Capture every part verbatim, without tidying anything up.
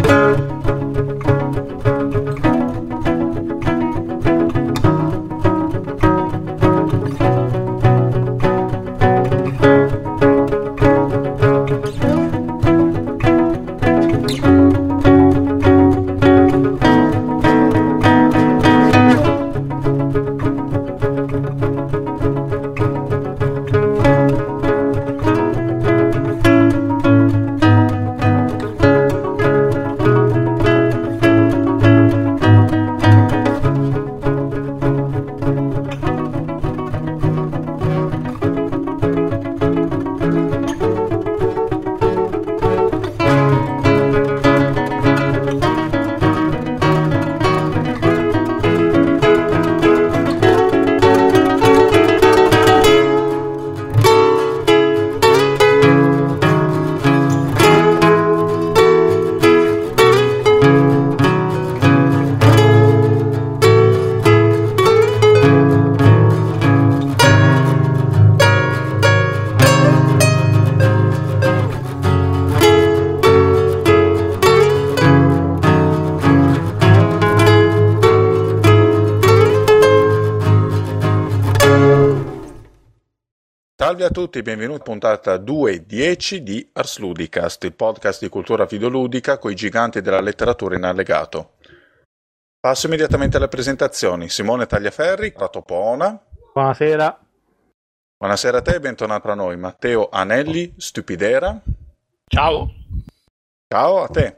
Salve a tutti, benvenuti a puntata duecentodieci di Ars Ludicast, il podcast di cultura videoludica coi giganti della letteratura in allegato. Passo immediatamente alle presentazioni. Simone Tagliaferri, Ratopona. Buonasera. Buonasera a te e bentornato tra noi. Matteo Anelli, Stupidera. Ciao. Ciao a te.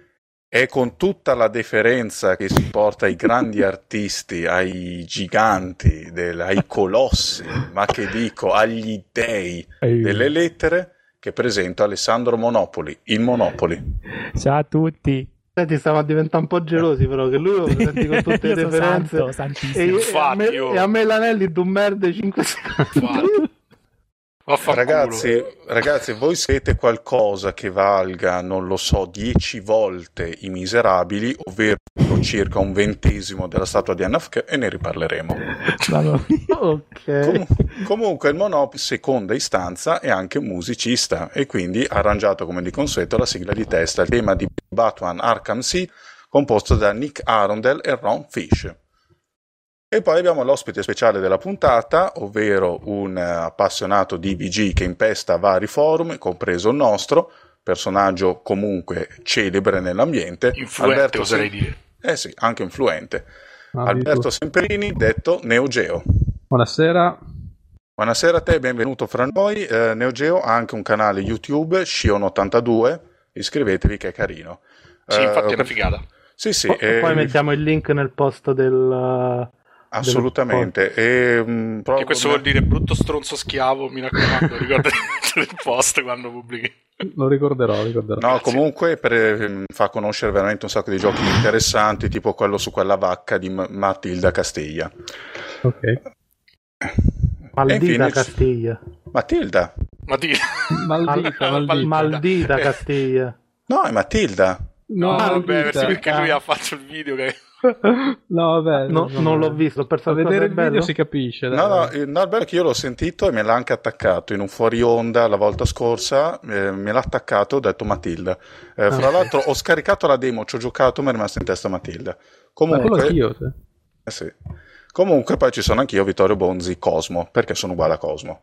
E con tutta la deferenza che si porta ai grandi artisti, ai giganti, del, ai colossi, ma che dico, agli dei delle lettere, che presento Alessandro Monopoli, il Monopoli. Ciao a tutti. Senti, stiamo a diventare un po' gelosi, però, che lui lo presenti con tutte le deferenze. Santo, e, e, Infatti, a me, io... e a me l'Anelli d'un merde cinque secondi. Ragazzi, ragazzi, voi siete qualcosa che valga, non lo so, dieci volte i Miserabili, ovvero circa un ventesimo della statua di Anna F- e ne riparleremo. Okay. Com- comunque il Monopoli, seconda istanza, è anche musicista e quindi ha arrangiato come di consueto la sigla di testa, il tema di Batman Arkham City, composto da Nick Arundel e Ron Fish. E poi abbiamo l'ospite speciale della puntata, ovvero un appassionato di V G che impesta vari forum, compreso il nostro, personaggio comunque celebre nell'ambiente. Influente, Alberto oserei Sem- dire. Eh sì, anche influente. Ah, Alberto Semperini, detto Neo Geo. Buonasera. Buonasera a te, benvenuto fra noi. Eh, Neo Geo ha anche un canale YouTube, Shion ottantadue, iscrivetevi che è carino. Sì, Eh, infatti è una figata. Sì, sì. Po- eh, Poi mettiamo il link nel post del... Assolutamente. E, mh, Che questo vuol dire brutto stronzo schiavo, mi raccomando, ricordate il post quando pubblichi. Lo ricorderò, ricorderò. No, comunque per, fa conoscere veramente un sacco di giochi interessanti, tipo quello su quella vacca di M- Matilda Castiglia. Ok. Maldita infine, Castiglia. Matilda? Matilda. Maldita, Mal- maldita. Maldita Castiglia. No, è Matilda. No, Ah, vabbè, maldita. sì, perché lui ha fatto il video che... No, vabbè. No, non l'ho visto, per A vedere il bello. video si capisce. No, no, dai. il- no, è bello che io l'ho sentito e me l'ha anche attaccato in un fuori onda la volta scorsa, eh, me l'ha attaccato e ho detto Matilda. Eh, fra Ah. l'altro ho scaricato la demo, ci ho giocato, mi è rimasta in testa Matilda. Ma Comunque, quello anch'io, sì. eh sì. Comunque poi ci sono anch'io, Vittorio Bonzi, Cosmo, perché sono uguale a Cosmo.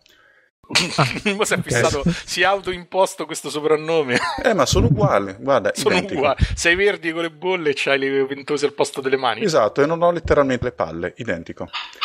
Ma si è fissato, si è autoimposto questo soprannome. Eh, ma sono uguali, guarda, Sono identico. uguali. Sei verdi con le bolle e c'hai le ventose al posto delle mani. Esatto, e non ho letteralmente le palle, identico.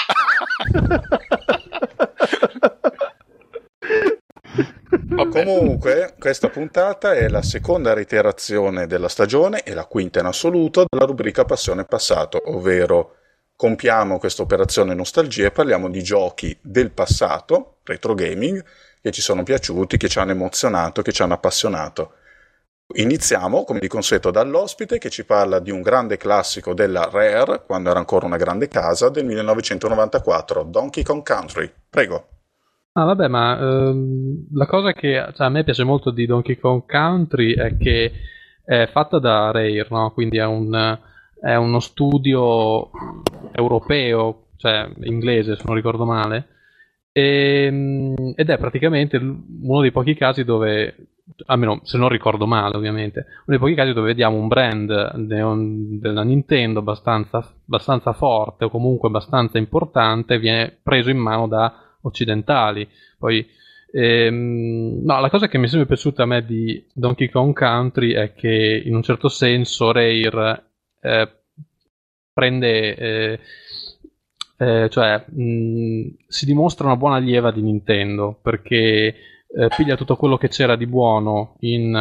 Vabbè. Comunque, questa puntata è la seconda reiterazione della stagione e la quinta in assoluto della rubrica Passione Passato, ovvero compiamo questa operazione nostalgia e parliamo di giochi del passato, retro gaming, che ci sono piaciuti, che ci hanno emozionato, che ci hanno appassionato. Iniziamo, come di consueto, dall'ospite che ci parla di un grande classico della Rare, quando era ancora una grande casa, del millenovecentonovantaquattro, Donkey Kong Country. Prego. Ah, vabbè, ma ehm, la cosa che cioè, a me piace molto di Donkey Kong Country è che è fatta da Rare, no? Quindi è un... è uno studio europeo, cioè inglese se non ricordo male, e, ed è praticamente uno dei pochi casi dove almeno se non ricordo male ovviamente, uno dei pochi casi dove vediamo un brand de- della Nintendo abbastanza, abbastanza forte o comunque abbastanza importante viene preso in mano da occidentali. Poi ehm, no, la cosa che mi è sempre piaciuta a me di Donkey Kong Country è che in un certo senso Rare eh, prende eh, eh, cioè mh, si dimostra una buona allieva di Nintendo, perché eh, piglia tutto quello che c'era di buono in,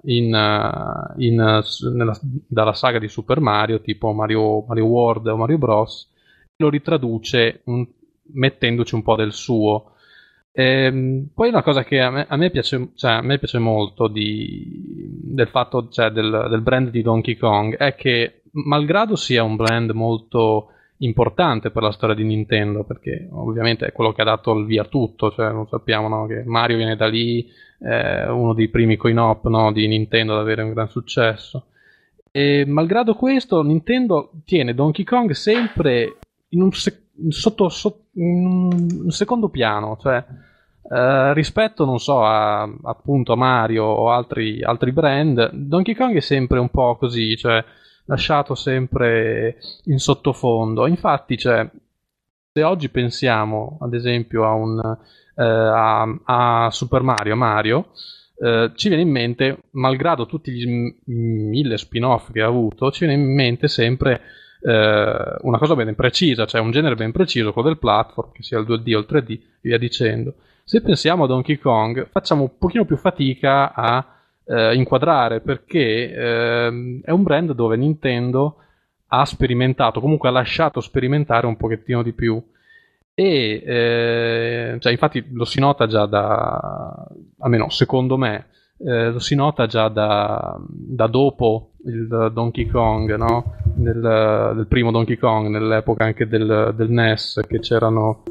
in, in, nella, dalla saga di Super Mario, tipo Mario, Mario World o Mario Bros, e lo ritraduce un, mettendoci un po' del suo. Ehm, poi una cosa che a me, a me piace, cioè a me piace molto di, del fatto, cioè del, del brand di Donkey Kong, è che malgrado sia un brand molto importante per la storia di Nintendo, perché ovviamente è quello che ha dato il via a tutto, cioè lo sappiamo, no? Che Mario viene da lì, è uno dei primi coin-op, no? Di Nintendo ad avere un gran successo, e malgrado questo Nintendo tiene Donkey Kong sempre in un, sec- sotto, sotto, in un secondo piano, cioè eh, rispetto, non so, a, appunto a Mario o altri, altri brand, Donkey Kong è sempre un po' così, cioè lasciato sempre in sottofondo. Infatti, cioè, se oggi pensiamo ad esempio a, un, eh, a, a Super Mario, Mario eh, ci viene in mente, malgrado tutti gli m- mille spin-off che ha avuto, ci viene in mente sempre eh, una cosa ben precisa, cioè un genere ben preciso, quello del platform, che sia il due D o il tre D, e via dicendo. Se pensiamo a Donkey Kong, facciamo un pochino più fatica a eh, inquadrare, perché eh, è un brand dove Nintendo ha sperimentato, comunque ha lasciato sperimentare un pochettino di più, e eh, cioè infatti lo si nota già da, almeno secondo me, eh, lo si nota già da, da dopo il Donkey Kong, no? Del, del primo Donkey Kong, nell'epoca anche del, del N E S, che c'erano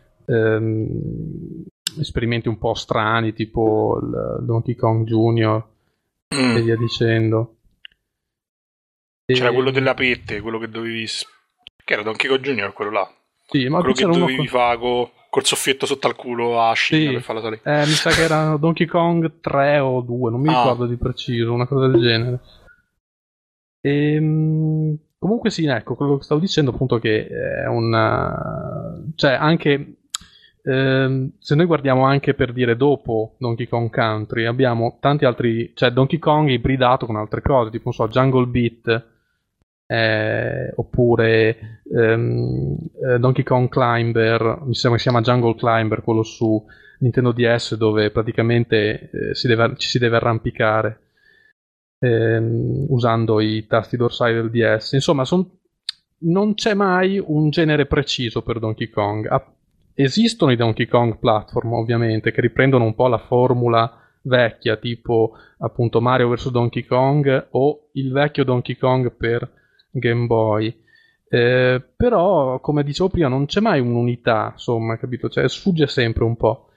ehm, esperimenti un po' strani, tipo il Donkey Kong Junior Mm. e via dicendo. C'era E- quello delle apette, quello che dovevi... s- Che era Donkey Kong Junior, quello là. Sì, ma Quello qui che c'era uno dovevi con- fare co- col soffietto sotto al culo a Shin Sì, per farla salire. eh, mi sa che era Donkey Kong tre o due, non mi Ah. ricordo di preciso, una cosa del genere. Ehm, comunque sì, ecco, quello che stavo dicendo appunto, che è una... cioè anche ehm, se noi guardiamo anche, per dire, dopo Donkey Kong Country, abbiamo tanti altri, cioè Donkey Kong ibridato con altre cose, tipo non so, Jungle Beat, eh, oppure ehm, eh, Donkey Kong Climber, mi sembra che si chiama Jungle Climber, quello su Nintendo D S, dove praticamente eh, si deve, ci si deve arrampicare ehm, usando i tasti dorsali del D S. Insomma, son- non c'è mai un genere preciso per Donkey Kong. Ah, esistono i Donkey Kong platform, ovviamente, che riprendono un po' la formula vecchia, tipo appunto Mario versus. Donkey Kong o il vecchio Donkey Kong per Game Boy. Eh, però, come dicevo prima, non c'è mai un'unità, insomma, capito? Cioè, sfugge sempre un po'.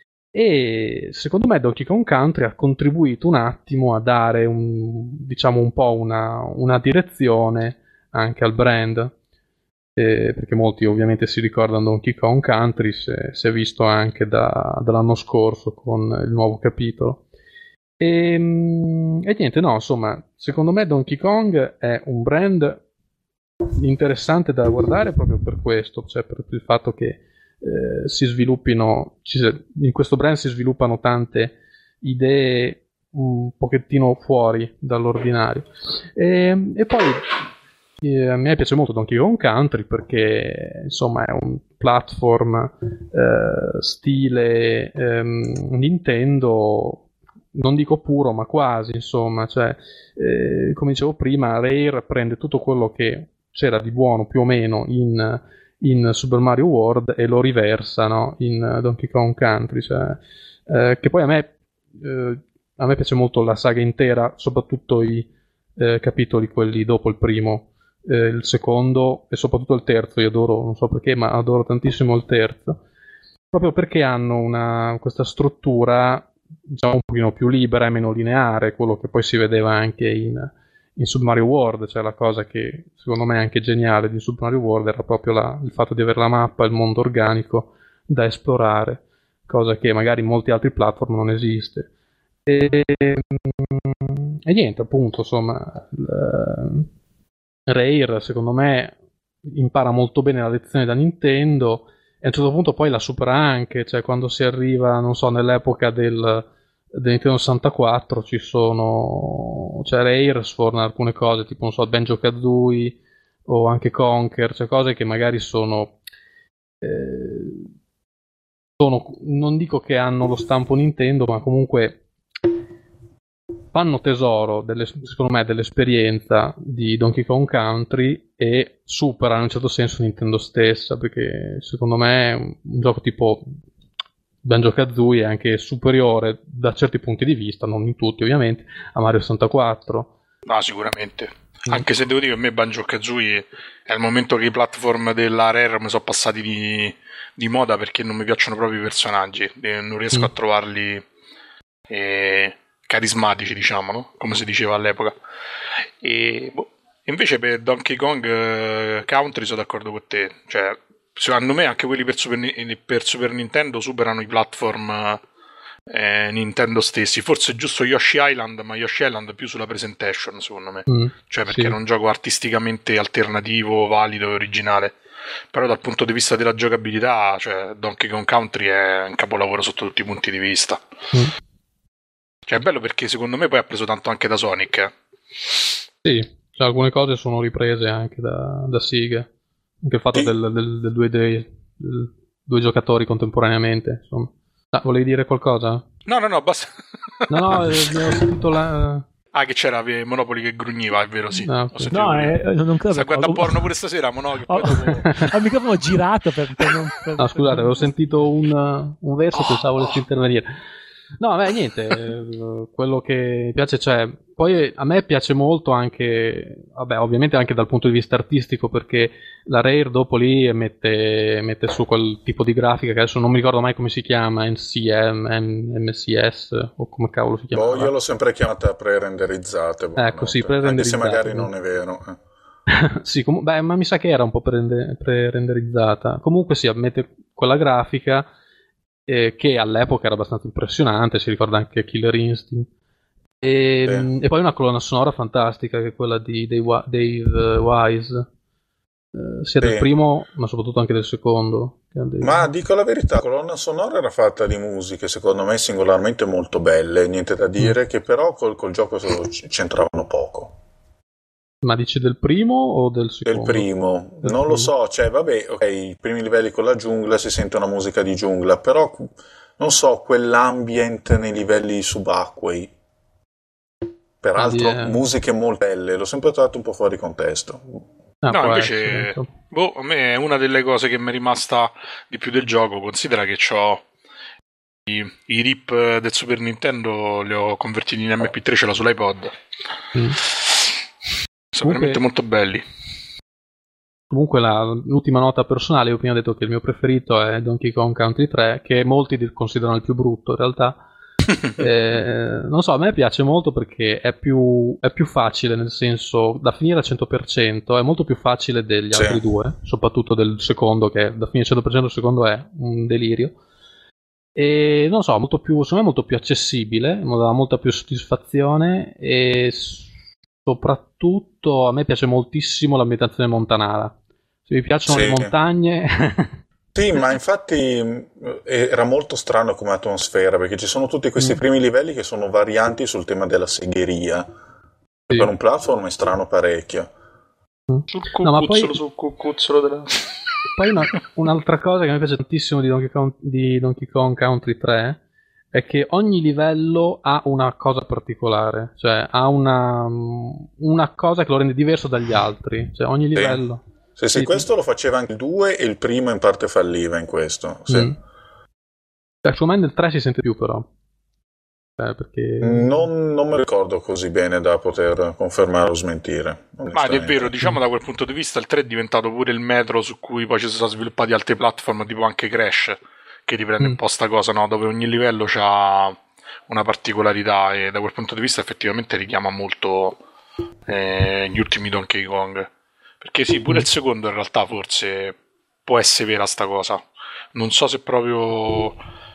E secondo me Donkey Kong Country ha contribuito un attimo a dare un, diciamo, un po' una, una direzione anche al brand, eh, perché molti ovviamente si ricordano Donkey Kong Country, se, si è visto anche da, dall'anno scorso con il nuovo capitolo. E, e niente, no, insomma, secondo me Donkey Kong è un brand interessante da guardare proprio per questo, cioè per il fatto che eh, si sviluppino, ci, in questo brand si sviluppano tante idee un pochettino fuori dall'ordinario. E, e poi eh, a me piace molto Donkey Kong Country, perché insomma è un platform eh, stile ehm, Nintendo, non dico puro, ma quasi, insomma, cioè eh, come dicevo prima, Rare prende tutto quello che c'era di buono più o meno in, in Super Mario World e lo riversa, no? In Donkey Kong Country, cioè, eh, che poi a me eh, a me piace molto la saga intera, soprattutto i eh, capitoli, quelli dopo il primo, eh, il secondo e soprattutto il terzo. Io adoro, non so perché, ma adoro tantissimo il terzo, proprio perché hanno una, questa struttura, diciamo, un pochino più libera e meno lineare, quello che poi si vedeva anche in, in Super Mario World. Cioè la cosa che secondo me è anche geniale di Super Mario World era proprio la, il fatto di avere la mappa, il mondo organico da esplorare, cosa che magari in molti altri platform non esiste. E, e niente, appunto, insomma, il, Rare secondo me impara molto bene la lezione da Nintendo e a un certo punto poi la supera anche, cioè quando si arriva, non so, nell'epoca del, del Nintendo sessantaquattro ci sono, cioè Rare sforna alcune cose tipo, non so, Banjo-Kazooie o anche Conker, cioè cose che magari sono eh, sono, non dico che hanno lo stampo Nintendo, ma comunque fanno tesoro, delle, secondo me, dell'esperienza di Donkey Kong Country e superano in un certo senso Nintendo stessa, perché secondo me un, un gioco tipo Banjo-Kazooie è anche superiore da certi punti di vista, non in tutti ovviamente, a Mario sessantaquattro. No, sicuramente. Mm. Anche se devo dire che a me Banjo-Kazooie è il momento che i platform della Rare mi sono passati di, di moda perché non mi piacciono proprio i personaggi, non riesco mm. a trovarli... E... carismatici, diciamo, no? Come si diceva all'epoca. E boh. Invece per Donkey Kong uh, Country sono d'accordo con te, cioè secondo me anche quelli per Super, per Super Nintendo superano i platform eh, Nintendo stessi. Forse è giusto Yoshi Island, ma Yoshi Island più sulla presentation, secondo me, mm, cioè perché sì. È un gioco artisticamente alternativo, valido e originale. Però dal punto di vista della giocabilità, cioè Donkey Kong Country è un capolavoro sotto tutti i punti di vista. Mm. Cioè è bello perché secondo me poi ha preso tanto anche da Sonic. Eh. Sì, cioè alcune cose sono riprese anche da, da Sega. Anche il fatto sì. del, del, del due D, del, due giocatori contemporaneamente, insomma. Ah, volevi dire qualcosa? No, no, no, basta. No, no, eh, ho sentito la... Ah, che c'era Monopoli che grugniva, è vero, sì. No, okay. no eh, non credo. Sta guardando porno pure stasera, Monopoli. Ho, dopo... ho il microfono girato per, per non... Per, no, scusate, avevo sentito un, un verso, oh. pensavo volessi intervenire. No, beh, niente, quello che mi piace, cioè, poi a me piace molto anche, vabbè, ovviamente anche dal punto di vista artistico, perché la Rare dopo lì mette, mette su quel tipo di grafica che adesso non mi ricordo mai come si chiama, N C M, M S S, o come cavolo si chiama. Boh, io l'ho sempre chiamata pre-renderizzate. Ecco, sì, pre-renderizzate. Anche se magari non è vero. Eh. Sì, com- beh, ma mi sa che era un po' pre-renderizzata. Comunque sì, mette quella grafica... Eh, che all'epoca era abbastanza impressionante, si ricorda anche Killer Instinct e, eh. e poi una colonna sonora fantastica che è quella di Dave, Dave Wise eh, sia eh. del primo ma soprattutto anche del secondo. Ma dico la verità, la colonna sonora era fatta di musiche secondo me singolarmente molto belle, niente da dire, mm. che però col, col gioco c'entravano poco. Ma dici del primo o del secondo? Del primo, del non primo. Lo so, cioè vabbè, ok, i primi livelli con la giungla si sente una musica di giungla, però non so, quell'ambient nei livelli subacquei, peraltro ah, musiche molto belle, l'ho sempre trovato un po' fuori contesto. Ah, no, invece, boh, a me è una delle cose che mi è rimasta di più del gioco, considera che ho i, i R I P del Super Nintendo, li ho convertiti in M P tre, ce l'ho sull'iPod. Mm. Sono comunque, veramente molto belli. Comunque la, l'ultima nota personale, io prima ho detto che il mio preferito è Donkey Kong Country tre, che molti considerano il più brutto in realtà. eh, non so, a me piace molto perché è più, è più facile, nel senso da finire al cento per cento è molto più facile degli sì. altri due, soprattutto del secondo, che da finire al cento per cento il secondo è un delirio. E non so, molto più, secondo me è molto più accessibile, mi dà molta più soddisfazione e soprattutto a me piace moltissimo l'ambientazione montanara. Se vi piacciono sì. le montagne... Sì, ma infatti era molto strano come atmosfera, perché ci sono tutti questi mm. primi livelli che sono varianti sul tema della segheria. Sì. Per un platform è strano parecchio. Mm. Sul cucuzzolo, no, ma poi... sul cucuzzolo della... Poi una, un'altra cosa che mi piace tantissimo di Donkey Kong, di Donkey Kong Country tre è che ogni livello ha una cosa particolare, cioè ha una, una cosa che lo rende diverso dagli altri, cioè ogni livello... Sì. Sì, sì, questo lo faceva anche il due e il primo in parte falliva in questo. Sì. Mm. Secondo me nel tre si sente più però. Eh, perché... non, non mi ricordo così bene da poter confermare o smentire. Ma è vero, diciamo da quel punto di vista il tre è diventato pure il metro su cui poi ci sono sviluppati altri platform tipo anche Crash, che riprende mm. un po' sta cosa, no? Dove ogni livello ha una particolarità e da quel punto di vista effettivamente richiama molto eh, gli ultimi Donkey Kong. Perché sì, pure il secondo in realtà forse può essere vera sta cosa. Non so se proprio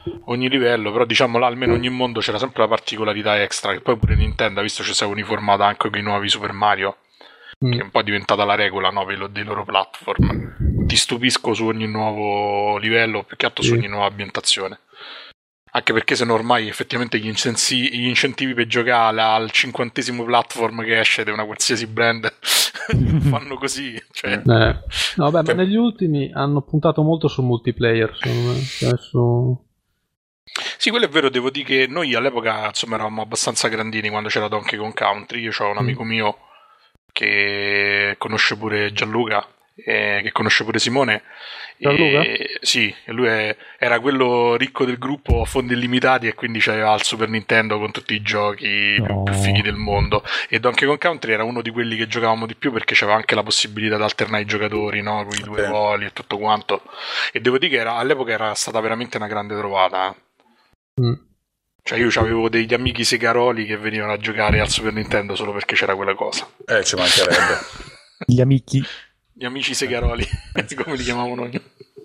ogni livello, però diciamo là almeno ogni mondo c'era sempre la particolarità extra, che poi pure Nintendo ha visto ci si è uniformata anche con i nuovi Super Mario, mm. che è un po' diventata la regola, no, per lo, dei loro platform. Ti stupisco su ogni nuovo livello, più che altro sì. su ogni nuova ambientazione. Anche perché se no ormai effettivamente gli, incensi- gli incentivi per giocare al cinquantesimo platform che esce da una qualsiasi brand fanno così. Cioè. Eh. No, beh, che... ma negli ultimi hanno puntato molto sul multiplayer, secondo me. Adesso... Sì, quello è vero, devo dire che noi all'epoca insomma eravamo abbastanza grandini quando c'era Donkey Kong Country. Io ho un amico mm. mio che conosce pure Gianluca, eh, che conosce pure Simone. Gianluca? E, sì, lui è, era quello ricco del gruppo a fondi illimitati e quindi c'aveva il Super Nintendo con tutti i giochi no. più, più fighi del mondo, e Donkey Kong Country era uno di quelli che giocavamo di più perché c'aveva anche la possibilità di alternare i giocatori, no? Con i due okay. voli e tutto quanto, e devo dire che era, all'epoca era stata veramente una grande trovata. mm. Cioè io avevo degli amici segaroli che venivano a giocare al Super Nintendo solo perché c'era quella cosa. Eh, ci mancherebbe. Gli amici Gli amici segaroli, come li chiamavano noi.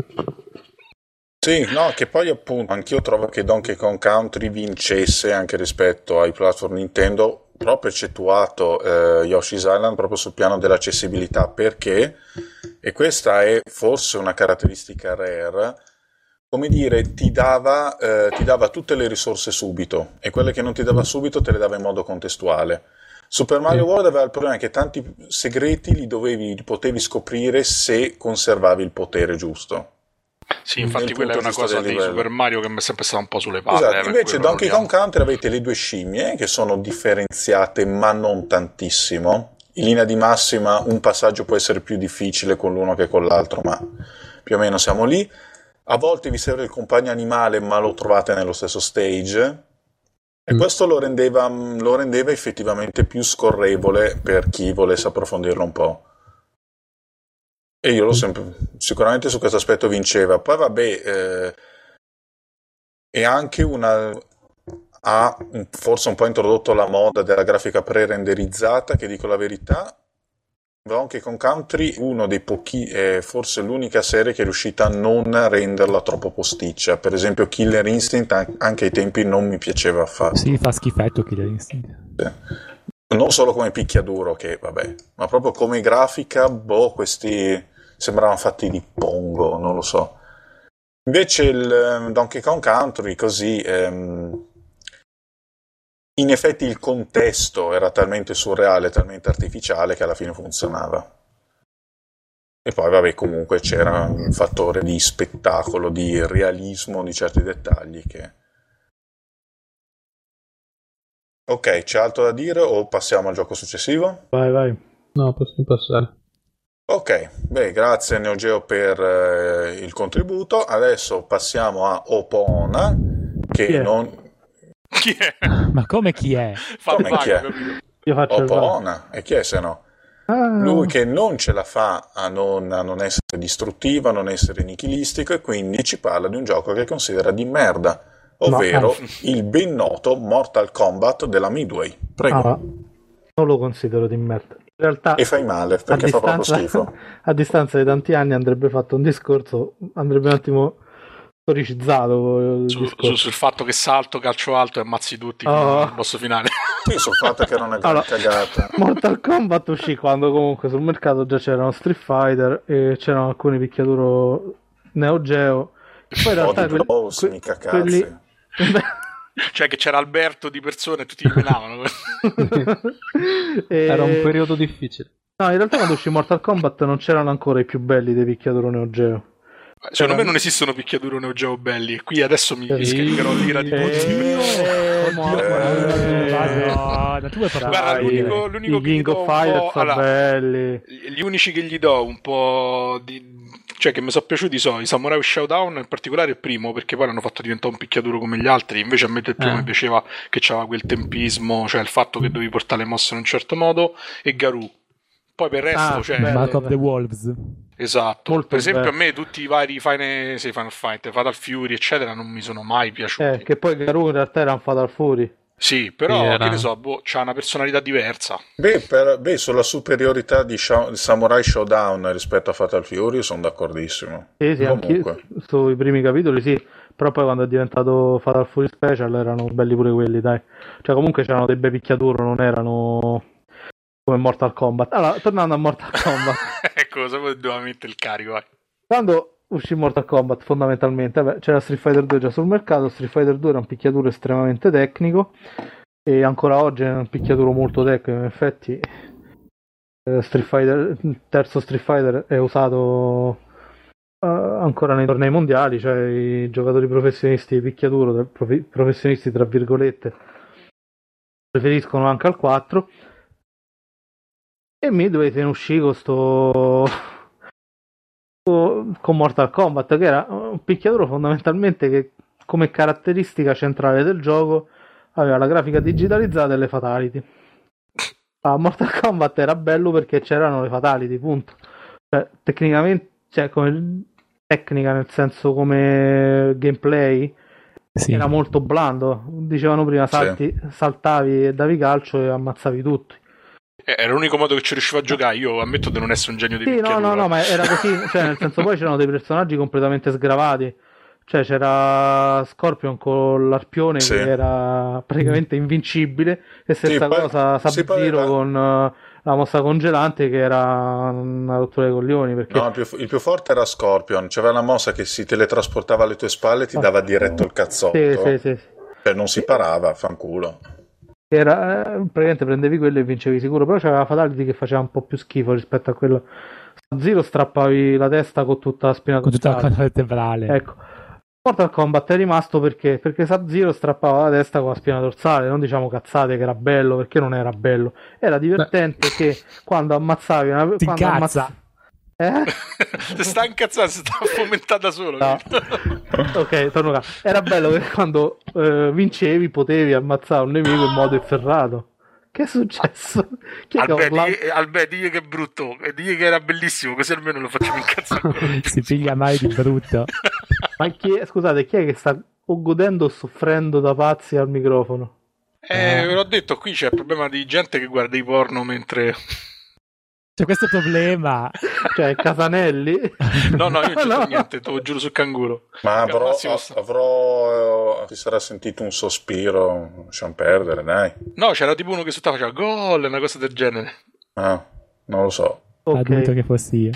Sì, no, che poi appunto anch'io trovo che Donkey Kong Country vincesse anche rispetto ai platform Nintendo, proprio eccettuato eh, Yoshi's Island, proprio sul piano dell'accessibilità, perché, e questa è forse una caratteristica Rare, come dire, ti dava, eh, ti dava tutte le risorse subito, e quelle che non ti dava subito te le dava in modo contestuale. Super Mario World aveva il problema che tanti segreti li dovevi, li potevi scoprire se conservavi il potere giusto. Sì, infatti quella è una cosa di Super Mario che mi è sempre stata un po' sulle palle. Esatto. Invece Donkey Kong Country avete le due scimmie che sono differenziate ma non tantissimo. In linea di massima un passaggio può essere più difficile con l'uno che con l'altro, ma più o meno siamo lì. A volte vi serve il compagno animale ma lo trovate nello stesso stage. E questo lo rendeva, lo rendeva effettivamente più scorrevole per chi volesse approfondirlo un po'. E io l'ho sempre, sicuramente su questo aspetto vinceva. Poi vabbè, eh, è anche una, ha forse un po' introdotto la moda della grafica pre-renderizzata, che dico la verità, Donkey Kong Country uno dei pochi, è forse l'unica serie che è riuscita a non renderla troppo posticcia. Per esempio Killer Instinct anche ai tempi non mi piaceva affatto. Sì, fa schifetto Killer Instinct. Sì. Non solo come picchiaduro, che vabbè, ma proprio come grafica, boh, questi sembravano fatti di pongo, non lo so. Invece il um, Donkey Kong Country così... Um, in effetti il contesto era talmente surreale, talmente artificiale che alla fine funzionava. E poi vabbè, comunque c'era un fattore di spettacolo, di realismo di certi dettagli che... Ok, c'è altro da dire o passiamo al gioco successivo? Vai, vai. No, possiamo passare. Ok, beh, grazie Neo Geo per eh, il contributo. Adesso passiamo a Opona, che yeah. non... Chi è? Ma come chi è? Fa come chi è? Io faccio Opona, e chi è se no? Ah. Lui che non ce la fa a non, a non essere distruttivo, a non essere nichilistico, e quindi ci parla di un gioco che considera di merda, ovvero no. il ben noto Mortal Kombat della Midway. Prego. Ah, non lo considero di merda. In realtà, e fai male, perché fa proprio schifo. A distanza di tanti anni andrebbe fatto un discorso, andrebbe un attimo storicizzato su, su, sul fatto che salto, calcio alto e ammazzi tutti oh. nel boss finale. Sì, sul fatto che non è allora, cagata. Mortal Kombat uscì quando comunque sul mercato già c'erano Street Fighter e c'erano alcuni picchiaduro Neo Geo. Poi in realtà quelli, blows, que- mica quelli... cioè che c'era Alberto di persone e tutti li menavano. e... Era un periodo difficile. No, in realtà quando uscì Mortal Kombat non c'erano ancora i più belli dei picchiaduro Neo Geo. Secondo me non esistono picchiaduro Neo Geo belli. Qui adesso mi sì. scaricherò l'ira di tutti. Guarda, l'unico, l'unico che gli do un po', allora, belli. Gli unici che gli do un po' di, cioè che mi sono piaciuti sono i Samurai Showdown, in particolare il primo, perché poi l'hanno fatto diventare un picchiaduro come gli altri. Invece a me il primo eh. mi piaceva che c'aveva quel tempismo, cioè il fatto che dovevi portare le mosse in un certo modo, e Garou. Poi per il resto, ah, cioè Mark of the Wolves. Esatto. Molto per esempio bello. A me tutti i vari Final, sì, Final Fight, Fatal Fury eccetera non mi sono mai piaciuti. Eh, che poi Garou in realtà era un Fatal Fury. Sì, però era... che ne so, boh, c'ha una personalità diversa. Beh, per, beh sulla superiorità di, Sha- di Samurai Showdown rispetto a Fatal Fury sono d'accordissimo. Sì, sì, anche sui primi capitoli sì, Però poi quando è diventato Fatal Fury Special erano belli pure quelli, dai. Cioè comunque c'erano dei bei picchiaduro, non erano come Mortal Kombat. Allora, tornando a Mortal Kombat. Ecco, sapevo dove mettere il carico, vai. Quando uscì Mortal Kombat fondamentalmente, vabbè, c'era Street Fighter due già sul mercato. Street Fighter due era un picchiaduro estremamente tecnico e ancora oggi è un picchiaduro molto tecnico. In effetti eh, Street Fighter, il terzo Street Fighter è usato uh, ancora nei tornei mondiali, cioè i giocatori professionisti di picchiaduro, tra, prof, professionisti tra virgolette, preferiscono anche al quattro. E Midway se ne uscì con sto con Mortal Kombat, che era un picchiaduro fondamentalmente che come caratteristica centrale del gioco aveva la grafica digitalizzata e le fatality. A Mortal Kombat era bello perché c'erano le fatality, punto. Cioè, tecnicamente, cioè come tecnica nel senso come gameplay, sì, era molto blando. Dicevano prima, salti, sì. saltavi e davi calcio e ammazzavi tutti. Era l'unico modo che ci riuscivo a giocare. Io ammetto di non essere un genio di sì, picchiaduro. no, no, no, ma era così. Cioè, nel senso, poi c'erano dei personaggi completamente sgravati. Cioè, c'era Scorpion con l'arpione sì. che era praticamente invincibile. E stessa sì, cosa Sub-Zero poi... con uh, la mossa congelante, che era una rottura dei coglioni. Perché... No, il più, il più forte era Scorpion. C'aveva una mossa che si teletrasportava alle tue spalle e ti dava diretto il cazzotto. Sì, sì, sì, sì. Cioè, non si parava, fanculo. Era, eh, praticamente prendevi quello e vincevi sicuro, però c'aveva Fatality che faceva un po' più schifo rispetto a quello. Sub-Zero strappavi la testa con tutta la spina con tutta la colonna vertebrale. Ecco. Mortal Kombat è rimasto perché? Perché Sub-Zero strappava la testa con la spina dorsale, non diciamo cazzate che era bello, perché non era bello. Era divertente Beh. che quando ammazzavi una Ti quando incazza. Eh? Si sta incazzando, si sta fomentando da solo. No. Ok, torno qua. Era bello che quando uh, vincevi potevi ammazzare un nemico in modo efferrato. Che è successo? Chi è Albè, digli che è brutto e digli che era bellissimo, così almeno lo facciamo incazzare. Si piglia mai di brutto. Ma chi è, scusate, chi è che sta o godendo o soffrendo da pazzi al microfono? Eh, ve l'ho detto, qui c'è il problema di gente che guarda i porno mentre... C'è questo problema. Cioè, Casanelli? No, no, io non c'ho no. niente, te lo giuro sul canguro. Ma avrò, avrò, ti sarà sentito un sospiro, lasciamo perdere, dai. No, c'era tipo uno che stava facendo gol, una cosa del genere. Ah, non lo so. Okay. Ha detto che fossi io.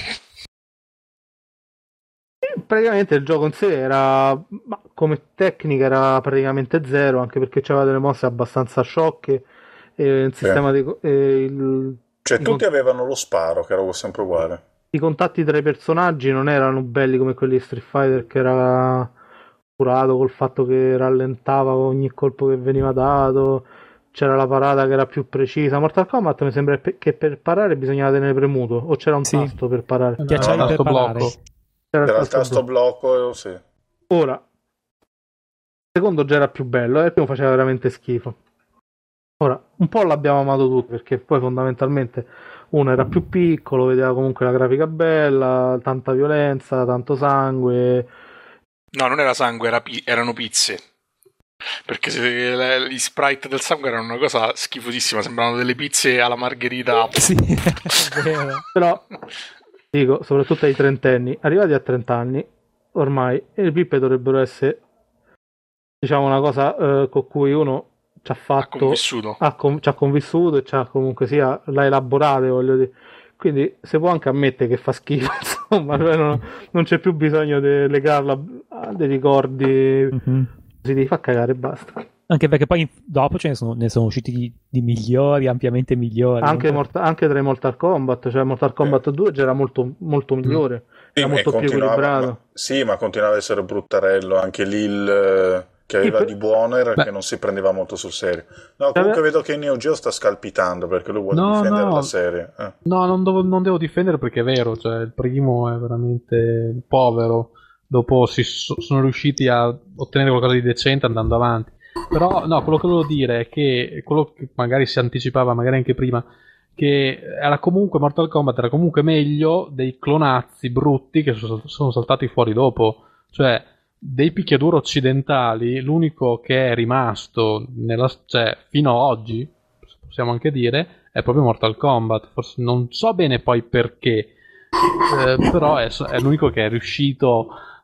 Praticamente il gioco in sé era, ma come tecnica era praticamente zero, anche perché c'aveva delle mosse abbastanza sciocche e il sistema sì. di... E il, Cioè tutti con... avevano lo sparo, che era sempre uguale. I contatti tra i personaggi non erano belli come quelli di Street Fighter, che era curato col fatto che rallentava ogni colpo che veniva dato, c'era la parata che era più precisa. Mortal Kombat mi sembra che per parare bisognava tenere premuto, o c'era un sì. tasto per parare. No, c'era no, il tasto blocco. C'era, c'era il tasto blocco, blocco sì. Ora, il secondo già era più bello, e il primo faceva veramente schifo. Ora, un po' l'abbiamo amato tutti, perché poi fondamentalmente uno era più piccolo, vedeva comunque la grafica bella, tanta violenza, tanto sangue. No, non era sangue, era pi- erano pizze. Perché se le, gli sprite del sangue erano una cosa schifosissima, sembravano delle pizze alla margherita. Sì, è vero. Però, dico, soprattutto ai trentenni, arrivati a trenta anni, ormai le pippe dovrebbero essere, diciamo, una cosa eh, con cui uno ci ha fatto, ha convissuto, ha con, ci ha convissuto e ci ha comunque sia l'ha elaborate, voglio dire. Quindi si può anche ammettere che fa schifo, insomma, cioè non, non c'è più bisogno di legarla a dei ricordi mm-hmm. così, ti fa cagare e basta. Anche perché poi dopo ce ne sono, ne sono usciti di, di migliori, ampiamente migliori. Anche, morta, anche tra i Mortal Kombat, cioè Mortal Kombat eh. due già era molto, molto migliore, mm. era sì, molto più equilibrato. Ma, sì, ma continuava ad essere bruttarello, anche lì il... che aveva sì, di buono era Beh. che non si prendeva molto sul serio. No, comunque vedo che Neo Geo sta scalpitando perché lui vuole no, difendere no. la serie. Eh. No, non, devo, non devo difendere perché è vero, cioè il primo è veramente povero. Dopo si so, sono riusciti a ottenere qualcosa di decente andando avanti. Però no, quello che volevo dire è che quello che magari si anticipava, magari anche prima, che era comunque Mortal Kombat era comunque meglio dei clonazzi brutti che sono, sono saltati fuori dopo. Cioè dei picchiaduro occidentali, l'unico che è rimasto nella, cioè, fino a oggi, possiamo anche dire, è proprio Mortal Kombat. Forse non so bene poi perché, eh, però è, è l'unico che è riuscito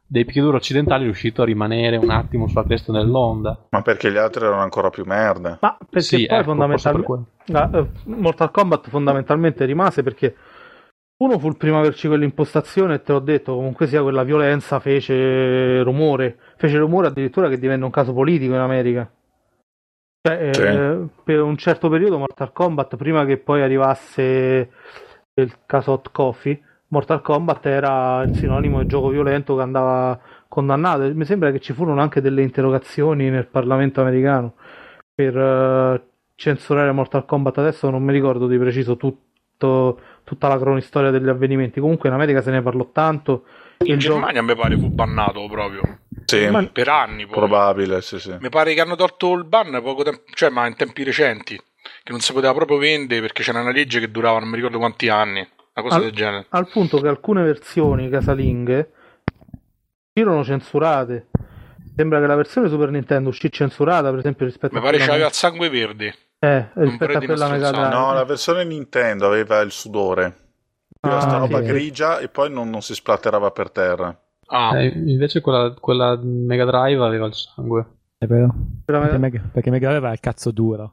dei picchiaduro occidentali è riuscito a rimanere un attimo sulla cresta dell'onda. Ma perché gli altri erano ancora più merda. Ma perché Sì, poi ecco, fondamentalmente ah, Mortal Kombat fondamentalmente rimase perché uno fu il primo a averci quell'impostazione e te l'ho detto, comunque sia quella violenza fece rumore, fece rumore addirittura che divenne un caso politico in America. Cioè, Sì. eh, per un certo periodo Mortal Kombat, prima che poi arrivasse il caso Hot Coffee, Mortal Kombat era il sinonimo di gioco violento che andava condannato. Mi sembra che ci furono anche delle interrogazioni nel Parlamento americano per uh, censurare Mortal Kombat. Adesso non mi ricordo di preciso tutto, tutta la cronistoria degli avvenimenti. Comunque in America se ne parlò tanto. In il Germania gioco... mi pare fu bannato proprio. Sì, Ma... Per anni poi. probabile, sì, sì. Mi pare che hanno tolto il ban poco tempo, cioè ma in tempi recenti, che non si poteva proprio vendere perché c'era una legge che durava non mi ricordo quanti anni. Una cosa al, del genere. Al punto che alcune versioni casalinghe uscirono censurate. Sembra che la versione Super Nintendo uscì censurata, per esempio, rispetto Mi a pare quella c'aveva il sangue verde. eh, Non rispetto a prendi quella una Mega stronzata. Drive. No, la versione Nintendo aveva il sudore. Aveva Ah, sta roba sì. grigia e poi non, non si splatterava per terra. Ah, Eh, invece quella, quella Mega Drive aveva il sangue. È vero. Quella Perché, Mega- Meg- perché Mega Drive era il cazzo duro.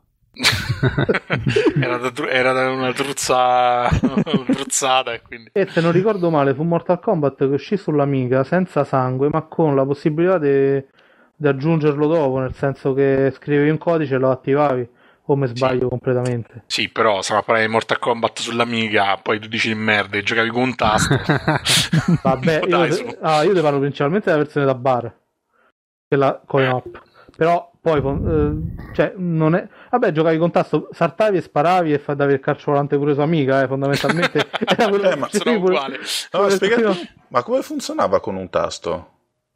era, da, tru- era da una truzza una truzzata e quindi E se non ricordo male fu Mortal Kombat che uscì sull'Amiga senza sangue, ma con la possibilità di aggiungerlo dopo, nel senso che scrivevi un codice e lo attivavi, o mi sbaglio completamente. sì, però stiamo a parlare di Mortal Kombat sull'Amiga, poi tu dici di merda e giocavi con un tasto. Vabbè, io, Dai, te, su. ah, io te parlo principalmente della versione da bar, quella coin op. Però poi, eh, cioè, non è... Vabbè, giocavi con tasto, saltavi e sparavi e davi il calcio volante pure su Amiga, eh, fondamentalmente. Era quello Eh, che ma facevi sono pure- uguali. No, pure spiegate- prima. Ma come funzionava con un tasto?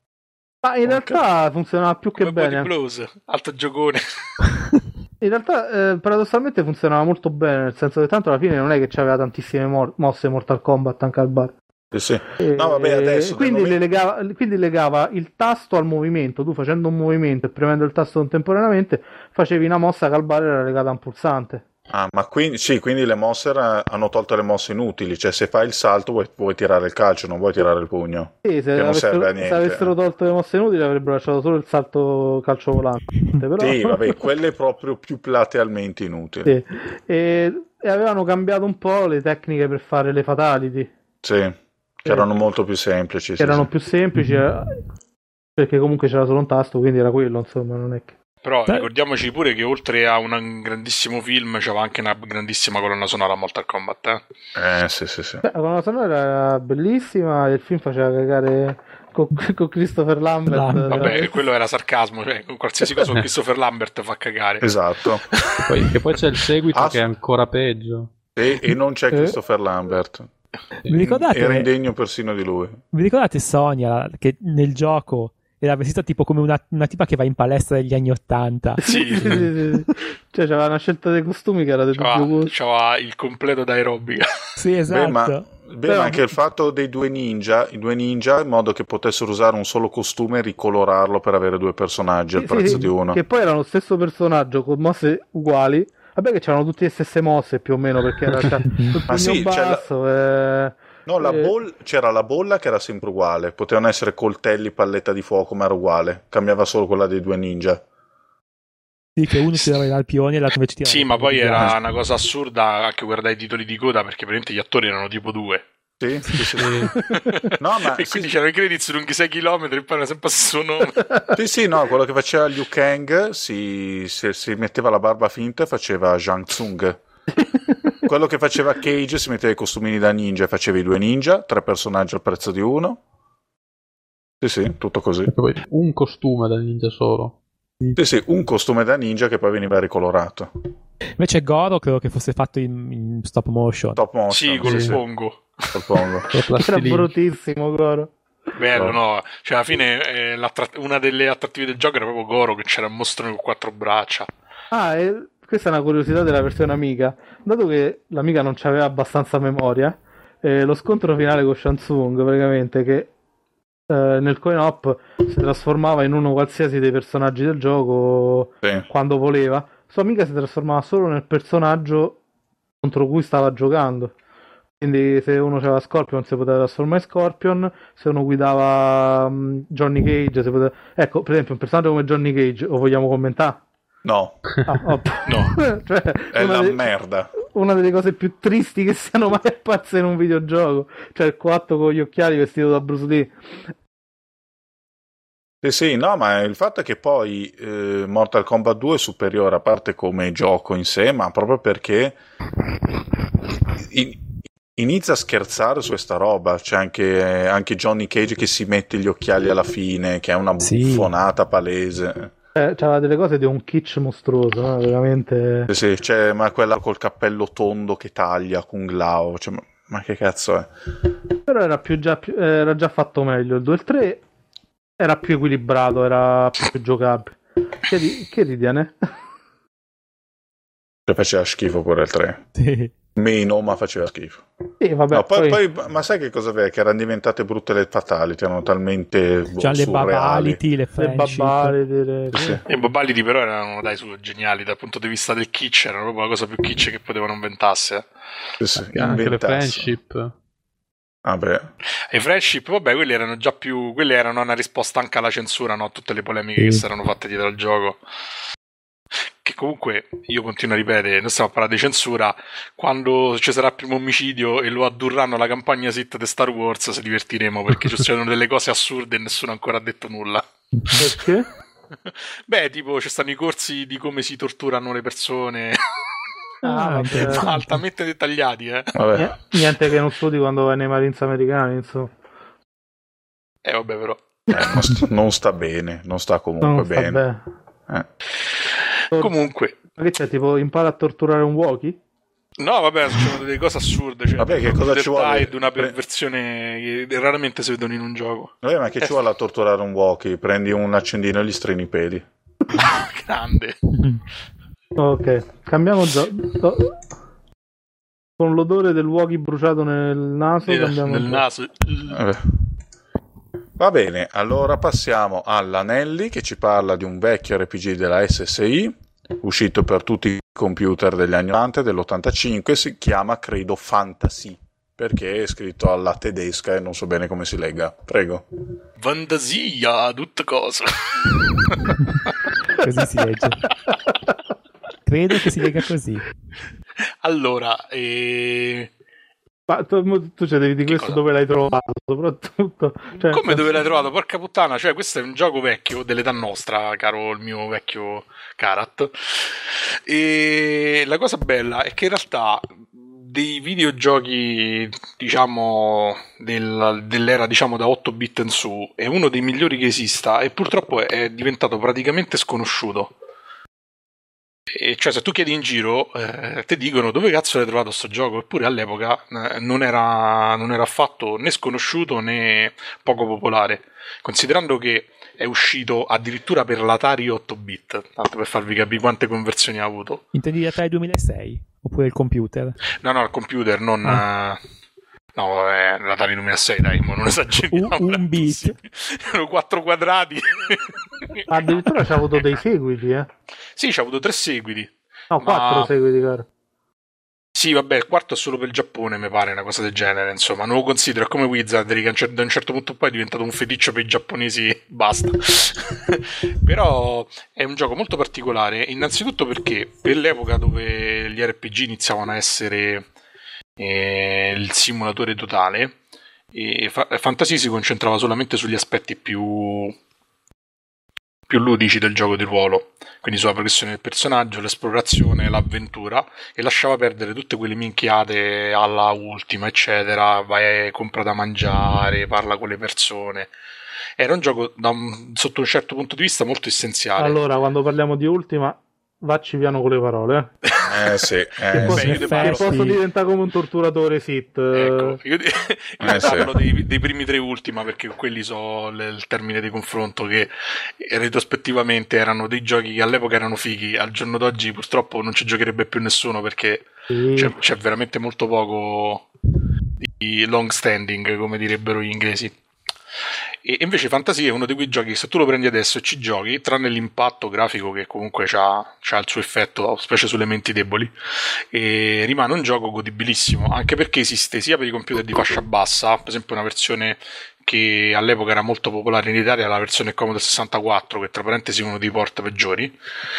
Ma in realtà funzionava più che Come Body bene. Blows, alto giocone. In realtà, eh, paradossalmente funzionava molto bene, nel senso che tanto alla fine non è che c'aveva tantissime mor- mosse Mortal Kombat anche al bar. Sì, sì. E- No, vabbè, adesso, quindi, nel le momento- legava, quindi legava il tasto al movimento. Tu facendo un movimento e premendo il tasto contemporaneamente facevi una mossa che al bar era legata a un pulsante. Ah, ma quindi, sì, quindi le mosse era- hanno tolto le mosse inutili. Cioè, se fai il salto vuoi, vuoi tirare il calcio, non vuoi tirare il pugno. Sì, se, Che non serve a avessero, niente. se avessero tolto le mosse inutili avrebbero lasciato solo il salto calcio volante. Però... Sì, vabbè, quelle proprio più platealmente inutili. Sì. E, e avevano cambiato un po' le tecniche per fare le fatality. Sì, che erano molto più semplici. Che sì, erano sì. più semplici eh, perché comunque c'era solo un tasto, quindi era quello, insomma, non è che... Però Beh. ricordiamoci pure che oltre a un grandissimo film c'era anche una grandissima colonna sonora a Mortal Kombat, eh? Eh, sì, sì, sì. Beh, la colonna sonora era bellissima e il film faceva cagare con, con Christopher Lambert. Lambert. Vabbè, veramente. quello era sarcasmo, cioè con qualsiasi cosa con Christopher Lambert fa cagare. Esatto. E poi, che poi c'è il seguito Ah, che è ancora peggio. E, e non c'è Eh. Christopher Lambert. Vi ricordate, Era indegno persino di lui. vi ricordate Sonia che nel gioco era vestita tipo come una, una tipa che va in palestra degli anni Ottanta? Sì, Sì, sì, sì. Cioè c'era una scelta dei costumi che era del dubbio c'aveva, gusto. c'aveva il completo da aerobica. Sì, esatto. Beh, ma, beh, Però- ma anche il fatto dei due ninja, i due ninja, in modo che potessero usare un solo costume e ricolorarlo per avere due personaggi al Sì, prezzo sì, di uno. Che poi erano lo stesso personaggio con mosse uguali. Vabbè che c'erano tutte le stesse mosse più o meno perché era cioè, il Ma sì, pugno c'è la- basso eh, No, la eh, boll- c'era la bolla che era sempre uguale. Potevano essere coltelli, palletta di fuoco, ma era uguale. Cambiava solo quella dei due ninja. Sì, che uno tirava in alpione e l'altro invece tirava Sì, in ma poi alpione. era una cosa assurda anche guardare i titoli di coda perché praticamente gli attori erano tipo due. Sì, sì, sì. No, ma e sì, quindi sì. c'erano i credits lunghi sei chilometri e poi era sempre il suo nome. Sì, sì, no, quello che faceva Liu Kang si, si, si metteva la barba finta e faceva Shang Tsung. Quello che faceva Cage si metteva i costumini da ninja e faceva i due ninja, tre personaggi al prezzo di uno. Sì, sì, tutto così. Perché poi un costume da ninja solo. Sì, sì, un costume da ninja che poi veniva ricolorato. Invece Goro credo che fosse fatto in, in stop motion. Top motion. Sì, con il sì, pongo. col pongo. Con la era plastilina. bruttissimo Goro. Bello, No. no? Cioè, alla fine eh, l'attra- una delle attrattive del gioco era proprio Goro, che c'era il mostrone con quattro braccia. Ah, e questa è una curiosità della versione Amiga. Dato che l'Amiga non c'aveva abbastanza memoria, eh, lo scontro finale con Shang Tsung, praticamente, che eh, nel coin-op si trasformava in uno qualsiasi dei personaggi del gioco Sì. quando voleva, su Amiga si trasformava solo nel personaggio contro cui stava giocando. quindi se uno aveva Scorpion si poteva trasformare in Scorpion, se uno guidava um, Johnny Cage si poteva... Ecco, per esempio un personaggio come Johnny Cage, lo vogliamo commentare? No. Ah, oh. No. Cioè, È una la de- merda. Una delle cose più tristi che siano mai apparse in un videogioco. Cioè il coatto con gli occhiali vestito da Bruce Lee. Sì, sì, no, ma il fatto è che poi eh, Mortal Kombat due è superiore, a parte come gioco in sé, ma proprio perché in- inizia a scherzare su questa roba. C'è anche, anche Johnny Cage che si mette gli occhiali alla fine, che è una Sì. buffonata palese. Eh, c'aveva delle cose di un kitsch mostruoso, no? Veramente. Sì, sì, c'è, ma quella col cappello tondo che taglia, Kung Lao, cioè, ma, ma che cazzo è? Però era più già più- era già fatto meglio. Il due e il tre era più equilibrato, era più giocabile. Che, ri- che ridiane? Cioè, faceva schifo pure il tre. Sì. Meno, ma faceva schifo. Sì, vabbè, No, poi, poi- poi- ma sai che cosa aveva? Che erano diventate brutte le fatality, erano talmente boh, C'ha le surreali. babality, le le friendship. babbali, le- Sì, sì. E i Bobaliti però erano, dai, su, geniali dal punto di vista del kitsch, erano proprio la cosa più kitsch che potevano inventarsi. eh. Sì, sì, Anche le inventasse. friendship. Vabbè. E i friendship, vabbè, quelli erano già più. Quelle erano una risposta anche alla censura, no? A tutte le polemiche Sì. che si erano fatte dietro al gioco. Che comunque, io continuo a ripetere, noi stiamo a parlare di censura. Quando ci sarà il primo omicidio e lo addurranno la campagna sit di Star Wars, si divertiremo perché ci sono delle cose assurde e nessuno ancora ha detto nulla. Perché? Beh, tipo, ci stanno i corsi di come si torturano le persone. Ah, vabbè. interessante. Altamente dettagliati, eh. Vabbè. Ni- Niente che non studi quando vai nei Marines americani, insomma. Eh, vabbè, però. Eh, non, sta, non sta bene, non sta comunque Non sta bene. bene. Eh. Comunque, Ma che c'è, tipo, impara a torturare un walkie? no, vabbè, succedono delle cose assurde. Cioè, Vabbè, che cosa ci vuole? Ed una perversione che raramente si vedono in un gioco. Vabbè, ma che ci vuole a torturare un walkie? Prendi un accendino e gli strini i peli. Grande. Ok, cambiamo gioco. Con l'odore del walkie bruciato nel naso, cambiamo Nel gioco. naso. Vabbè. Va bene, allora passiamo all'Anelli che ci parla di un vecchio R P G della S S I uscito per tutti i computer degli anni novanta e dell'ottantacinque. Si chiama, credo, Fantasy perché è scritto alla tedesca e non so bene come si legga. Prego. Fantasia, tutte cose. Così si legge. Credo che si lega così. Allora, eh... Ma tu, tu cioè, devi di Che questo cosa? dove l'hai trovato, soprattutto. Cioè, come dove l'hai trovato? Porca puttana, cioè questo è un gioco vecchio dell'età nostra, caro il mio vecchio Karat. E la cosa bella è che in realtà dei videogiochi, diciamo, del- dell'era, diciamo, da otto bit in su, è uno dei migliori che esista e purtroppo è, è diventato praticamente sconosciuto. E cioè, se tu chiedi in giro, eh, ti dicono dove cazzo l'hai trovato sto gioco? Eppure all'epoca eh, non era, non era affatto né sconosciuto né poco popolare, considerando che è uscito addirittura per l'Atari otto bit, tanto per farvi capire quante conversioni ha avuto. Intendi da tre duemilasei? Oppure il computer? No, no, il computer, non... Ah. eh, no, è l'Atari duemilasei, dai, mo non esageriamo. Un- un bit. Erano quattro quadrati. addirittura c'ha avuto dei seguiti, eh. Sì, c'ha avuto tre seguiti. No, Ma- quattro seguiti, caro. Sì, vabbè, il quarto è solo per il Giappone, mi pare, una cosa del genere, insomma. Non lo considero, è come Wizardry, che a un cer- da un certo punto poi è diventato un feticcio per i giapponesi, basta. Però è un gioco molto particolare, innanzitutto perché per l'epoca dove gli R P G iniziavano a essere eh, il simulatore totale, e Fa- Fantasy si concentrava solamente sugli aspetti più più ludici del gioco di ruolo, quindi sulla progressione del personaggio, l'esplorazione, l'avventura, e lasciava perdere tutte quelle minchiate alla ultima, eccetera, vai, compra da mangiare, parla con le persone. Era un gioco da un- sotto un certo punto di vista molto essenziale. Allora, quando parliamo di Ultima, vacci piano con le parole. Eh. Eh sì, eh, Che posso- sì. io ti parlo- Che posso diventare come un torturatore sit. Ecco, io, ti- io Eh, sì. parlo dei, dei primi tre Ultima perché quelli so l- il termine di confronto, che eh, retrospettivamente erano dei giochi che all'epoca erano fighi, al giorno d'oggi purtroppo non ci giocherebbe più nessuno perché Sì. c'è, c'è veramente molto poco di long standing, come direbbero gli inglesi. E invece Fantasy è uno di quei giochi che se tu lo prendi adesso e ci giochi, tranne l'impatto grafico che comunque c'ha, c'ha il suo effetto, specie sulle menti deboli, e rimane un gioco godibilissimo, anche perché esiste sia per i computer di fascia bassa, per esempio una versione che all'epoca era molto popolare in Italia, la versione Commodore sessantaquattro, che tra parentesi è uno dei port peggiori,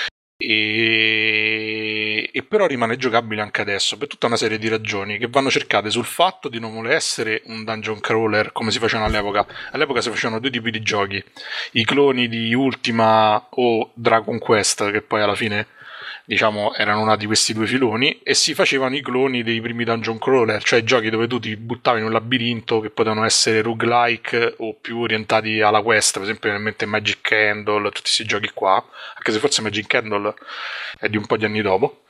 E... e però rimane giocabile anche adesso per tutta una serie di ragioni che vanno cercate sul fatto di non voler essere un dungeon crawler come si facevano all'epoca. All'epoca si facevano due tipi di giochi: i cloni di Ultima o Dragon Quest, che poi alla fine diciamo erano nati questi due filoni, e si facevano i cloni dei primi dungeon crawler, cioè giochi dove tu ti buttavi in un labirinto, che potevano essere roguelike o più orientati alla quest, per esempio nel mente Magic Candle, tutti questi giochi qua, anche se forse Magic Candle è di un po' di anni dopo.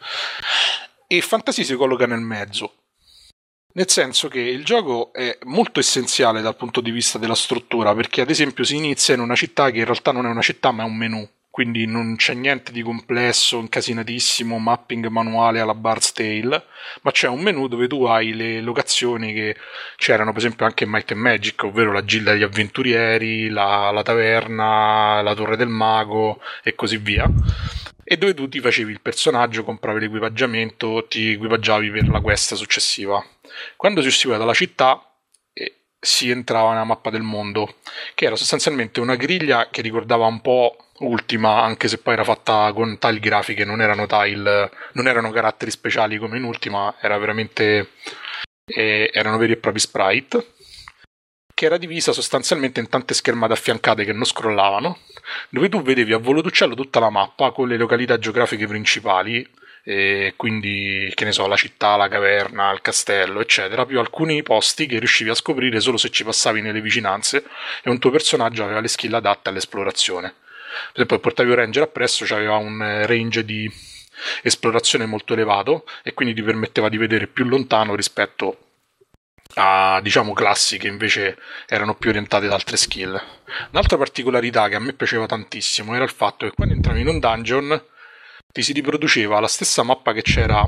E Fantasy si colloca nel mezzo, nel senso che il gioco è molto essenziale dal punto di vista della struttura, perché ad esempio si inizia in una città che in realtà non è una città ma è un menu, quindi non c'è niente di complesso, incasinatissimo, mapping manuale alla Bard's Tale, ma c'è un menu dove tu hai le locazioni che c'erano per esempio anche in Might and Magic, ovvero la gilda degli avventurieri, la, la taverna, la torre del mago e così via, e dove tu ti facevi il personaggio, compravi l'equipaggiamento, ti equipaggiavi per la quest successiva. Quando si usciva dalla città eh, si entrava nella mappa del mondo, che era sostanzialmente una griglia che ricordava un po' Ultima, anche se poi era fatta con tile grafiche, non erano tile, non erano caratteri speciali come in Ultima, era veramente eh, erano veri e propri sprite, che era divisa sostanzialmente in tante schermate affiancate che non scrollavano, dove tu vedevi a volo d'uccello tutta la mappa con le località geografiche principali, e quindi che ne so, la città, la caverna, il castello eccetera, più alcuni posti che riuscivi a scoprire solo se ci passavi nelle vicinanze e un tuo personaggio aveva le skill adatte all'esplorazione. Per esempio, portavi un ranger appresso, c'aveva un range di esplorazione molto elevato e quindi ti permetteva di vedere più lontano rispetto a, diciamo, classi che invece erano più orientate ad altre skill. Un'altra particolarità che a me piaceva tantissimo era il fatto che quando entravi in un dungeon ti si riproduceva la stessa mappa che c'era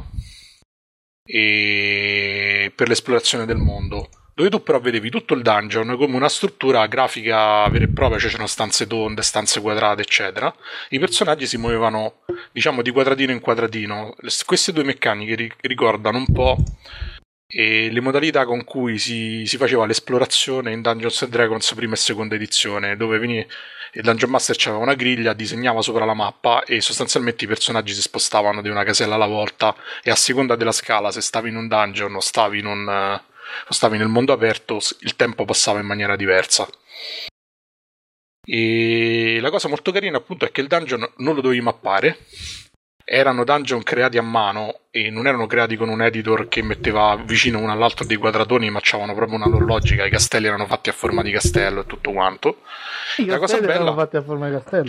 e... per l'esplorazione del mondo, dove tu però vedevi tutto il dungeon come una struttura grafica vera e propria, cioè c'erano stanze tonde, stanze quadrate eccetera. I personaggi si muovevano diciamo di quadratino in quadratino. Queste due meccaniche ri- ricordano un po' e le modalità con cui si, si faceva l'esplorazione in Dungeons and Dragons prima e seconda edizione, dove veniva, il Dungeon Master c'aveva una griglia, disegnava sopra la mappa e sostanzialmente i personaggi si spostavano di una casella alla volta, e a seconda della scala, se stavi in un dungeon o stavi in un, o stavi nel mondo aperto, il tempo passava in maniera diversa. E la cosa molto carina appunto è che il dungeon non lo dovevi mappare, erano dungeon creati a mano e non erano creati con un editor che metteva vicino uno all'altro dei quadratoni, ma c'avevano proprio una loro logica. I castelli erano fatti a forma di castello e tutto quanto. I la cosa bella erano fatti a forma di castello.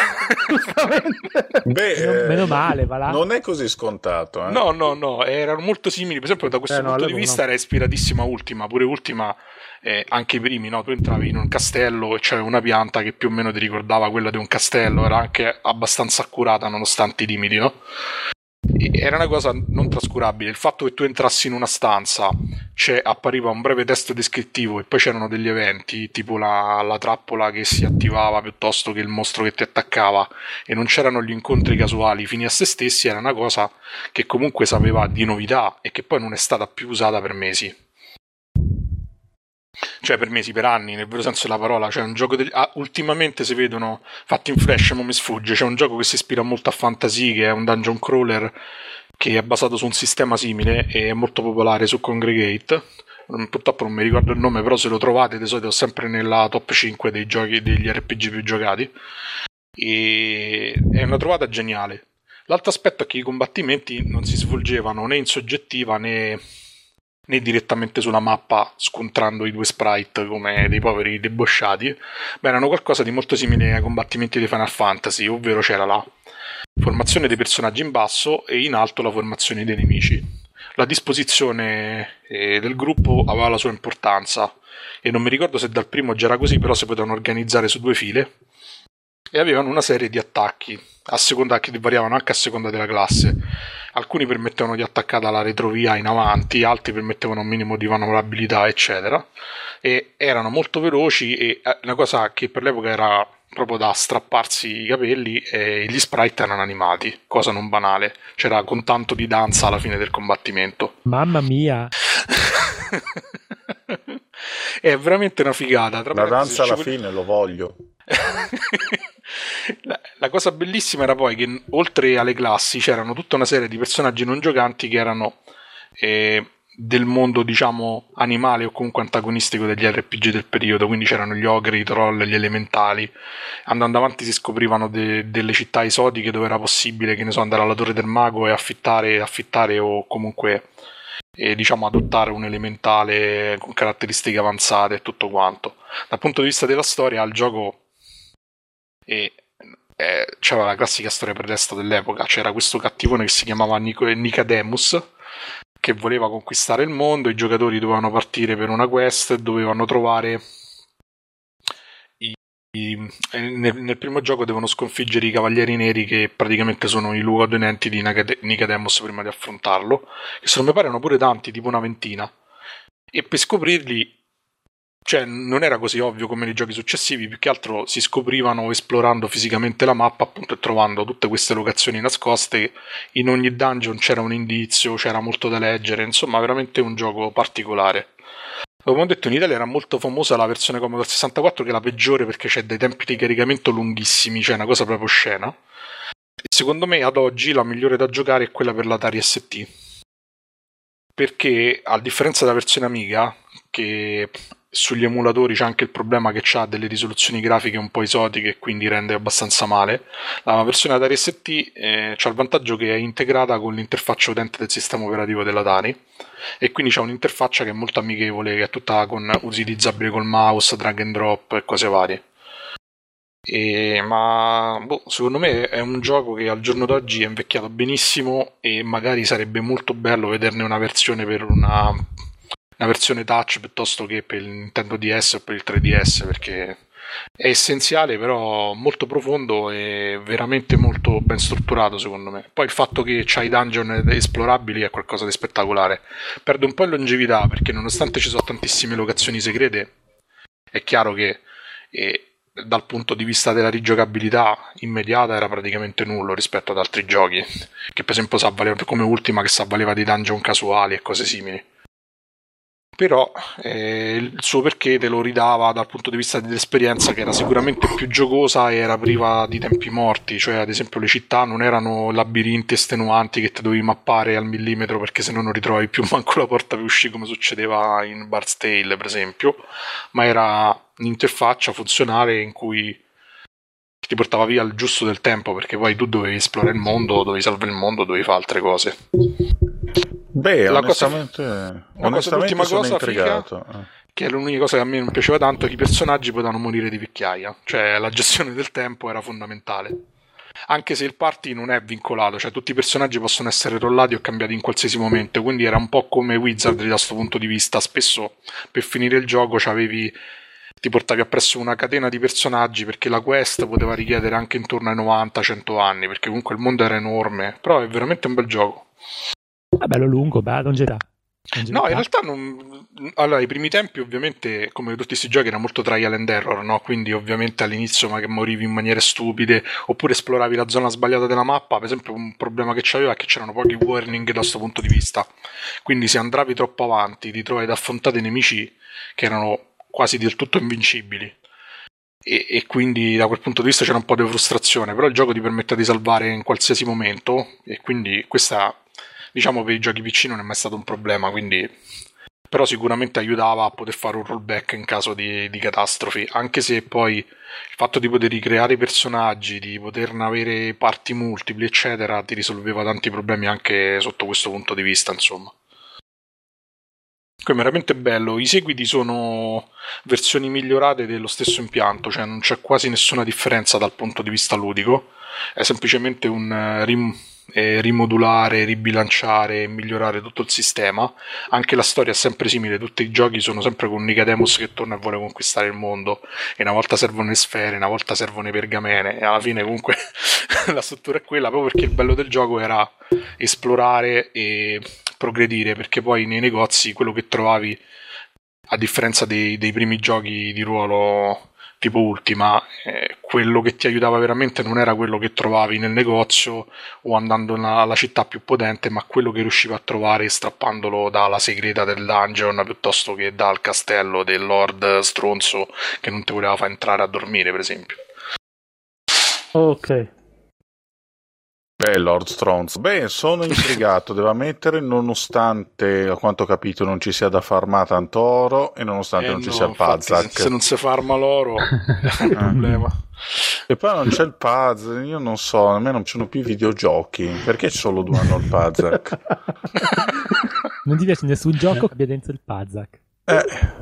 Beh, meno, eh, meno male, va là. Non è così scontato. Eh? No, no, no, erano molto simili. Per esempio, da questo eh, punto no, di vista no. era ispiratissima Ultima. Pure Ultima, eh, anche i primi, no? Tu entravi in un castello e c'era una pianta che più o meno ti ricordava quella di un castello. Era anche abbastanza accurata nonostante i limiti, no? Era una cosa non trascurabile. Il fatto che tu entrassi in una stanza, c'è, appariva un breve testo descrittivo e poi c'erano degli eventi tipo la, la trappola che si attivava piuttosto che il mostro che ti attaccava, e non c'erano gli incontri casuali fini a se stessi, era una cosa che comunque sapeva di novità e che poi non è stata più usata per mesi. Cioè per mesi, per anni, nel vero senso della parola. Cioè un gioco del... ah, ultimamente si vedono fatti in flash, ma mi sfugge, c'è un gioco che si ispira molto a Fantasy, che è un dungeon crawler che è basato su un sistema simile e è molto popolare su Congregate. Purtroppo non mi ricordo il nome, però se lo trovate di solito sempre nella top cinque dei giochi degli R P G più giocati, e è una trovata geniale. L'altro aspetto è che i combattimenti non si svolgevano né in soggettiva né né direttamente sulla mappa scontrando i due sprite come dei poveri debosciati, ma erano qualcosa di molto simile ai combattimenti di Final Fantasy, ovvero c'era la formazione dei personaggi in basso e in alto la formazione dei nemici. La disposizione eh, del gruppo aveva la sua importanza, e non mi ricordo se dal primo già era così, però si potevano organizzare su due file e avevano una serie di attacchi a seconda che variavano anche a seconda della classe. Alcuni permettevano di attaccare dalla retrovia in avanti, altri permettevano un minimo di manovrabilità, eccetera, e erano molto veloci. E una cosa che per l'epoca era proprio da strapparsi i capelli, e gli sprite erano animati, cosa non banale, c'era con tanto di danza alla fine del combattimento. Mamma mia. È veramente una figata. Tra la danza alla quel... fine lo voglio. la, la cosa bellissima era poi che oltre alle classi c'erano tutta una serie di personaggi non giocanti che erano eh, del mondo, diciamo, animale o comunque antagonistico degli R P G del periodo. Quindi c'erano gli ogri, i troll, gli elementali. Andando avanti si scoprivano de- delle città esotiche dove era possibile, che ne so, andare alla Torre del Mago e affittare, affittare o comunque e diciamo adottare un elementale con caratteristiche avanzate e tutto quanto. Dal punto di vista della storia, il gioco e eh, c'era la classica storia pretesta dell'epoca. C'era questo cattivone che si chiamava Nico- Nicodemus, che voleva conquistare il mondo. I giocatori dovevano partire per una quest e dovevano trovare i, i, nel, nel primo gioco devono sconfiggere i cavalieri neri, che praticamente sono i luogotenenti di Nicodemus prima di affrontarlo, che se non mi pare erano pure tanti, tipo una ventina, e per scoprirli, cioè, non era così ovvio come nei giochi successivi, più che altro si scoprivano esplorando fisicamente la mappa, appunto, e trovando tutte queste locazioni nascoste. In ogni dungeon c'era un indizio, c'era molto da leggere, insomma veramente un gioco particolare. Come ho detto, in Italia era molto famosa la versione Commodore sessantaquattro, che è la peggiore perché c'è dei tempi di caricamento lunghissimi, cioè una cosa proprio scena. E secondo me ad oggi la migliore da giocare è quella per l'Atari S T, perché a differenza della versione Amiga, che sugli emulatori c'è anche il problema che ha delle risoluzioni grafiche un po' esotiche e quindi rende abbastanza male, la versione Atari S T eh, c'ha il vantaggio che è integrata con l'interfaccia utente del sistema operativo dell'Atari, e quindi c'è un'interfaccia che è molto amichevole, che è tutta con, utilizzabile col mouse, drag and drop e cose varie. E, ma boh, secondo me è un gioco che al giorno d'oggi è invecchiato benissimo, e magari sarebbe molto bello vederne una versione per una una versione touch piuttosto che per il Nintendo D S o per il tre D S, perché è essenziale, però molto profondo e veramente molto ben strutturato secondo me. Poi il fatto che c'ha i dungeon esplorabili è qualcosa di spettacolare. Perde un po' in longevità perché nonostante ci sono tantissime locazioni segrete, è chiaro che eh, dal punto di vista della rigiocabilità immediata era praticamente nullo rispetto ad altri giochi, che per esempio s'avvaleva, come Ultima, che s'avvaleva di dungeon casuali e cose simili. Però eh, il suo perché te lo ridava dal punto di vista dell'esperienza, che era sicuramente più giocosa e era priva di tempi morti. Cioè, ad esempio, le città non erano labirinti estenuanti che te dovevi mappare al millimetro, perché se no non ritrovavi più manco la porta per uscire, come succedeva in Bard's Tale per esempio, ma era un'interfaccia funzionale in cui ti portava via il giusto del tempo, perché poi tu dovevi esplorare il mondo, dovevi salvare il mondo, dovevi fare altre cose. Beh, la onestamente, cosa, onestamente l'ultima sono cosa intrigato. Figa, che è l'unica cosa che a me non piaceva tanto, è che i personaggi potevano morire di vecchiaia, cioè la gestione del tempo era fondamentale. Anche se il party non è vincolato, cioè tutti i personaggi possono essere rollati o cambiati in qualsiasi momento, quindi era un po' come Wizardry da questo punto di vista. Spesso per finire il gioco c'avevi, ti portavi appresso una catena di personaggi, perché la quest poteva richiedere anche intorno ai novanta cento anni, perché comunque il mondo era enorme. Però è veramente un bel gioco. È bello lungo, beh, non c'è da. No, in realtà non... Allora, i primi tempi ovviamente, come tutti questi giochi, era molto trial and error, no? Quindi ovviamente all'inizio magari morivi in maniere stupide, oppure esploravi la zona sbagliata della mappa. Per esempio, un problema che c'aveva è che c'erano pochi warning da questo punto di vista, quindi se andavi troppo avanti ti trovavi ad affrontare nemici che erano quasi del tutto invincibili, e, e quindi da quel punto di vista c'era un po' di frustrazione. Però il gioco ti permette di salvare in qualsiasi momento, e quindi questa, diciamo, per i giochi P C non è mai stato un problema, quindi però sicuramente aiutava a poter fare un rollback in caso di, di catastrofi, anche se poi il fatto di poter ricreare i personaggi, di poterne avere parti multipli eccetera, ti risolveva tanti problemi anche sotto questo punto di vista, insomma. È veramente bello. I seguiti sono versioni migliorate dello stesso impianto, cioè non c'è quasi nessuna differenza dal punto di vista ludico, è semplicemente un rim- eh, rimodulare, ribilanciare e migliorare tutto il sistema. Anche la storia è sempre simile, tutti i giochi sono sempre con Nicodemus che torna e vuole conquistare il mondo, e una volta servono le sfere, una volta servono i pergamene, e alla fine comunque la struttura è quella, proprio perché il bello del gioco era esplorare e progredire, perché poi nei negozi quello che trovavi, a differenza dei, dei primi giochi di ruolo tipo Ultima, eh, quello che ti aiutava veramente non era quello che trovavi nel negozio o andando alla città più potente, ma quello che riuscivi a trovare strappandolo dalla segreta del dungeon piuttosto che dal castello del Lord stronzo che non ti voleva far entrare a dormire, per esempio. Ok. Beh, Lord Stronzo. Beh, sono intrigato, devo ammettere, nonostante, a quanto ho capito, non ci sia da farmare tanto oro e nonostante Eh non ci no, sia il infatti, Pazak. se, se non si farma l'oro è un problema. E poi non c'è il Pazak, io non so, a me non ci sono più i videogiochi. Perché solo due hanno il Pazak? Non ti piace nessun gioco che abbia dentro il Pazak? Eh...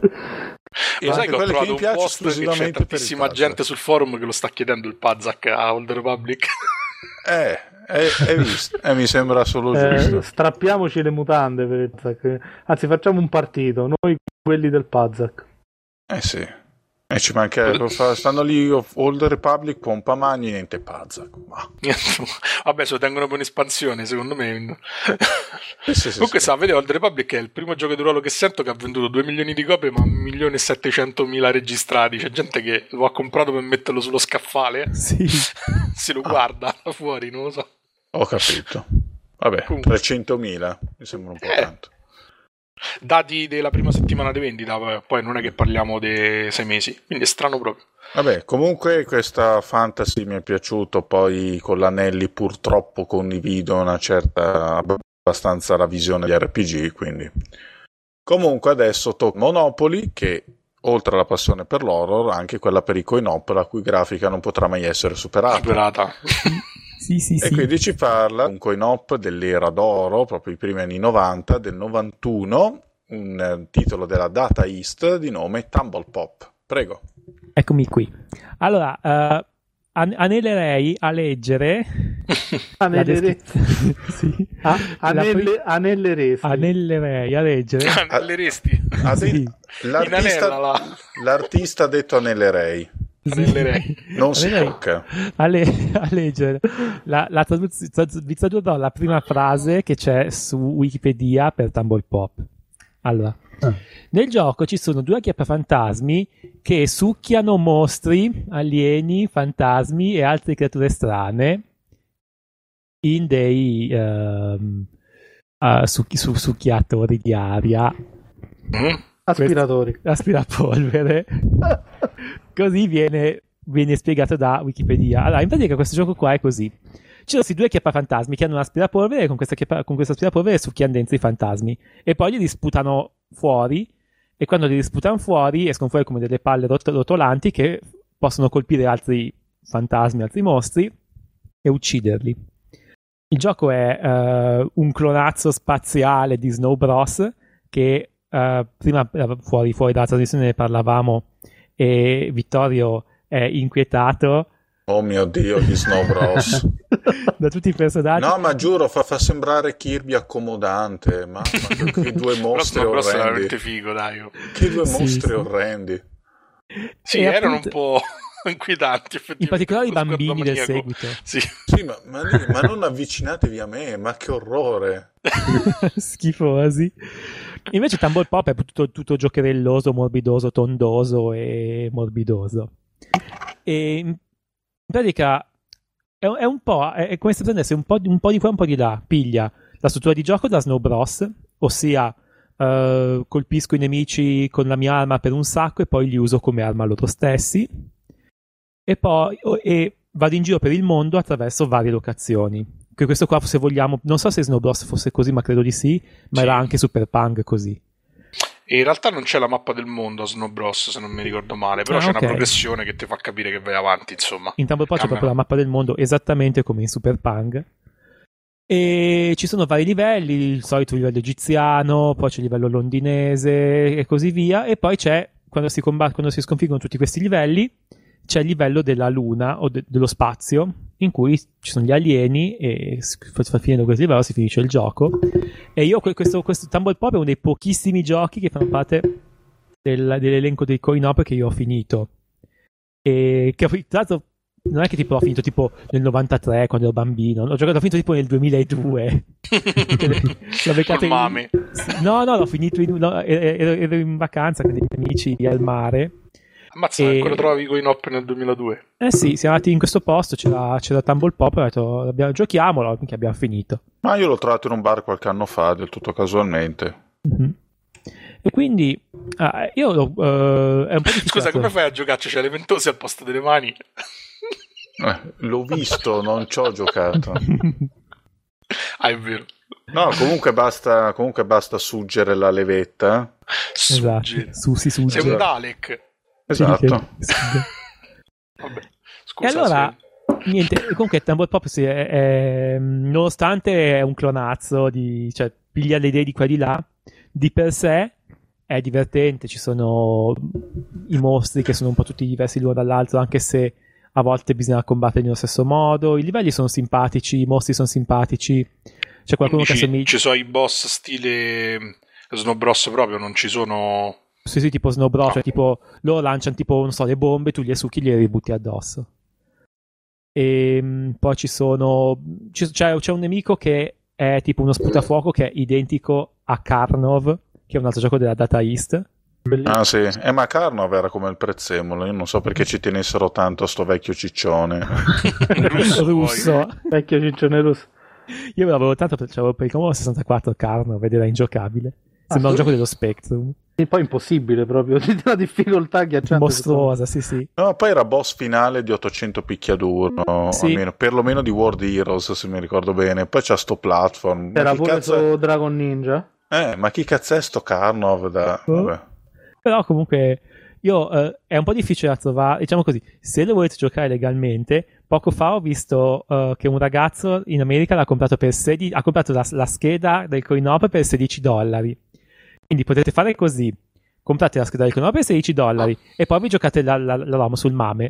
Lo sai che ho trovato che mi un piace post che c'è esclusivamente per il tantissima Pazak. gente sul forum che lo sta chiedendo il Pazak a Old Republic. Eh, hai, hai visto? Eh, mi sembra solo Eh, giusto. strappiamoci le mutande per il Pazak. Anzi, facciamo un partito, noi quelli del Pazak. Eh sì. E ci manca, stanno lì Old Republic, pompa mani, niente Pazak. Ma... Vabbè, se lo tengono per un'espansione, secondo me. Sì, sì, sì, Comunque, sì. sa, vede, Old Republic è il primo gioco di ruolo che sento che ha venduto due milioni di copie, ma un milione e settecentomila registrati. C'è gente che lo ha comprato per metterlo sullo scaffale. Sì. Se lo guarda da fuori, non lo so. Ho capito. Vabbè, Comunque. trecentomila mi sembra un po' Eh. tanto. Dati della prima settimana di vendita, poi non è che parliamo dei sei mesi, quindi è strano proprio. Vabbè, comunque questa fantasy mi è piaciuto, poi con l'Anelli purtroppo condivido una certa, abbastanza la visione di R P G, quindi. Comunque adesso tocca Monopoly, che oltre alla passione per l'horror, anche quella per i coin-op, la cui grafica non potrà mai essere superata. Superata. Sì, sì, E sì. quindi ci parla un coin-op dell'era d'oro, proprio i primi anni novanta, del novantuno, un eh, titolo della Data East di nome Tumble Pop. Prego. Eccomi qui. Allora, uh, an- anelerei a leggere la Anelleresti. descrizione. Sì. Ah, La anelle, pri- anelleresti. Anellerei a leggere. Anelleresti. Ha de- Sì. l'artista, Inanellala. l'artista ha detto Anellerei, Anellerei. non si Anelerei tocca. a, le- a leggere la, la traduz- traduz- tradurrò la prima frase che c'è su Wikipedia per Tumble Pop. Allora, nel gioco ci sono due acchiappafantasmi che succhiano mostri, alieni, fantasmi e altre creature strane in dei ehm, uh, succhi- su- succhiatori di aria, Mm? Aspiratori. aspirapolvere. Così viene, viene spiegato da Wikipedia. Allora, in pratica questo gioco qua è così. Ci sono questi due acchiappafantasmi che hanno un aspirapolvere e con questo, acchiappa- con questo aspirapolvere succhiano dentro i fantasmi e poi li disputano fuori, e quando li disputano fuori escono fuori come delle palle rot- rotolanti che possono colpire altri fantasmi, altri mostri e ucciderli. Il gioco è uh, un clonazzo spaziale di Snow Bros che uh, prima uh, fuori, fuori dalla trasmissione ne parlavamo e Vittorio è inquietato Oh mio Dio, gli Snow Bros. da tutti i personaggi. No, ma giuro, fa, fa sembrare Kirby accomodante. Mamma, che, che due mostri Però Snow Bros è orrendi. veramente figo, dai. Che due Sì, mostri sì. orrendi. Sì, E erano appunto- un po' inquietanti, effettivamente. in particolare i Lo sguardo bambini del maniaco. seguito. Sì. Sì, ma, ma, lì- ma non avvicinatevi a me, ma che orrore. Schifosi. Invece Tumble Pop è tutto, tutto giocherelloso, morbidoso, tondoso e morbidoso. E in pratica è, è un po', è, è come se prendesse un po', di, un po' di qua e un po' di là. Piglia la struttura di gioco da Snow Bros, ossia uh, colpisco i nemici con la mia arma per un sacco e poi li uso come arma loro stessi. E poi oh, e vado in giro per il mondo attraverso varie locazioni. Che questo qua, se vogliamo, non so se Snow Bros fosse così, ma credo di sì, ma Sì. era anche Super Punk così. E in realtà non c'è la mappa del mondo a Snow Bros, se non mi ricordo male, però Ah, c'è ok. una progressione che ti fa capire che vai avanti, insomma. In Tumble Pop c'è Cambia. proprio la mappa del mondo esattamente come in Super Punk. E ci sono vari livelli, il solito livello egiziano, poi c'è il livello londinese e così via. E poi c'è, quando si, combatt- quando si sconfiggono tutti questi livelli, c'è il livello della luna o de- dello spazio in cui ci sono gli alieni e finendo questo livello si finisce il gioco. E io questo, questo Tumble Pop è uno dei pochissimi giochi che fanno parte del, dell'elenco dei coin op che io ho finito, e che tra l'altro non è che tipo l'ho finito tipo nel novantatré quando ero bambino, ho giocato, l'ho finito tipo nel duemiladue. L'ho beccato in... no no l'ho finito in... no, ero, ero in vacanza con dei miei amici al mare. Ammazza, e... ancora trovavi coin op nel duemiladue? Eh sì, siamo andati in questo posto, c'era, c'era Tumble Pop, ho detto abbiamo, giochiamolo, minchia, abbiamo finito. Ma io l'ho trovato in un bar qualche anno fa, del tutto casualmente. Mm-hmm. E quindi ah, io uh, è un po' difficile. Scusa, come fai a giocarci? C'è le ventose al posto delle mani? Eh, l'ho visto, non ci ho giocato. Ah, è vero. No, comunque basta, comunque basta suggere la levetta. Suggere. Esatto. Su, si sugge. Sei un Dalek. Esatto. Vabbè, scusa, e allora, se... niente, comunque Tumble Pop sì, è, è, nonostante è un clonazzo, di, cioè piglia le idee di qua e di là, di per sé è divertente, ci sono i mostri che sono un po' tutti diversi l'uno dall'altro, anche se a volte bisogna combattere nello stesso modo, i livelli sono simpatici, i mostri sono simpatici, c'è qualcuno Dici, che assomiglia... Ci sono i boss stile Snow Bros proprio, non ci sono... Sì, sì, tipo Snow Bros, cioè tipo loro lanciano tipo, non so, le bombe, tu le succhi e le ributti addosso. E mh, poi ci sono... C'è, c'è un nemico che è tipo uno sputafuoco che è identico a Karnov, che è un altro gioco della Data East. Bellissimo. Ah sì, eh, ma Karnov era come il prezzemolo, io non so perché ci tenessero tanto a sto vecchio ciccione. russo, russo. Vecchio ciccione russo. Io me l'avevo tanto perché avevo per il Commodore sessantaquattro Karnov ed era ingiocabile. Sembra ah, un gioco dello Spectrum. E poi impossibile proprio, la difficoltà ghiacciante. Mostruosa, sì sì. No, poi era boss finale di ottocento picchiaduro, sì. Almeno, perlomeno di World Heroes se mi ricordo bene. Poi c'ha sto platform. Era pure cazzo... su Dragon Ninja? Eh, ma chi cazzo è sto Karnov? Da... Oh. Vabbè. Però comunque io eh, è un po' difficile da trovare, diciamo così, se lo volete giocare legalmente. Poco fa ho visto uh, che un ragazzo in America l'ha comprato per sedici, ha comprato la, la scheda del coin op per sedici dollari. Quindi potete fare così: comprate la scheda del coin op per sedici dollari e poi vi giocate la, la, la ROM sul MAME.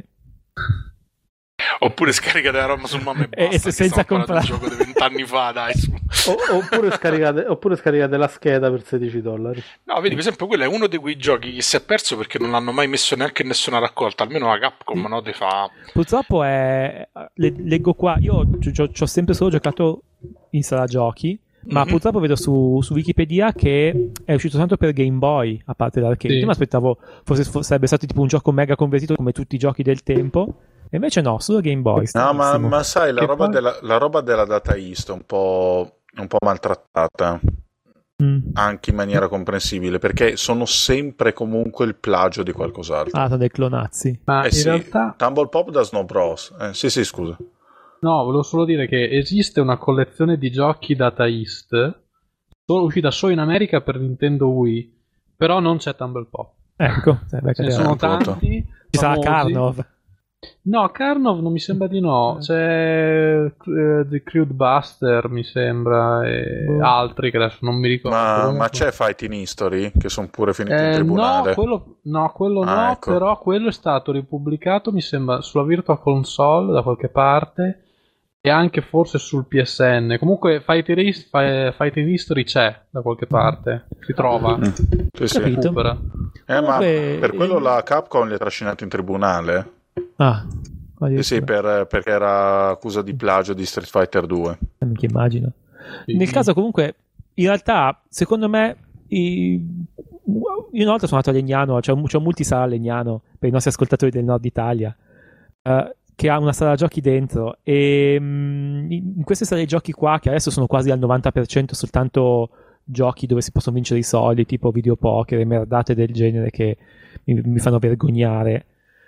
Oppure scaricate la ROM sul MAME e basta, e senza comprare un gioco di vent'anni fa, dai. o, oppure, scaricate, oppure scaricate la scheda per sedici dollari. No, vedi, per esempio, quello è uno di quei giochi che si è perso perché non l'hanno mai messo neanche in nessuna raccolta, almeno la Capcom, no? Te fa... Purtroppo è... leggo qua, io ci ho sempre solo giocato in sala giochi, ma mm-hmm. purtroppo vedo su, su Wikipedia che è uscito tanto per Game Boy, a parte l'arcade. Sì. Io mi aspettavo forse sarebbe stato tipo un gioco mega convertito come tutti i giochi del tempo. E invece no, solo Game Boy. No, ma, ma sai, la roba, poi... della, la roba della Data East è un po', un po' maltrattata, mm. anche in maniera comprensibile, perché sono sempre comunque il plagio di qualcos'altro. Ah, sono dei clonazzi. Ma eh in sì, realtà... Tumble Pop da Snow Bros. Eh, sì, sì, scusa. No, volevo solo dire che esiste una collezione di giochi Data East, solo, uscita solo in America per Nintendo Wii, però non c'è Tumble Pop. Ecco, ce ne sono tanti. Ci sarà Karnov. No, Karnov non mi sembra di no. C'è uh, The Crude Buster, mi sembra, e oh. altri che adesso non mi ricordo. Ma, ma c'è Fighting History, che sono pure finiti eh, in tribunale? No, quello, no, quello ah, no, ecco. Però quello è stato ripubblicato, mi sembra, sulla Virtual Console da qualche parte e anche forse sul P S N. Comunque Fighting History, Fighting History c'è da qualche parte, si trova. Mm. Sì, sì. Recupera. Eh, ma per quello la Capcom li ha trascinati in tribunale. Ah, sì, sì, per, perché era accusa di plagio di Street Fighter due. Eh, che immagino. Sì. Nel caso comunque, in realtà, secondo me, i... io una volta sono andato a Legnano, c'è un, c'è un multisala a Legnano per i nostri ascoltatori del nord Italia, uh, che ha una sala giochi dentro, e um, in queste sale giochi qua, che adesso sono quasi al novanta per cento soltanto giochi dove si possono vincere i soldi, tipo videopoker e merdate del genere che mi, mi fanno vergognare.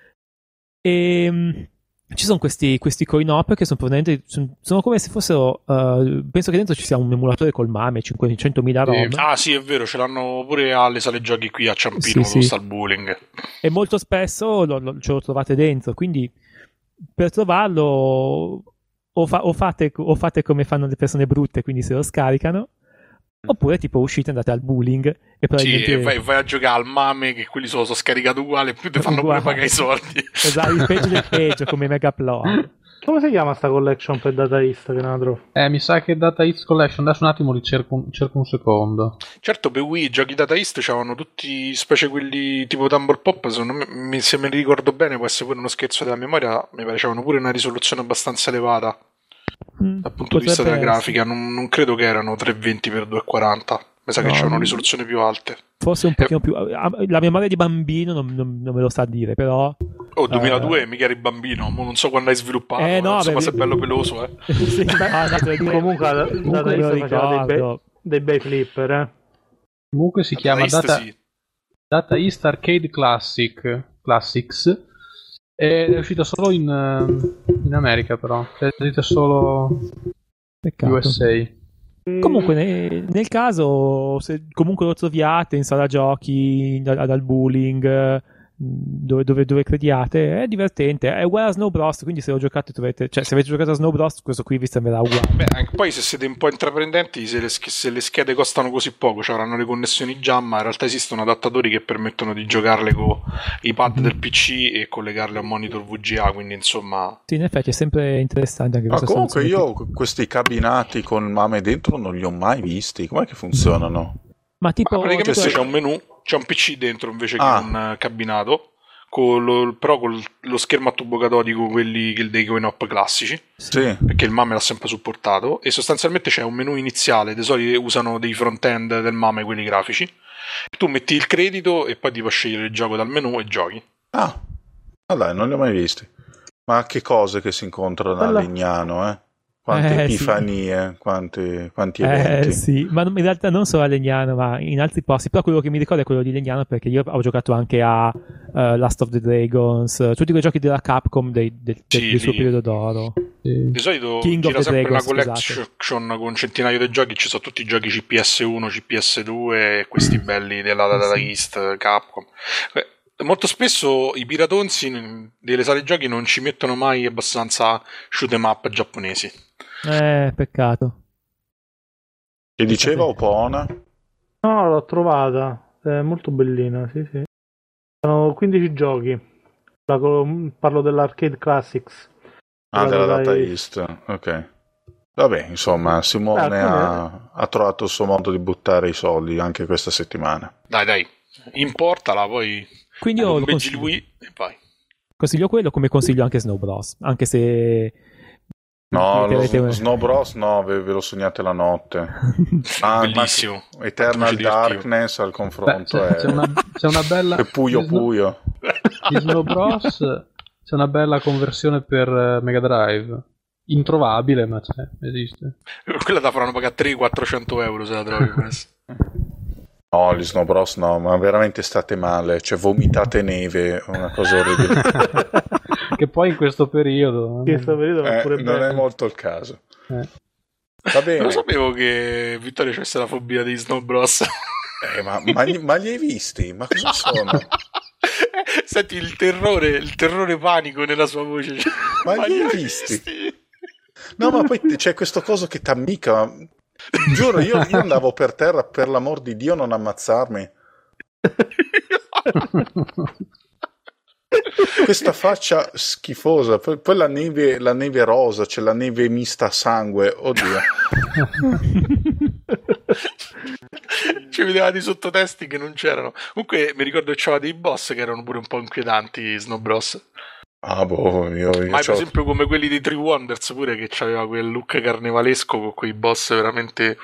E um, ci sono questi, questi coin op che sono probabilmente sono, sono come se fossero uh, penso che dentro ci sia un emulatore col MAME cinquecentomila ROM. Ah sì, è vero, ce l'hanno pure alle sale giochi qui a Ciampino, sì, con sì. Star Bowling, e molto spesso lo, lo, ce lo trovate dentro, quindi per trovarlo o, fa, o, fate, o fate come fanno le persone brutte, quindi se lo scaricano, Oppure tipo uscite, andate al bowling e probabilmente... Sì, e vai, vai a giocare al mame, che quelli sono, sono scaricati uguali, più ti fanno Uguale. pure pagare i soldi. Esatto, il peggio del peggio, come Mega Upload. Come si chiama sta collection per Data East che non la trovo? Eh, mi sa che Data East Collection, adesso un attimo li cerco, cerco un secondo. Certo, per Wii i giochi Data East c'erano tutti, specie quelli tipo Tumble Pop, secondo me, se me li ricordo bene, può essere pure uno scherzo della memoria, mi parecevano pure una risoluzione abbastanza elevata Mm, dal punto di vista della potrebbe grafica, non, non credo che erano trecentoventi per duecentoquaranta, mi sa No. che c'erano risoluzioni più alte. Forse un pochino più... La memoria di bambino non, non- non me lo sa dire, però... Oh, duemiladue mica eri bambino, mo non so quando hai sviluppato, Eh, no, insomma beh, sei bello peloso, eh. Sì, ma- ah, esatto, Comunque Data comunque me lo East faceva dei, bei, ricordo. dei bei flipper, eh. Comunque si chiama East, Data, sì. Data East Arcade Classic Classics ed è uscito solo in, eh, in America, però è uscito solo Peccato. U S A. Comunque, ne- nel caso, se comunque lo troviate in sala giochi, da- dal bowling, eh, dove, dove, dove crediate, è divertente. È uguale a Snow Bros. Quindi se lo giocate, troverete, cioè, se avete giocato a Snow Bros., questo qui vi sembrerà uguale. Beh, anche poi se siete un po' intraprendenti, se le, sch- se le schede costano così poco, cioè avranno le connessioni Jamma, in realtà esistono adattatori che permettono di giocarle con i pad del P C e collegarle a un monitor V G A, quindi insomma... Sì, in effetti è sempre interessante anche Ma questa comunque soluzione io questi cabinati con mame dentro non li ho mai visti. Com'è che funzionano? qui. Ma tipo... Ma praticamente Cioè, se- c'è un menu, c'è un P C dentro invece Ah. che un eh, cabinato, con lo- però con lo schermo a tubo catodico, quelli che- dei coin-op classici, Sì. perché il MAME l'ha sempre supportato, e sostanzialmente c'è un menu iniziale, di solito usano dei front-end del MAME, quelli grafici, tu metti il credito e poi ti puoi scegliere il gioco dal menu e giochi. Ah, ah dai, non li ho mai visti. Ma che cose che si incontrano a Bella. Legnano, eh? Quante Eh, sì. epifanie, quanti, quanti Eh eventi. sì, ma non- in realtà non solo a Legnano, ma in altri posti. Però quello che mi ricordo è quello di Legnano, perché io ho giocato anche a eh, Last of the Dragons, eh, tutti quei giochi della Capcom dei- del, del- Sì, del suo lì. periodo d'oro. Sì. Di solito King of gira the sempre Dragons, una collection con centinaio di giochi, ci sono tutti i giochi C P S uno, C P S due e questi belli della Data Sì. East, Capcom. Eh, Molto spesso i piratonzi n- delle sale giochi non ci mettono mai abbastanza shoot 'em up giapponesi. Eh, peccato. Che diceva Opona? No, l'ho trovata. È molto bellina, sì, sì. Sono quindici giochi. La co- parlo dell'Arcade Classics. Ah, della Data Data East. East, ok. Vabbè, insomma, Simone Ah, ha, ha trovato il suo modo di buttare i soldi anche questa settimana. Dai, dai, importala, poi Quindi io lo bombeggi il consiglio, Wii e vai. consiglio quello, come consiglio anche Snow Bros. Anche se... No, avete- lo avete- Snow Bros no, ve, ve lo sognate la notte. Ah, Bellissimo. ma Eternal Quanto mi ci divertivo. Darkness al Beh, confronto c'è, è, c'è una, c'è una bella è puio di Snow- puio. di Snow Bros. C'è una bella conversione per eh, Mega Drive. Introvabile, ma c'è, esiste. Quella da faranno pagare trecento quattrocento euro se la trovi questa. No, gli Snow Bros no, ma veramente state male, cioè vomitate neve, una cosa orribile. Che poi in questo periodo... In questo periodo va Eh, pure non bene. è molto il caso. eh. Va Non bene, lo sapevo che Vittorio c'è la fobia dei Snow Bros. Eh, ma, ma, li- ma li hai visti? Ma cosa sono? Senti il terrore, il terrore panico nella sua voce. Ma li hai hai visti? No, ma poi c'è questo coso che t'ammicca. Ma... Giuro, io, io andavo per terra, per l'amor di Dio, non ammazzarmi. Questa faccia schifosa. Poi, poi la neve, la neve rosa, c'è la neve mista a sangue. Oddio. Ci vedeva dei sottotesti che non c'erano. Comunque mi ricordo che c'era dei boss che erano pure un po' inquietanti, Snow Bros. Ah, boh, io, io Ma c'ho- per esempio come quelli di Three Wonders pure, che c'aveva quel look carnevalesco con quei boss veramente...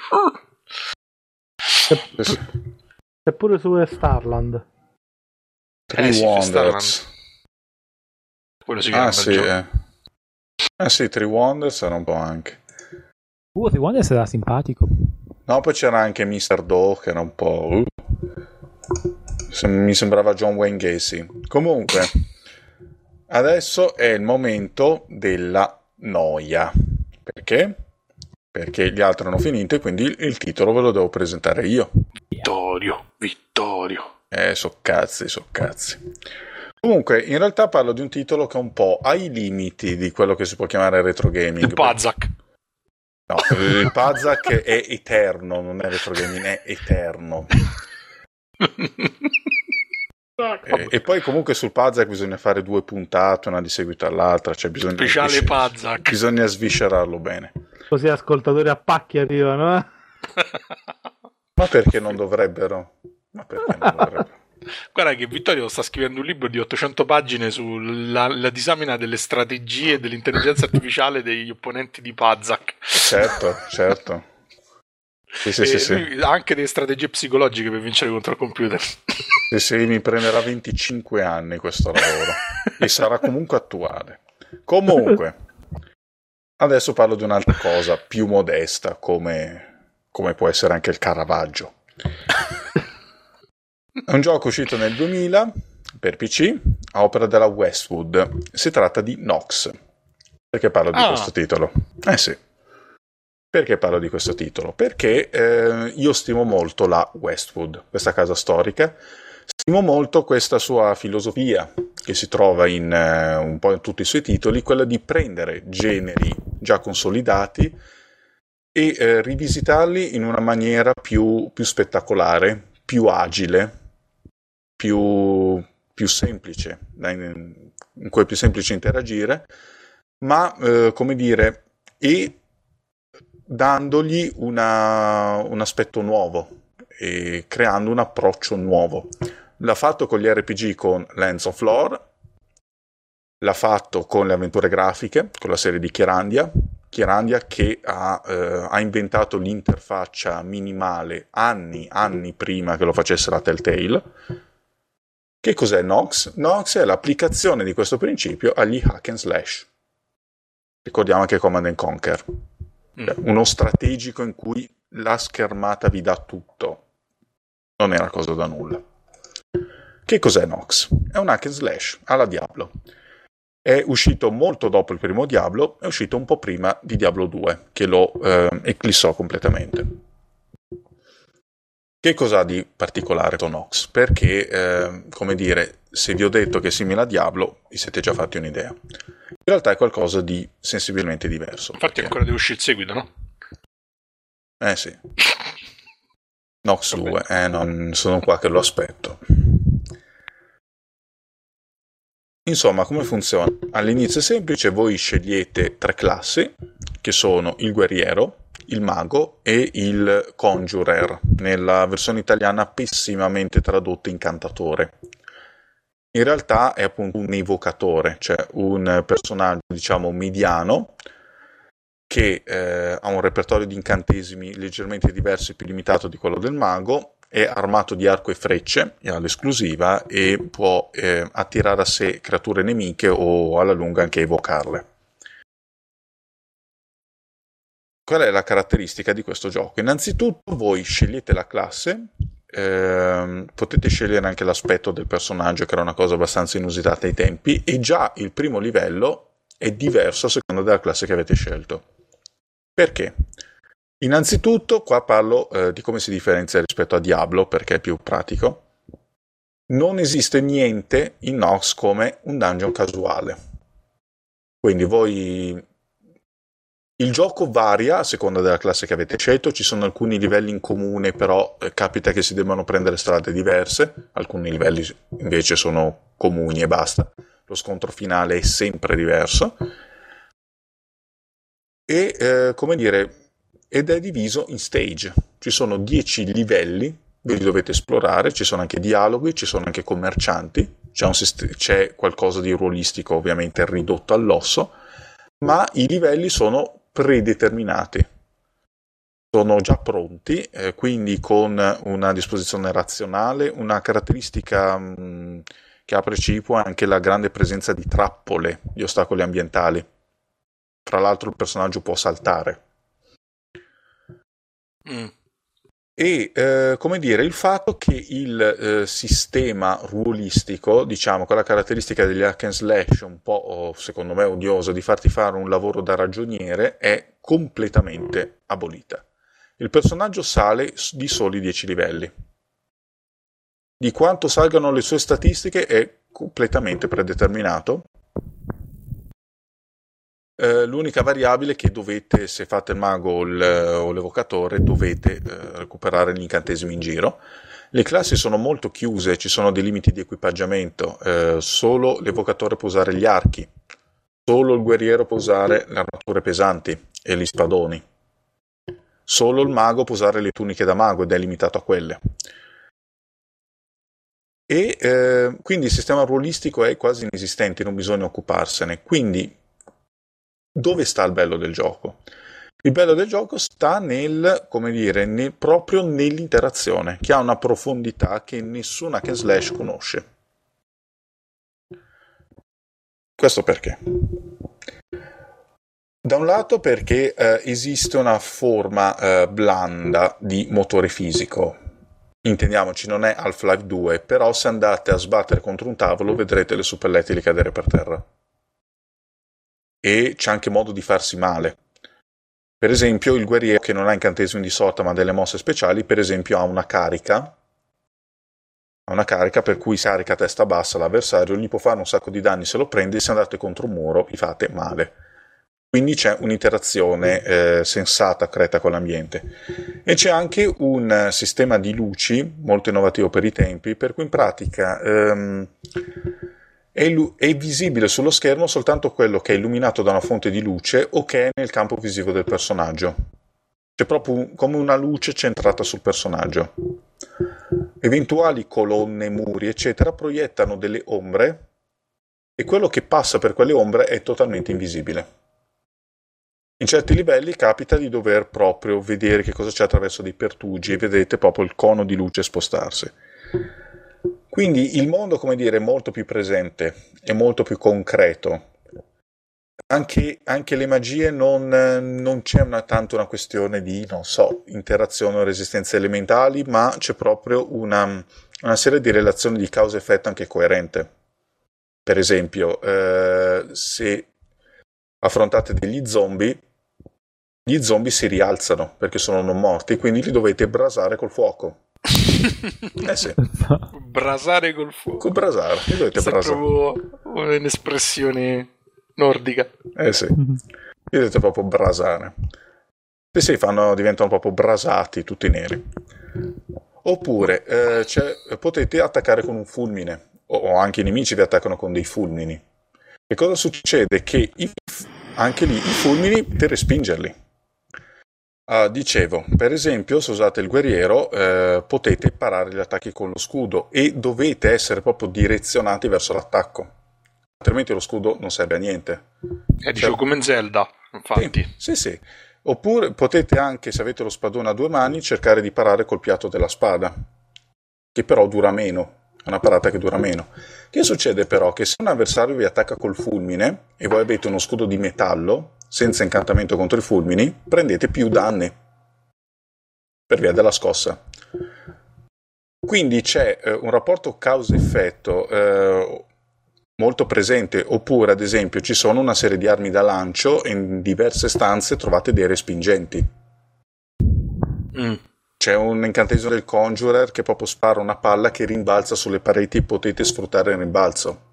C'è pure su Starland. Three Eh sì, c'è Wonders. Quello si chiama Ah, sì, eh. Eh sì, Three Wonders era un po' anche. Uh, The Wonders era simpatico. No, poi c'era anche mister Doe che era un po'... uh. Sem- mi sembrava John Wayne Gacy. Comunque, adesso è il momento della noia. Perché? Perché gli altri hanno finito e quindi il, il titolo ve lo devo presentare io. Vittorio, Vittorio. Eh, so cazzi, so cazzi. Comunque, in realtà parlo di un titolo che è un po' ai limiti di quello che si può chiamare retro gaming. Il Pazak. No, il Pazak è eterno, non è retro gaming, è eterno. E, e poi comunque sul Pazak bisogna fare due puntate, una di seguito all'altra, cioè bisogna Speciale sviscer- Pazak. bisogna sviscerarlo bene. Così ascoltatori a pacchi arrivano, eh? Ma perché non dovrebbero? Ma perché non dovrebbero? Guarda che Vittorio sta scrivendo un libro di ottocento pagine sulla la disamina delle strategie dell'intelligenza artificiale degli opponenti di Pazak. Certo, certo. Sì, sì, sì, sì. Lui ha anche delle strategie psicologiche per vincere contro il computer. Sì, sì, mi prenderà venticinque anni questo lavoro e sarà comunque attuale. Comunque, adesso parlo di un'altra cosa più modesta, come, come può essere anche il Caravaggio. È un gioco uscito nel duemila per P C, a opera della Westwood. Si tratta di Nox. Perché parlo di Ah. questo titolo? Eh sì. Perché parlo di questo titolo? Perché eh, io stimo molto la Westwood, questa casa storica. Stimo molto questa sua filosofia, che si trova in eh, un po' in tutti i suoi titoli, quella di prendere generi già consolidati e eh, rivisitarli in una maniera più, più spettacolare, più agile, più, più semplice, in, in cui è più semplice interagire, ma eh, come dire, e dandogli una, un aspetto nuovo e creando un approccio nuovo. L'ha fatto con gli R P G con Lands of Lore, l'ha fatto con le avventure grafiche, con la serie di Kyrandia, Kyrandia che ha, eh, ha inventato l'interfaccia minimale anni, anni prima che lo facesse la Telltale. Che cos'è Nox? Nox è l'applicazione di questo principio agli hack and slash. Ricordiamo anche Command and Conquer. Cioè, uno strategico in cui la schermata vi dà tutto. Non era cosa da nulla. Che cos'è Nox? È un hack and slash alla Diablo. È uscito molto dopo il primo Diablo, è uscito un po' prima di Diablo due, che lo eh, eclissò completamente. Che cos'ha di particolare Nox? Perché, eh, come dire, se vi ho detto che è simile a Diablo, vi siete già fatti un'idea. In realtà è qualcosa di sensibilmente diverso. Infatti perché... ancora deve uscire il seguito, no? Eh sì. Nox due, eh, non sono qua che lo aspetto. Insomma, come funziona? All'inizio è semplice, voi scegliete tre classi, che sono il guerriero, il mago e il conjurer, nella versione italiana pessimamente tradotto incantatore. In realtà è appunto un evocatore, cioè un personaggio, diciamo, mediano, che eh, ha un repertorio di incantesimi leggermente diverso e più limitato di quello del mago, è armato di arco e frecce all'esclusiva e può eh, attirare a sé creature nemiche o alla lunga anche evocarle. Qual è la caratteristica di questo gioco? Innanzitutto voi scegliete la classe, ehm, potete scegliere anche l'aspetto del personaggio, che era una cosa abbastanza inusitata ai tempi, e già il primo livello è diverso a seconda della classe che avete scelto. Perché? Innanzitutto, qua parlo eh, di come si differenzia rispetto a Diablo, perché è più pratico. Non esiste niente in Nox come un dungeon casuale. Quindi voi... Il gioco varia a seconda della classe che avete scelto, ci sono alcuni livelli in comune, però eh, capita che si debbano prendere strade diverse, alcuni livelli invece sono comuni e basta. Lo scontro finale è sempre diverso. E, eh, come dire... ed è diviso in stage. Ci sono dieci livelli, ve li dovete esplorare, ci sono anche dialoghi, ci sono anche commercianti, c'è, un sist- c'è qualcosa di ruolistico ovviamente ridotto all'osso, ma i livelli sono predeterminati, sono già pronti, eh, quindi con una disposizione razionale, una caratteristica mh, che ha precipuo è anche la grande presenza di trappole, di ostacoli ambientali. Fra l'altro il personaggio può saltare. Mm. E eh, come dire, il fatto che il eh, sistema ruolistico, diciamo, con la caratteristica degli hack and slash un po', secondo me, odioso, di farti fare un lavoro da ragioniere, è completamente abolita. Il personaggio sale di soli dieci livelli. Di quanto salgano le sue statistiche è completamente predeterminato. Uh, l'unica variabile è che dovete, se fate il mago o, il, o l'evocatore, dovete uh, recuperare gli incantesimi in giro. Le classi sono molto chiuse, ci sono dei limiti di equipaggiamento, uh, solo l'evocatore può usare gli archi, solo il guerriero può usare le armature pesanti e gli spadoni, solo il mago può usare le tuniche da mago ed è limitato a quelle. E uh, quindi il sistema ruolistico è quasi inesistente, non bisogna occuparsene. Quindi dove sta il bello del gioco? Il bello del gioco sta nel, come dire, nel, proprio nell'interazione, che ha una profondità che nessun hack and slash conosce. Questo perché? Da un lato perché eh, esiste una forma eh, blanda di motore fisico. Intendiamoci, non è Half-Life due, però se andate a sbattere contro un tavolo vedrete le suppellettili cadere per terra. E c'è anche modo di farsi male. Per esempio il guerriero che non ha incantesimi di sorta ma delle mosse speciali, per esempio ha una carica ha una carica per cui carica a testa bassa l'avversario, gli può fare un sacco di danni se lo prende, e se andate contro un muro vi fate male. Quindi c'è un'interazione eh, sensata, creta con l'ambiente. E c'è anche un sistema di luci molto innovativo per i tempi, per cui in pratica ehm, È, lu- è visibile sullo schermo soltanto quello che è illuminato da una fonte di luce o che è nel campo visivo del personaggio. C'è proprio un- come una luce centrata sul personaggio. Eventuali colonne, muri, eccetera, proiettano delle ombre e quello che passa per quelle ombre è totalmente invisibile. In certi livelli capita di dover proprio vedere che cosa c'è attraverso dei pertugi e vedete proprio il cono di luce spostarsi. Quindi il mondo, come dire, è molto più presente, è molto più concreto. Anche, anche le magie non, non c'è una, tanto una questione di, non so, interazione o resistenze elementali, ma c'è proprio una, una serie di relazioni di causa-effetto anche coerente. Per esempio, eh, se affrontate degli zombie, gli zombie si rialzano perché sono non morti, quindi li dovete brasare col fuoco. Eh sì. Brasare col fuoco. Col brasare, li dovete Questa brasare. è proprio un'espressione nordica. Eh sì, li dovete proprio brasare. Sì, sì, fanno, diventano proprio brasati, tutti neri. Oppure eh, c'è, potete attaccare con un fulmine, o anche i nemici vi attaccano con dei fulmini. E cosa succede? Che i, anche lì i fulmini per respingerli. Uh, dicevo, per esempio, se usate il guerriero eh, potete parare gli attacchi con lo scudo e dovete essere proprio direzionati verso l'attacco, altrimenti lo scudo non serve a niente. Eh, dicevo, cioè, come in Zelda, infatti. Sì, sì, sì. Oppure potete anche, se avete lo spadone a due mani, cercare di parare col piatto della spada, che però dura meno, è una parata che dura meno. Che succede però? Che se un avversario vi attacca col fulmine e voi avete uno scudo di metallo, senza incantamento contro i fulmini, prendete più danni per via della scossa. Quindi c'è eh, un rapporto causa-effetto eh, molto presente, oppure ad esempio ci sono una serie di armi da lancio e in diverse stanze trovate dei respingenti. Mm. C'è un incantesimo del Conjurer che proprio spara una palla che rimbalza sulle pareti e potete sfruttare il rimbalzo.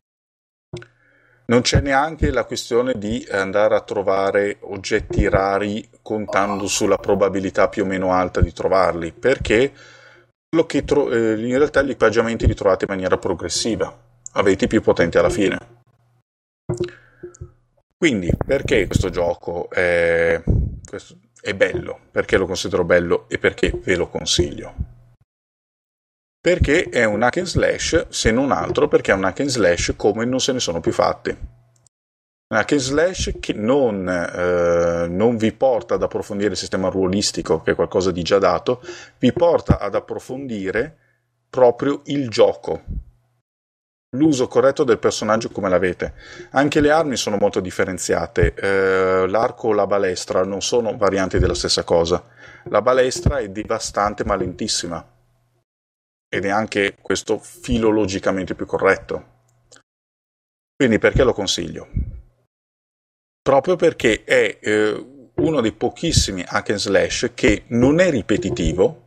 Non c'è neanche la questione di andare a trovare oggetti rari contando sulla probabilità più o meno alta di trovarli, perché quello che tro- eh, in realtà gli equipaggiamenti li trovate in maniera progressiva, avete i più potenti alla fine. Quindi, perché questo gioco è, questo è bello? Perché lo considero bello e perché ve lo consiglio? Perché è un hack and slash, se non altro perché è un hack and slash come non se ne sono più fatti. Un hack and slash che non, eh, non vi porta ad approfondire il sistema ruolistico, che è qualcosa di già dato, vi porta ad approfondire proprio il gioco, l'uso corretto del personaggio come l'avete. Anche le armi sono molto differenziate, eh, l'arco o la balestra non sono varianti della stessa cosa. La balestra è devastante ma lentissima, ed è anche questo filologicamente più corretto. Quindi perché lo consiglio? Proprio perché è eh, uno dei pochissimi hack and slash che non è ripetitivo,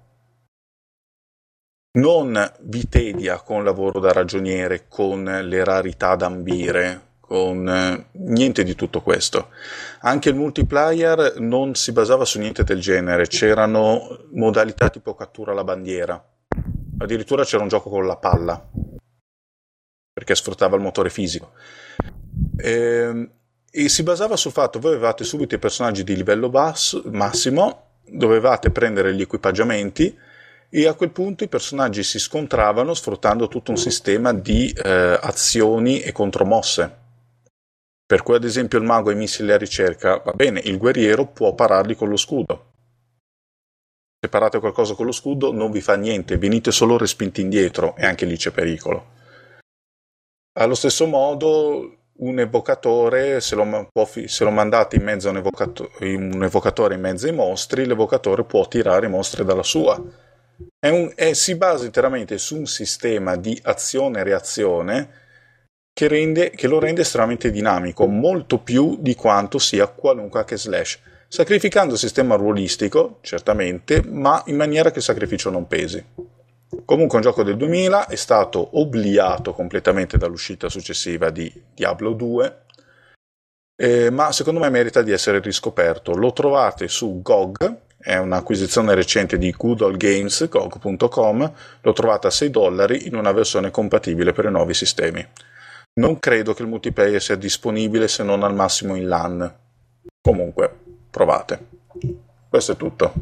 non vi tedia con lavoro da ragioniere, con le rarità da ambire, con eh, niente di tutto questo. Anche il multiplayer non si basava su niente del genere, c'erano modalità tipo cattura alla bandiera, addirittura c'era un gioco con la palla, perché sfruttava il motore fisico. E, e si basava sul fatto che voi avevate subito i personaggi di livello basso, massimo, dovevate prendere gli equipaggiamenti e a quel punto i personaggi si scontravano sfruttando tutto un sistema di eh, azioni e contromosse. Per cui ad esempio il mago e i missili a ricerca, va bene, il guerriero può pararli con lo scudo. Se parate qualcosa con lo scudo non vi fa niente, venite solo respinti indietro e anche lì c'è pericolo. Allo stesso modo un evocatore, se lo, può, se lo mandate in mezzo a un, evocato, un evocatore in mezzo ai mostri, l'evocatore può tirare i mostri dalla sua. È un, è, si basa interamente su un sistema di azione e reazione che, rende, che lo rende estremamente dinamico, molto più di quanto sia qualunque hack and slash, sacrificando il sistema ruolistico, certamente, ma in maniera che il sacrificio non pesi. Comunque un gioco del duemila, è stato obliato completamente dall'uscita successiva di Diablo due, eh, ma secondo me merita di essere riscoperto. Lo trovate su G O G, è un'acquisizione recente di Good Old Games, G O G punto com, lo trovate a sei dollari in una versione compatibile per i nuovi sistemi. Non credo che il multiplayer sia disponibile se non al massimo in LAN. Comunque, provate. Questo è tutto.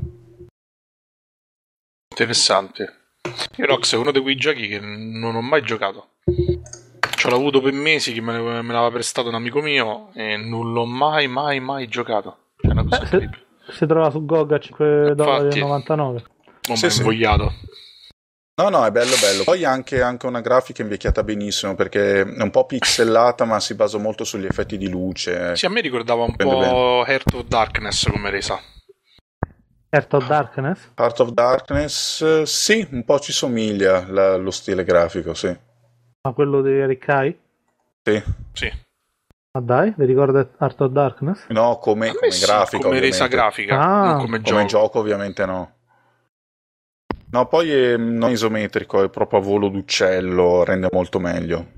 Interessante. Herox è uno di quei giochi che non ho mai giocato. Ce l'ho avuto per mesi, che me, me l'aveva prestato un amico mio e non l'ho mai, mai, mai giocato. È una cosa eh, se, si trova su G O G a cinque virgola novantanove dollari. Non sì, mi è invogliato. No, no, è bello, bello. Poi anche, anche una grafica invecchiata benissimo, perché è un po' pixellata, ma si basa molto sugli effetti di luce. Sì, a me ricordava un Prende po' bene. Heart of Darkness come resa. Heart of Darkness? Heart of Darkness, sì, un po' ci somiglia la, lo stile grafico, sì. Ma quello di Eric Kai? Sì. Sì. Ma dai, vi ricorda Heart of Darkness? No, come, come sì, grafica, come ovviamente. resa grafica, ah, non come, come gioco. gioco ovviamente no. No, poi è non isometrico, è proprio a volo d'uccello, rende molto meglio.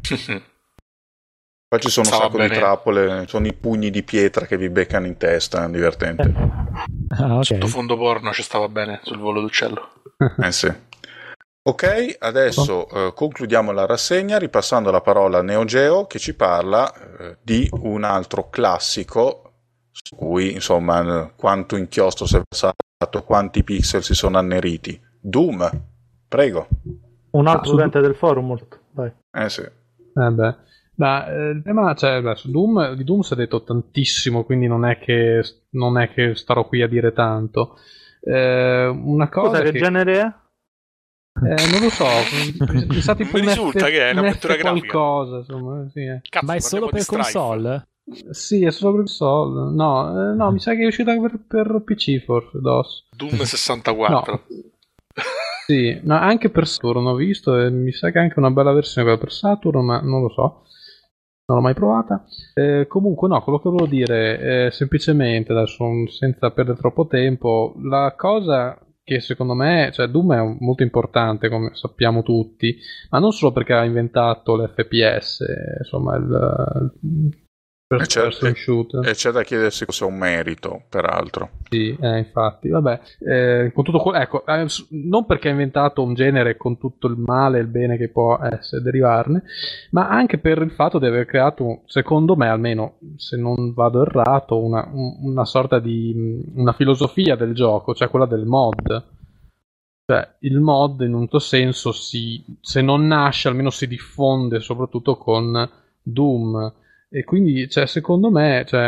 Poi ci sono Stava un sacco bene. di trappole, sono i pugni di pietra che vi beccano in testa, è divertente. Ah, okay. Sottofondo porno ci stava bene sul volo d'uccello. Eh sì. Ok, adesso eh, concludiamo la rassegna ripassando la parola a Neo Geo che ci parla eh, di un altro classico su cui, insomma, quanto inchiostro si è versato, quanti pixel si sono anneriti. Doom, prego. Un altro utente del forum, molto. Vai. Eh sì. Eh beh. Ma eh, il tema, cioè, beh, su Doom, di Doom si è detto tantissimo, quindi non è che, non è che starò qui a dire tanto. Eh, una cosa Scusa, che, che genere è? Eh, non lo so, mi sa tipo mi un risulta F, che è un'avventura grafica. Qualcosa, insomma, sì, eh. Cazzo, ma è solo per console? Sì, è solo per console. No, eh, no, mi sa che è uscita per, per P C forse, DOS. Doom sessantaquattro. No. Sì, no, anche per Saturn ho visto e mi sa che è anche una bella versione quella per Saturn, ma non lo so. Non l'ho mai provata. Eh, comunque no, quello che volevo dire è semplicemente, adesso senza perdere troppo tempo, la cosa che secondo me, cioè Doom è molto importante come sappiamo tutti, ma non solo perché ha inventato l'F P S, insomma il, il first person shooter. E c'è da chiedersi cosa sia un merito, peraltro. Sì, eh, infatti, vabbè, eh, con tutto quello, ecco, eh, non perché ha inventato un genere con tutto il male e il bene che può essere, derivarne, ma anche per il fatto di aver creato, secondo me almeno, se non vado errato, una, una sorta di, una filosofia del gioco, cioè quella del mod. Cioè, il mod in un certo senso si, se non nasce, almeno si diffonde soprattutto con Doom. E quindi, cioè, secondo me, cioè,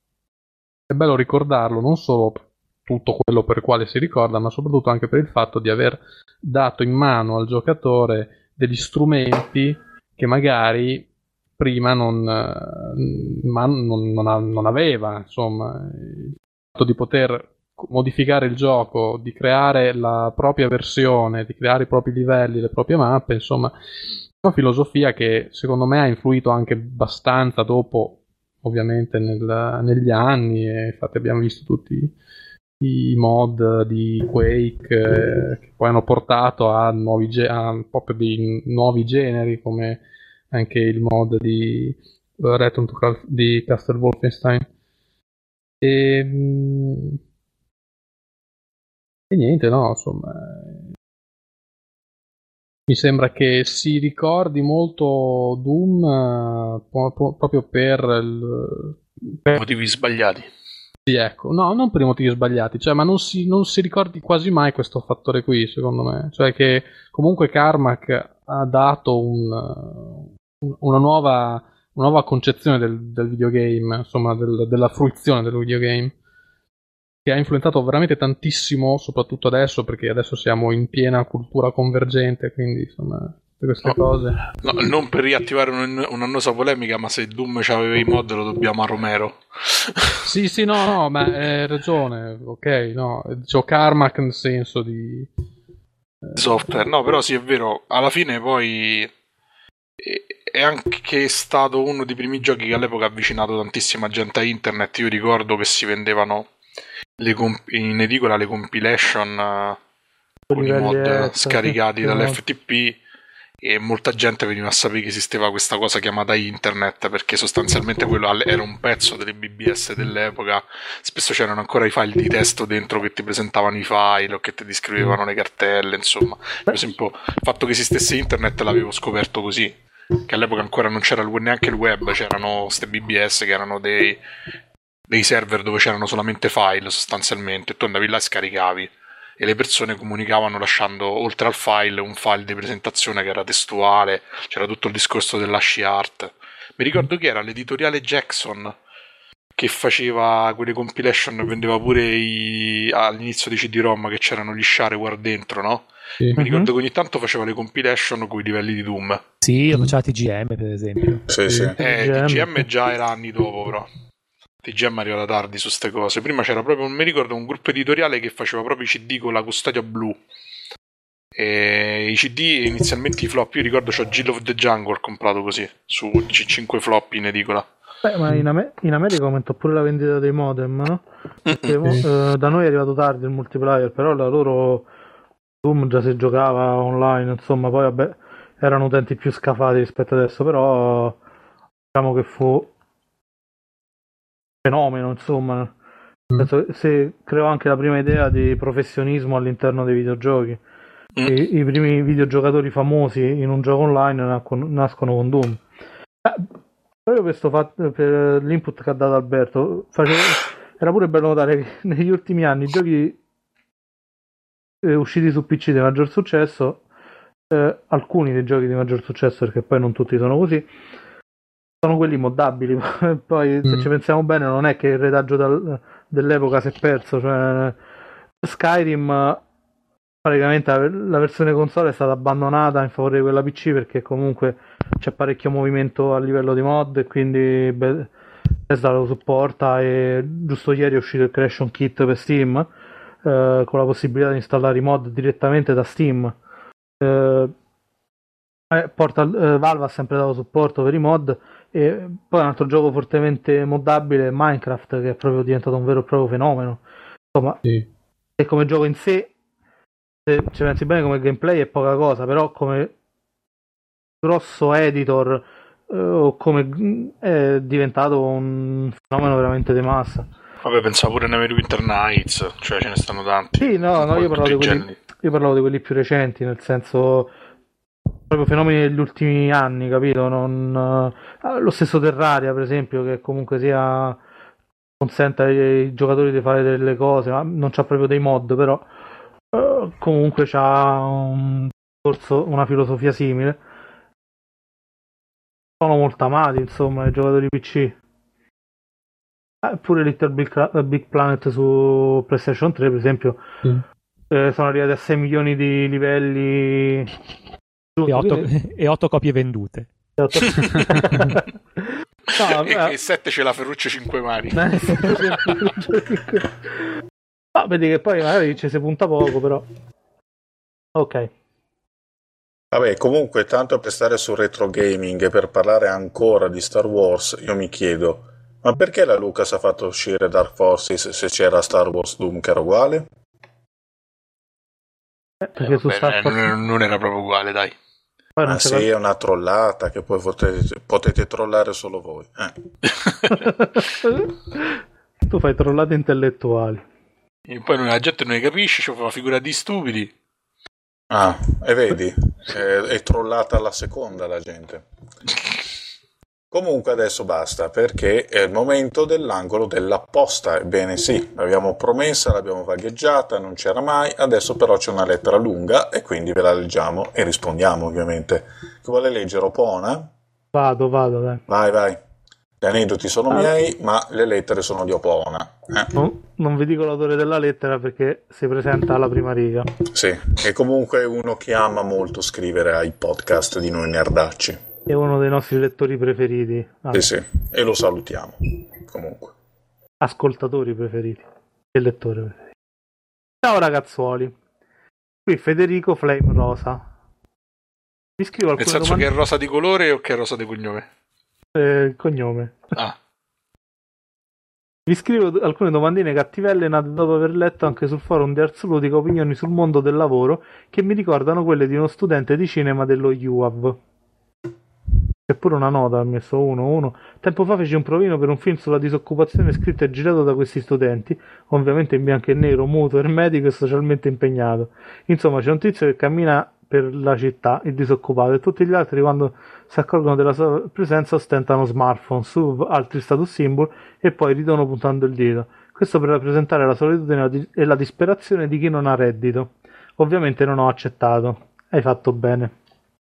è bello ricordarlo, non solo tutto quello per il quale si ricorda, ma soprattutto anche per il fatto di aver dato in mano al giocatore degli strumenti che magari prima non, ma non, non, non aveva. Insomma, il fatto di poter modificare il gioco, di creare la propria versione, di creare i propri livelli, le proprie mappe, insomma, una filosofia che secondo me ha influito anche abbastanza dopo, ovviamente nel, negli anni, e infatti abbiamo visto tutti i mod di Quake eh, che poi hanno portato a nuovi, ge- a proprio dei nuovi generi, come anche il mod di uh, Return to Cal- di Castle Wolfenstein. E, e niente, no, insomma, mi sembra che si ricordi molto Doom uh, po- po- proprio per, il, per motivi sbagliati. Sì, ecco, no, non per i motivi sbagliati, cioè, ma non si, non si ricordi quasi mai questo fattore qui, secondo me, cioè che comunque Carmack ha dato un, una nuova, una nuova concezione del, del videogame, insomma, del, della fruizione del videogame, che ha influenzato veramente tantissimo, soprattutto adesso, perché adesso siamo in piena cultura convergente, quindi insomma queste no, cose. No, non per riattivare un, un'annosa polemica, ma se Doom c'aveva i mod lo dobbiamo a Romero. Sì, sì, no, no, ma hai ragione, ok, no, dicevo Carmack nel senso di eh... software, no, però sì, è vero, alla fine poi è anche stato uno dei primi giochi che all'epoca ha avvicinato tantissima gente a internet. Io ricordo che si vendevano le comp- in edicola le compilation uh, con i mod extra, scaricati dall'F T P, e molta gente veniva a sapere che esisteva questa cosa chiamata internet, perché sostanzialmente quello era un pezzo delle B B S dell'epoca. Spesso c'erano ancora i file di testo dentro che ti presentavano i file o che ti descrivevano le cartelle, insomma. Per esempio, il fatto che esistesse internet l'avevo scoperto così, che all'epoca ancora non c'era neanche il web, c'erano queste B B S che erano dei, dei server dove c'erano solamente file sostanzialmente, e tu andavi là e scaricavi, e le persone comunicavano lasciando oltre al file un file di presentazione che era testuale, c'era tutto il discorso dell'hash art. Mi ricordo che era l'editoriale Jackson che faceva quelle compilation e vendeva pure i, all'inizio dei C D-ROM che c'erano gli shareware dentro, no? Sì. Mi ricordo che ogni tanto faceva le compilation con i livelli di Doom. Sì, faceva T G M per esempio. Sì, sì. Eh, T G M già era anni dopo, però. T G M arriva da tardi su ste cose. Prima c'era proprio, mi ricordo, un gruppo editoriale che faceva proprio i C D con la custodia blu. E i C D inizialmente i floppy, io ricordo c'ho Jill of the Jungle comprato così, su cinque floppy in edicola. Beh, ma in, Amer- in America aumentò pure la vendita dei modem, no? Perché, eh, da noi è arrivato tardi il multiplayer, però la loro Doom già si giocava online, insomma, poi vabbè, erano utenti più scafati rispetto adesso, però diciamo che fu fenomeno, insomma. Penso, se creò anche la prima idea di professionismo all'interno dei videogiochi. I, i primi videogiocatori famosi in un gioco online nascono, nascono con Doom. Eh, proprio questo fatto, per l'input che ha dato Alberto, facevo, era pure bello notare che negli ultimi anni i giochi eh, usciti su P C di maggior successo, eh, alcuni dei giochi di maggior successo, perché poi non tutti sono così, sono quelli moddabili. Poi se mm. ci pensiamo bene, non è che il retaggio dal, dell'epoca si è perso, cioè Skyrim praticamente la versione console è stata abbandonata in favore di quella P C, perché comunque c'è parecchio movimento a livello di mod, e quindi Bethesda lo supporta, e giusto ieri è uscito il Creation Kit per Steam, eh, con la possibilità di installare i mod direttamente da Steam. Eh, Portal, eh, Valve ha sempre dato supporto per i mod. E poi un altro gioco fortemente moddabile è Minecraft, che è proprio diventato un vero e proprio fenomeno. Insomma, sì. E come gioco in sé, se ci pensi bene, come gameplay è poca cosa, però come grosso editor eh, o come è diventato un fenomeno veramente di massa. Vabbè, pensavo pure a Neverwinter Nights, cioè ce ne stanno tanti. Sì, no, no, io parlavo di quelli, io parlavo di quelli più recenti, nel senso proprio fenomeni degli ultimi anni, capito? Non, uh, lo stesso Terraria, per esempio, che comunque sia consente ai giocatori di fare delle cose, ma non c'ha proprio dei mod, però uh, comunque c'ha un corso, una filosofia simile. Sono molto amati, insomma, i giocatori P C. Eh, pure Little Big, Big Planet su PlayStation tre, per esempio, mm. eh, sono arrivati a sei milioni di livelli. E otto, e otto copie vendute. No, e, e sette c'è la Ferruccio cinque mani. No, vedi che poi magari ci si punta poco, però. Ok. Vabbè, comunque, tanto per stare su retro gaming e per parlare ancora di Star Wars, io mi chiedo, ma perché la Lucas ha fatto uscire Dark Forces se c'era Star Wars Doom che era uguale? Eh, perché eh, su vabbè, Star Forces non, non era proprio uguale, dai. Poi non Ah c'è sì, è una trollata che poi potete, potete trollare solo voi. Eh. Tu fai trollate intellettuali. E poi la gente non ne capisce, ci fa una figura di stupidi. Ah, e vedi, è, è trollata alla seconda la gente. Comunque adesso basta, perché è il momento dell'angolo dell'apposta. Ebbene sì, l'abbiamo promessa, l'abbiamo vagheggiata, non c'era mai, adesso però c'è una lettera lunga e quindi ve la leggiamo e rispondiamo ovviamente. Chi vuole leggere Opona? Vado, vado, dai. Vai, vai. Gli aneddoti sono Ah. miei, ma le lettere sono di Opona. Eh? No, non vi dico l'autore della lettera perché si presenta alla prima riga. Sì, è comunque uno che ama molto scrivere ai podcast di noi nerdacci. È uno dei nostri lettori preferiti. Ah, Sì, sì, e lo salutiamo, comunque. ascoltatori preferiti e lettori preferiti. Ciao ragazzuoli, qui Federico Flame Rosa. Vi scrivo Nel alcune senso domande. che è rosa di colore o che è rosa di cognome? Eh, il cognome. Ah, Vi scrivo alcune domandine cattivelle nate dopo aver letto anche sul forum di Ars Ludica opinioni sul mondo del lavoro che mi ricordano quelle di uno studente di cinema dello U A V. C'è pure una nota, ha messo uno, uno. Tempo fa feci un provino per un film sulla disoccupazione scritto e girato da questi studenti, ovviamente in bianco e nero, muto, ermetico e socialmente impegnato. Insomma, c'è un tizio che cammina per la città, il disoccupato, e tutti gli altri, quando si accorgono della sua presenza, ostentano smartphone, S U V, altri status symbol e poi ridono puntando il dito. Questo per rappresentare la solitudine e la disperazione di chi non ha reddito. Ovviamente non ho accettato. Hai fatto bene.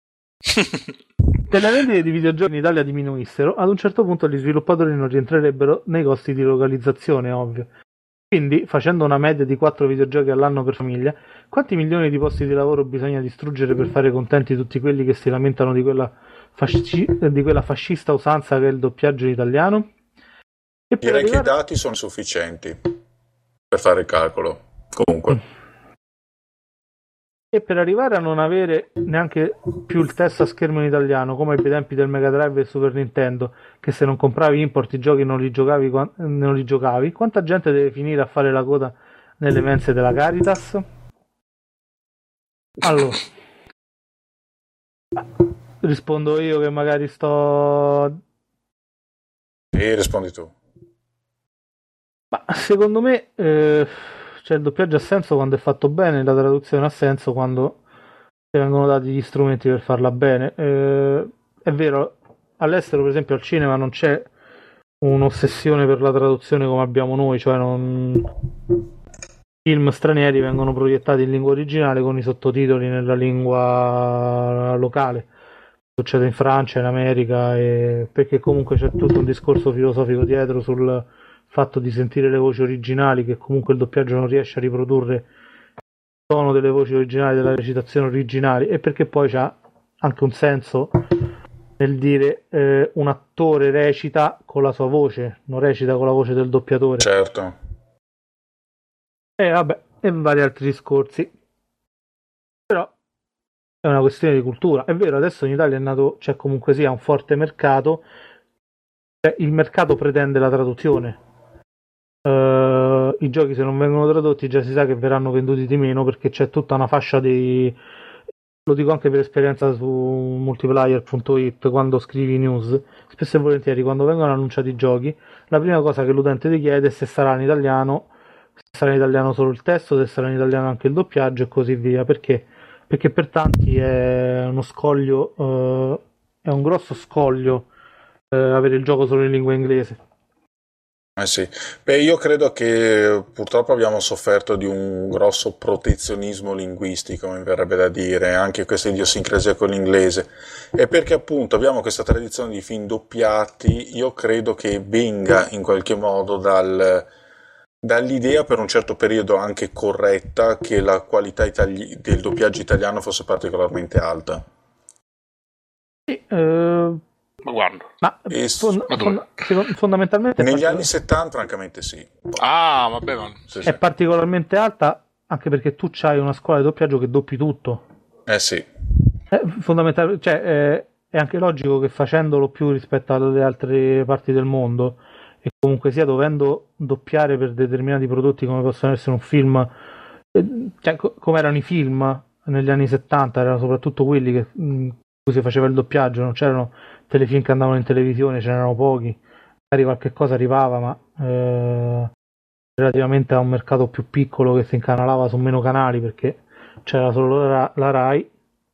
Se le vendite di videogiochi in Italia diminuissero, ad un certo punto gli sviluppatori non rientrerebbero nei costi di localizzazione, ovvio. Quindi, facendo una media di quattro videogiochi all'anno per famiglia, quanti milioni di posti di lavoro bisogna distruggere per fare contenti tutti quelli che si lamentano di quella, fasci- di quella fascista usanza che è il doppiaggio in italiano? E per Direi che i arrivare... dati sono sufficienti per fare il calcolo. Comunque, E per arrivare a non avere neanche più il testo a schermo in italiano, come ai tempi del Mega Drive e Super Nintendo, che se non compravi import i giochi non li giocavi, quan- non li giocavi, quanta gente deve finire a fare la coda nelle mense della Caritas? Allora, rispondo io che magari sto... sì, rispondi tu. Ma secondo me eh, cioè, il doppiaggio ha senso quando è fatto bene, la traduzione ha senso quando ti vengono dati gli strumenti per farla bene. Eh, è vero, all'estero per esempio al cinema non c'è un'ossessione per la traduzione come abbiamo noi, cioè non... film stranieri vengono proiettati in lingua originale con i sottotitoli nella lingua locale. Succede in Francia, in America, e... perché comunque c'è tutto un discorso filosofico dietro sul fatto di sentire le voci originali, che comunque il doppiaggio non riesce a riprodurre il tono delle voci originali, della recitazione originali, e perché poi c'ha anche un senso nel dire eh, un attore recita con la sua voce, non recita con la voce del doppiatore. Certo. E vabbè, e vari altri discorsi. Però è una questione di cultura. È vero, adesso in Italia è nato, c'è comunque sia un forte mercato, cioè, il mercato pretende la traduzione. Uh, i giochi, se non vengono tradotti, già si sa che verranno venduti di meno, perché c'è tutta una fascia di... lo dico anche per esperienza su multiplayer punto it, quando scrivi news, spesso e volentieri quando vengono annunciati i giochi, la prima cosa che l'utente ti chiede è se sarà in italiano, se sarà in italiano solo il testo, se sarà in italiano anche il doppiaggio e così via. Perché? Perché per tanti è uno scoglio, uh, è un grosso scoglio uh, avere il gioco solo in lingua inglese. Eh sì. Beh, io credo che purtroppo abbiamo sofferto di un grosso protezionismo linguistico, mi verrebbe da dire, anche questa idiosincrasia con l'inglese. E perché appunto abbiamo questa tradizione di film doppiati, io credo che venga in qualche modo dal, dall'idea, per un certo periodo anche corretta, che la qualità itali- del doppiaggio italiano fosse particolarmente alta. Sì, uh... Ma guarda. Ma, E fond- ma fond- fondamentalmente negli partic- anni settanta francamente sì. Ah, vabbè, ma... Sì, è sì. particolarmente alta anche perché tu c'hai una scuola di doppiaggio che doppi tutto. Eh sì. È fondamentale, cioè è, è anche logico che facendolo più rispetto alle altre parti del mondo, e comunque sia dovendo doppiare per determinati prodotti come possono essere un film, eh, cioè co- come erano i film negli anni settanta, erano soprattutto quelli che mh, cui si faceva il doppiaggio, non c'erano telefilm che andavano in televisione, ce n'erano pochi, magari qualche cosa arrivava, ma eh, relativamente a un mercato più piccolo che si incanalava su meno canali perché c'era solo la, la Rai.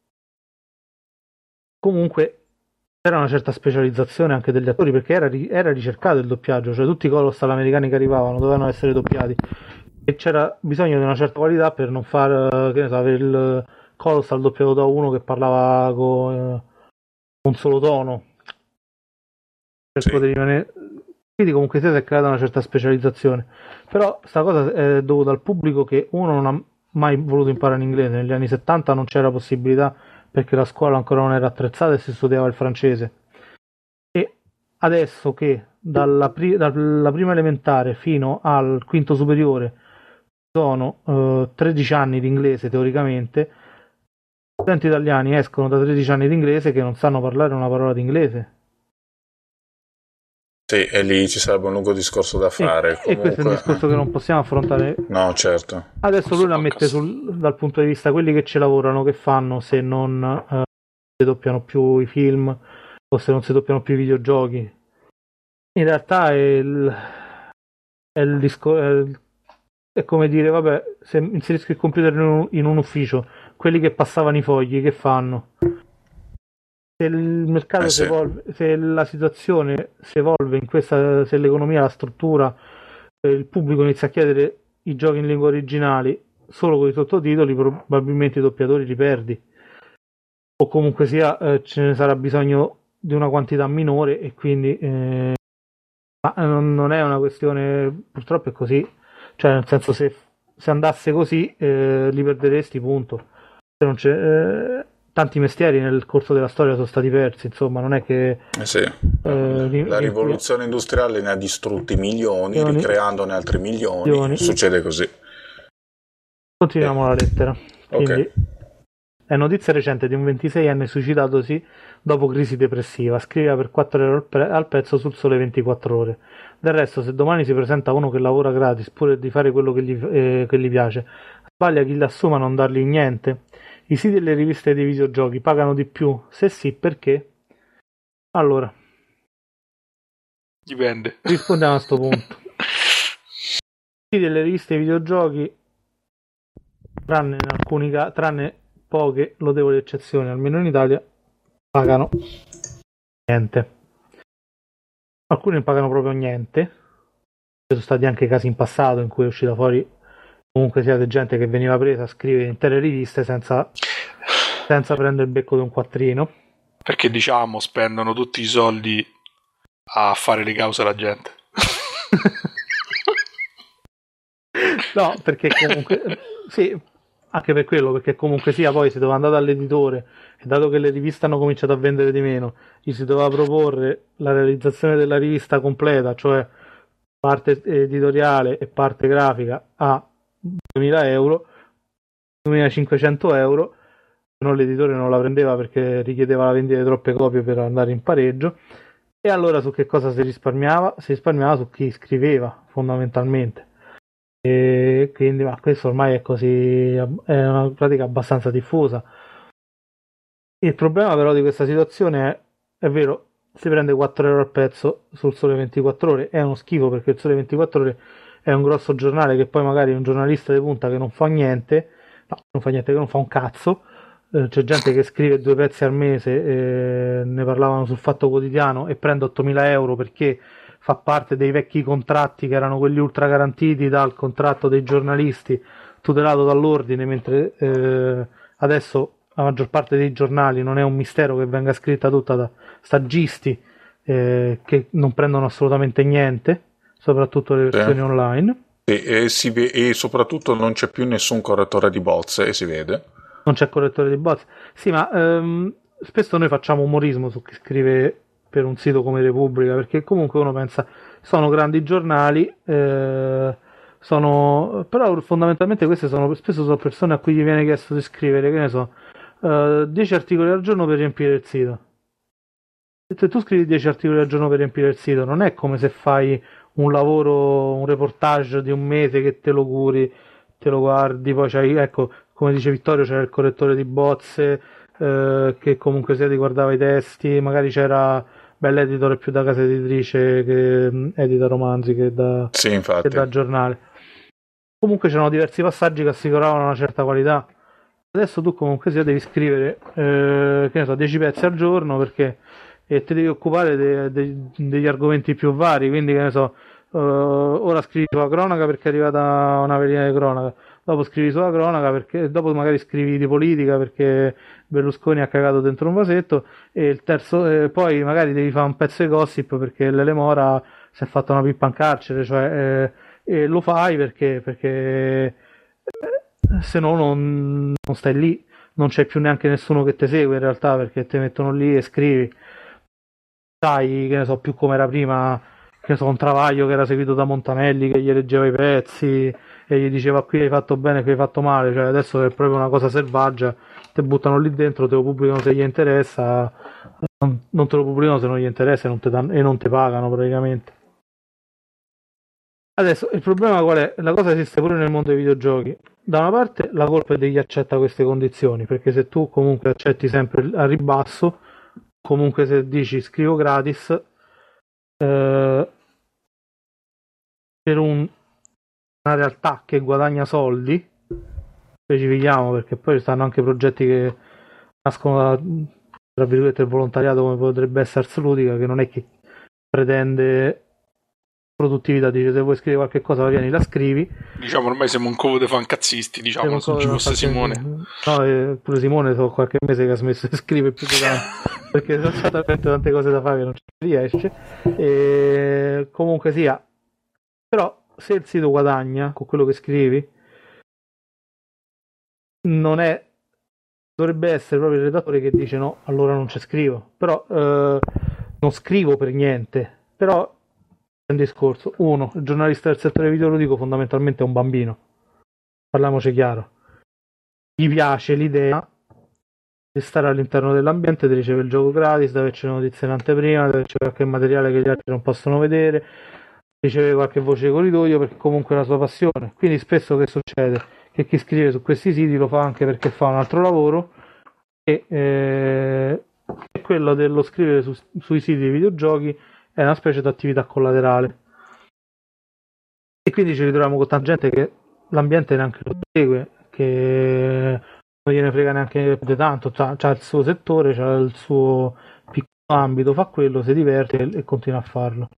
Comunque c'era una certa specializzazione anche degli attori perché era, era ricercato il doppiaggio, cioè tutti i colossal americani che arrivavano dovevano essere doppiati e c'era bisogno di una certa qualità per non far, che ne so, avere il colossal doppiato da uno che parlava con eh, un solo tono per Sì. poter rimanere. Quindi comunque si è creata una certa specializzazione, però sta cosa è dovuta al pubblico che uno non ha mai voluto imparare l'inglese. Negli anni settanta non c'era possibilità perché la scuola ancora non era attrezzata e si studiava il francese, e adesso che dalla, pri- dalla prima elementare fino al quinto superiore sono eh, tredici anni di inglese teoricamente, gli studenti italiani escono da tredici anni di inglese che non sanno parlare una parola di inglese. Sì, e lì ci sarebbe un lungo discorso da fare. E, e questo è un discorso che non possiamo affrontare. No, certo. Adesso lui la mette sul, dal punto di vista quelli che ci lavorano, che fanno se non eh, si doppiano più i film o se non si doppiano più i videogiochi. In realtà è il, è il discorso, è, il, è come dire, vabbè, se inserisco il computer in un, in un ufficio, quelli che passavano i fogli, che fanno? Se il mercato eh si sì. evolve, se la situazione si evolve in questa, se l'economia, la struttura, il pubblico inizia a chiedere i giochi in lingua originali solo con i sottotitoli, probabilmente i doppiatori li perdi, o comunque sia eh, ce ne sarà bisogno di una quantità minore e quindi eh, ma non, non è una questione, purtroppo è così, cioè nel senso se, se andasse così eh, li perderesti, punto. Se non c'è eh, tanti mestieri nel corso della storia sono stati persi, insomma, non è che Eh sì. eh, la rivoluzione industriale ne ha distrutti milioni, milioni ricreandone altri milioni, milioni. Succede così. Continuiamo eh. la lettera. Quindi, okay. È notizia recente di un ventiseienne suicidatosi dopo crisi depressiva, scriveva per quattro euro al, pre- al pezzo sul Sole ventiquattro Ore. Del resto, se domani si presenta uno che lavora gratis pure di fare quello che gli, eh, che gli piace, sbaglia chi l'assuma a non dargli niente. I siti e le riviste dei videogiochi pagano di più? Se sì, perché? Allora, dipende. Rispondiamo a sto punto. I siti e le riviste dei videogiochi, tranne in alcuni casi, tranne poche lodevoli eccezioni, almeno in Italia, pagano niente. Alcuni non pagano proprio niente. Ci sono stati anche casi in passato in cui è uscita fuori comunque sia di gente che veniva presa a scrivere intere riviste senza, senza prendere il becco di un quattrino. Perché diciamo spendono tutti i soldi a fare le cause alla gente. No, perché comunque sì, anche per quello, perché comunque sia poi si doveva andare dall'editore e dato che le riviste hanno cominciato a vendere di meno, gli si doveva proporre la realizzazione della rivista completa, cioè parte editoriale e parte grafica a duemila euro, duemilacinquecento euro, se no l'editore non la prendeva perché richiedeva la vendita di troppe copie per andare in pareggio. E allora su che cosa si risparmiava? Si risparmiava su chi scriveva, fondamentalmente. E quindi ma questo ormai è così, è una pratica abbastanza diffusa. Il problema però di questa situazione è, è vero, si prende quattro euro al pezzo sul Sole ventiquattro Ore, è uno schifo perché il Sole ventiquattro Ore è un grosso giornale che poi magari è un giornalista di punta che non fa niente, no, non fa niente, che non fa un cazzo. Eh, c'è gente che scrive due pezzi al mese, eh, ne parlavano sul Fatto Quotidiano, e prende ottomila euro perché fa parte dei vecchi contratti che erano quelli ultra garantiti dal contratto dei giornalisti tutelato dall'ordine, mentre eh, adesso la maggior parte dei giornali non è un mistero che venga scritta tutta da stagisti eh, che non prendono assolutamente niente, soprattutto le versioni sì. online. E, e, si ve- e soprattutto non c'è più nessun correttore di bozze, e si vede. Non c'è correttore di bozze. Sì, ma ehm, spesso noi facciamo umorismo su chi scrive per un sito come Repubblica, perché comunque uno pensa sono grandi giornali, eh, sono però fondamentalmente queste sono spesso sono persone a cui gli viene chiesto di scrivere, che ne so, dieci uh, articoli al giorno per riempire il sito. Se tu scrivi dieci articoli al giorno per riempire il sito, non è come se fai un lavoro, un reportage di un mese che te lo curi, te lo guardi, poi c'hai, ecco, come dice Vittorio, c'è il correttore di bozze, eh, che comunque sia riguardava i testi, magari c'era beh, l'editor è più da casa editrice che mh, edita romanzi che da, Sì, che infatti. da giornale. Comunque c'erano diversi passaggi che assicuravano una certa qualità. Adesso tu comunque sia devi scrivere eh, che ne so, dieci pezzi al giorno perché e ti devi occupare de- de- degli argomenti più vari, quindi che ne so, eh, ora scrivi sulla cronaca perché è arrivata una velina di cronaca, dopo scrivi sulla cronaca perché dopo magari scrivi di politica perché Berlusconi ha cagato dentro un vasetto e il terzo eh, poi magari devi fare un pezzo di gossip perché l'Ele Mora si è fatta una pippa in carcere, cioè eh, e lo fai perché perché eh, se no non, non stai lì, non c'è più neanche nessuno che ti segue in realtà perché ti mettono lì e scrivi. Sai, che ne so, più come era prima, che ne so, un Travaglio che era seguito da Montanelli che gli leggeva i pezzi e gli diceva qui hai fatto bene, qui hai fatto male, cioè adesso è proprio una cosa selvaggia, te buttano lì dentro, te lo pubblicano se gli interessa, non, non te lo pubblicano se non gli interessa e non te, dan- e non te pagano praticamente. Adesso il problema qual è? La cosa esiste pure nel mondo dei videogiochi. Da una parte la colpa è di chi accetta queste condizioni, perché se tu comunque accetti sempre a ribasso, comunque se dici scrivo gratis, eh, per un- una realtà che guadagna soldi, specifichiamo perché poi ci stanno anche progetti che nascono da, tra virgolette, il volontariato come potrebbe essere Ars Ludica, che non è che pretende produttività, dice se vuoi scrivere qualche cosa vieni la scrivi. Diciamo ormai siamo un covo dei fancazzisti, diciamo, Siamo se non ci un fosse covo- Simone. No, eh, pure Simone so qualche mese che ha smesso di scrivere più di tanto perché sono state talmente tante cose da fare che non ci riesce. E comunque sia, però se il sito guadagna con quello che scrivi, non è dovrebbe essere proprio il redattore che dice no, allora non ci scrivo. Però eh, non scrivo per niente. Però è un discorso. Uno, il giornalista del settore videoludico fondamentalmente è un bambino. Parliamoci chiaro. Gli piace l'idea di stare all'interno dell'ambiente, di ricevere il gioco gratis, di averci notizie in anteprima, di averci qualche materiale che gli altri non possono vedere, ricevere qualche voce di corridoio perché comunque è la sua passione. Quindi spesso che succede? Che chi scrive su questi siti lo fa anche perché fa un altro lavoro e eh, quello dello scrivere su, sui siti di videogiochi è una specie di attività collaterale. E quindi ci ritroviamo con tanta gente che l'ambiente neanche lo segue, che non gliene frega neanche di tanto, c'ha, c'ha il suo settore, c'ha il suo piccolo ambito, fa quello, si diverte e, e continua a farlo.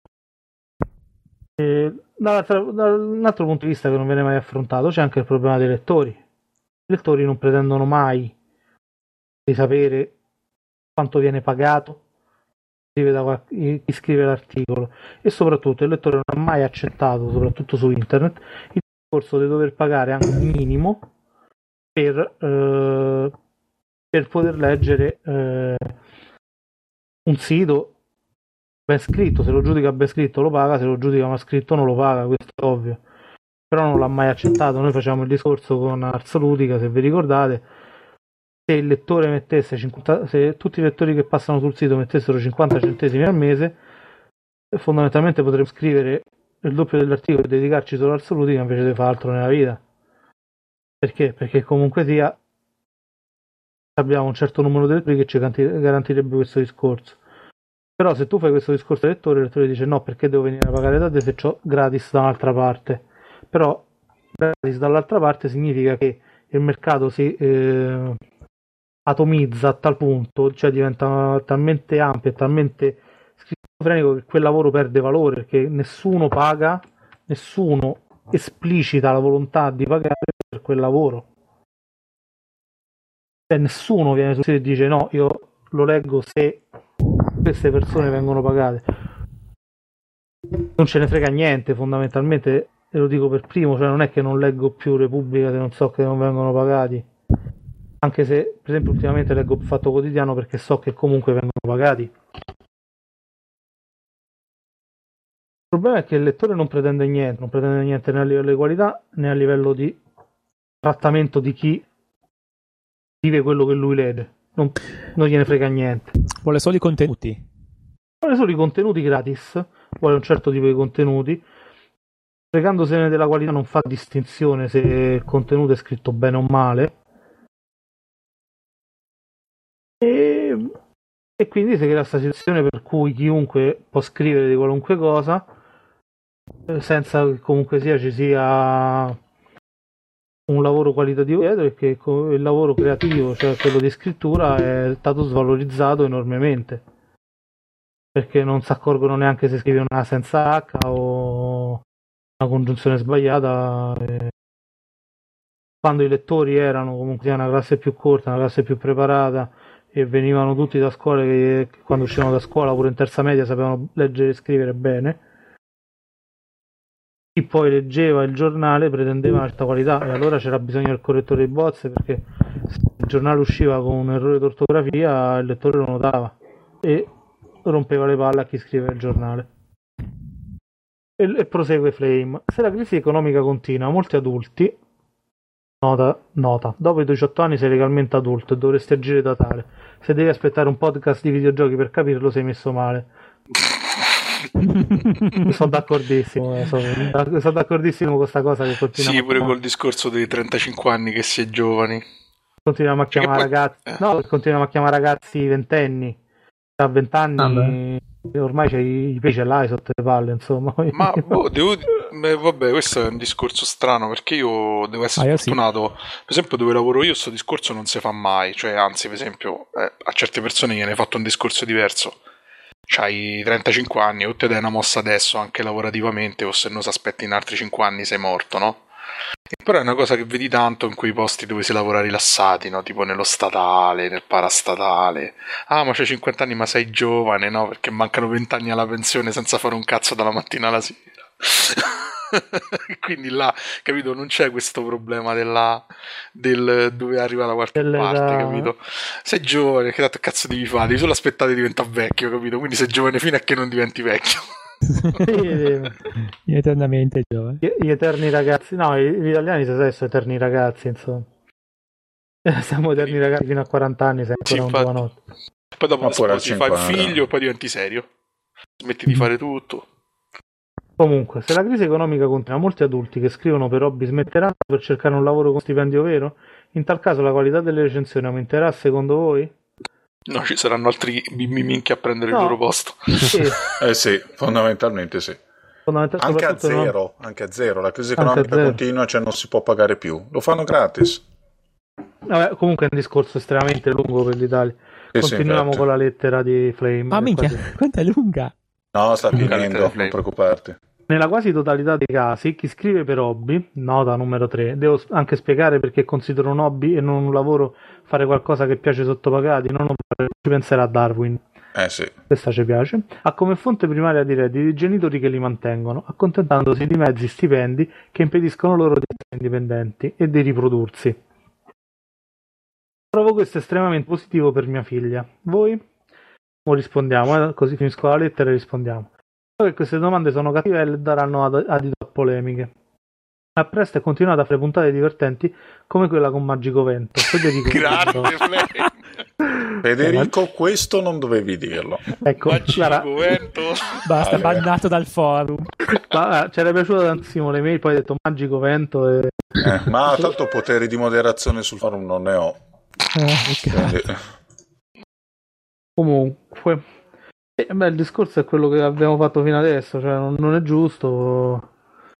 E da un altro punto di vista che non viene mai affrontato c'è anche il problema dei lettori. I lettori non pretendono mai di sapere quanto viene pagato da chi scrive l'articolo e soprattutto il lettore non ha mai accettato, soprattutto su internet, il discorso di dover pagare anche un minimo per, eh, per poter leggere eh, un sito ben scritto. Se lo giudica ben scritto lo paga, se lo giudica mal scritto non lo paga, questo è ovvio, però non l'ha mai accettato. Noi facciamo il discorso con Ars Ludica, se vi ricordate, se il lettore mettesse cinquanta, se tutti i lettori che passano sul sito mettessero cinquanta centesimi al mese, fondamentalmente potremmo scrivere il doppio dell'articolo e dedicarci solo al Ludica invece di fare altro nella vita. Perché? Perché comunque sia abbiamo un certo numero di lettori che ci garantirebbe questo discorso. Però se tu fai questo discorso al lettore, il lettore dice no, perché devo venire a pagare da te se c'ho gratis da un'altra parte. Però gratis dall'altra parte significa che il mercato si eh, atomizza a tal punto, cioè diventa talmente ampio e talmente schizofrenico che quel lavoro perde valore, perché nessuno paga, nessuno esplicita la volontà di pagare per quel lavoro. Cioè nessuno viene su e dice no, io lo leggo se queste persone vengono pagate. Non ce ne frega niente fondamentalmente, e lo dico per primo, cioè non è che non leggo più Repubblica se non so che non vengono pagati, anche se per esempio ultimamente leggo il Fatto Quotidiano perché so che comunque vengono pagati. Il problema è che il lettore non pretende niente, non pretende niente né a livello di qualità né a livello di trattamento di chi vive quello che lui legge, non, non gliene frega niente. Vuole solo i contenuti. Vuole solo i contenuti gratis, vuole un certo tipo di contenuti, fregandosene della qualità non fa distinzione se il contenuto è scritto bene o male. E quindi si crea questa situazione per cui chiunque può scrivere di qualunque cosa senza che comunque sia ci sia un lavoro qualitativo dietro, e che il lavoro creativo, cioè quello di scrittura, è stato svalorizzato enormemente, perché non si accorgono neanche se scrive una senza H o una congiunzione sbagliata. Quando i lettori erano comunque una classe più corta, una classe più preparata, e venivano tutti da scuole che quando uscivano da scuola pure in terza media sapevano leggere e scrivere bene, chi poi leggeva il giornale pretendeva una certa qualità, e allora c'era bisogno del correttore di bozze, perché se il giornale usciva con un errore d'ortografia il lettore lo notava e rompeva le palle a chi scriveva il giornale. E, e prosegue Flame: se la crisi economica continua, molti adulti, nota, nota, dopo i diciotto anni sei legalmente adulto e dovresti agire da tale. Se devi aspettare un podcast di videogiochi per capirlo, sei messo male. Sono d'accordissimo, eh, sono, sono d'accordissimo con questa cosa che continua. Sì, pure col discorso dei trentacinque anni che si è giovani. Continuiamo a chiamare poi... ragazzi, eh. no, continuiamo a chiamare ragazzi ventenni. A vent'anni ah, ormai c'è i peci là sotto le palle, insomma. Ma boh, devo... Beh, vabbè, questo è un discorso strano, perché io devo essere ah, fortunato. Sì. Per esempio, dove lavoro io, questo discorso non si fa mai. Cioè, anzi, per esempio, eh, a certe persone gliene hai fatto un discorso diverso. C'hai trentacinque anni, o te dai una mossa adesso anche lavorativamente, o se no si aspetti in altri cinque anni sei morto, no? E però è una cosa che vedi tanto in quei posti dove si lavora rilassati, no? Tipo nello statale, nel parastatale. Ah, ma c'hai cinquanta anni, ma sei giovane, no? Perché mancano venti anni alla pensione senza fare un cazzo dalla mattina alla sera. Quindi là, capito, non c'è questo problema della del dove arriva la quarta Delle parte, da... capito? Sei giovane, che tanto cazzo devi fare? Devi solo aspettare di diventare vecchio, capito? Quindi sei giovane fino a che non diventi vecchio. Eternamente giovane. Gli, gli eterni ragazzi, no, gli italiani sono adesso eterni ragazzi, insomma. Siamo eterni ragazzi fino a quaranta anni, sei ancora sì, un giovanotto. Poi dopo sposi, fai il figlio e poi diventi serio. Smetti di fare tutto. Comunque, se la crisi economica continua, molti adulti che scrivono per hobby smetteranno per cercare un lavoro con stipendio vero? In tal caso la qualità delle recensioni aumenterà secondo voi? No, ci saranno altri bimbi minchi a prendere no. il loro posto. Sì. Eh sì, fondamentalmente sì. Fondamentalmente anche a zero, no? anche a zero. La crisi economica continua, cioè non si può pagare più. Lo fanno gratis. Vabbè, comunque è un discorso estremamente lungo per l'Italia. Sì, Continuiamo sì, con la lettera di Flame. Ah, minchia, quanto è lunga? No, sta finendo, non preoccuparti. Nella quasi totalità dei casi, chi scrive per hobby, nota numero tre, devo anche spiegare perché considero un hobby e non un lavoro fare qualcosa che piace sottopagati, non ci penserà Darwin. Eh sì. Questa ci piace. Ha come fonte primaria di redditi i genitori che li mantengono, accontentandosi di mezzi stipendi che impediscono loro di essere indipendenti e di riprodursi. Trovo questo estremamente positivo per mia figlia. Voi? O rispondiamo, eh? Così finisco la lettera e rispondiamo. Che queste domande sono cattive e daranno adito a polemiche. A presto e continuate a fare puntate divertenti come quella con Magico Vento. Federico, Grazie, Federico, questo non dovevi dirlo. Ecco, Magico Vento. Basta, ah, bannato dal forum. Ma, c'era piaciuto tantissimo le mail, poi hai detto Magico Vento e... eh, ma tanto poteri di moderazione sul forum non ne ho. Eh, okay. Comunque eh, beh, il discorso è quello che abbiamo fatto fino adesso, cioè non, non è giusto,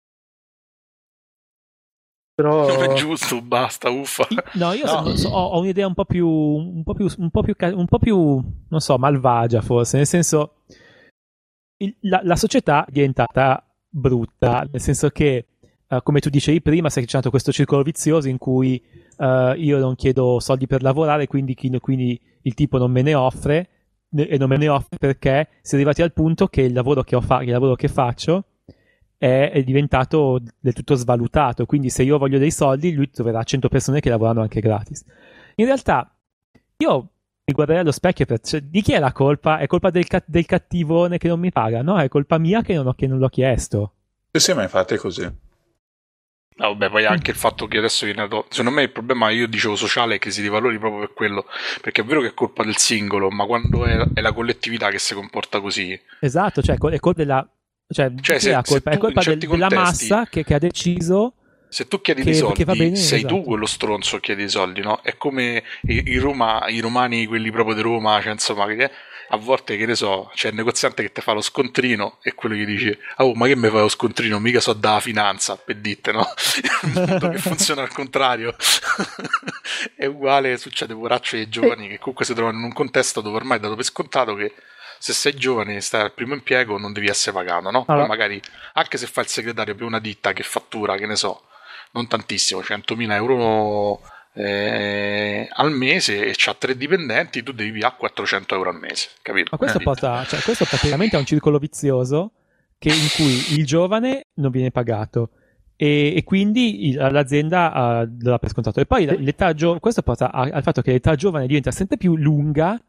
però non è giusto, basta, uffa. No, io no. So, so, ho, ho un'idea un po' più un po' più un po' più un po' più non so, malvagia forse, nel senso il, la, la società è diventata brutta, nel senso che uh, come tu dicevi prima, si è creato questo circolo vizioso in cui uh, io non chiedo soldi per lavorare, quindi, quindi il tipo non me ne offre e non me ne offre perché si è arrivati al punto che il lavoro che, ho fa- il lavoro che faccio è, è diventato del tutto svalutato, quindi se io voglio dei soldi lui troverà cento persone che lavorano anche gratis. In realtà io mi guarderei allo specchio per, cioè, di chi è la colpa? È colpa del, ca- del cattivone che non mi paga? No, è colpa mia che non, ho, che non l'ho chiesto. Sì, sì, ma infatti è così. No, vabbè, poi anche il fatto che adesso viene dato... Secondo me il problema, io dicevo sociale, è crisi di valori proprio per quello, perché è vero che è colpa del singolo, ma quando è, è la collettività che si comporta così. Esatto, cioè è colpa della... Cioè, cioè se, è, colpa, è colpa del, della massa che, che ha deciso Se tu chiedi che, dei soldi, bene, sei esatto. tu quello stronzo che chiedi i soldi, no? È come i, i, Roma, i romani, quelli proprio di Roma, cioè insomma, che a volte, che ne so, c'è il negoziante che ti fa lo scontrino e quello gli dice, oh, ma che mi fai lo scontrino? Mica so da finanza, per dite, no? Il mondo che funziona al contrario. È uguale, succede poraccio ai giovani che comunque si trovano in un contesto dove ormai è dato per scontato che se sei giovane e stai al primo impiego non devi essere pagato, no? Allora. Poi magari, anche se fai il segretario per una ditta che fattura, che ne so, non tantissimo, centomila euro eh, al mese e c'ha tre dipendenti, tu devi pigliare quattrocento euro al mese, capito? Ma questo Eh. porta, cioè, questo praticamente è un circolo vizioso che, in cui il giovane non viene pagato e, e quindi il, l'azienda uh, dà per scontato. E poi l'età gio- questo porta a, al fatto che l'età giovane diventa sempre più lunga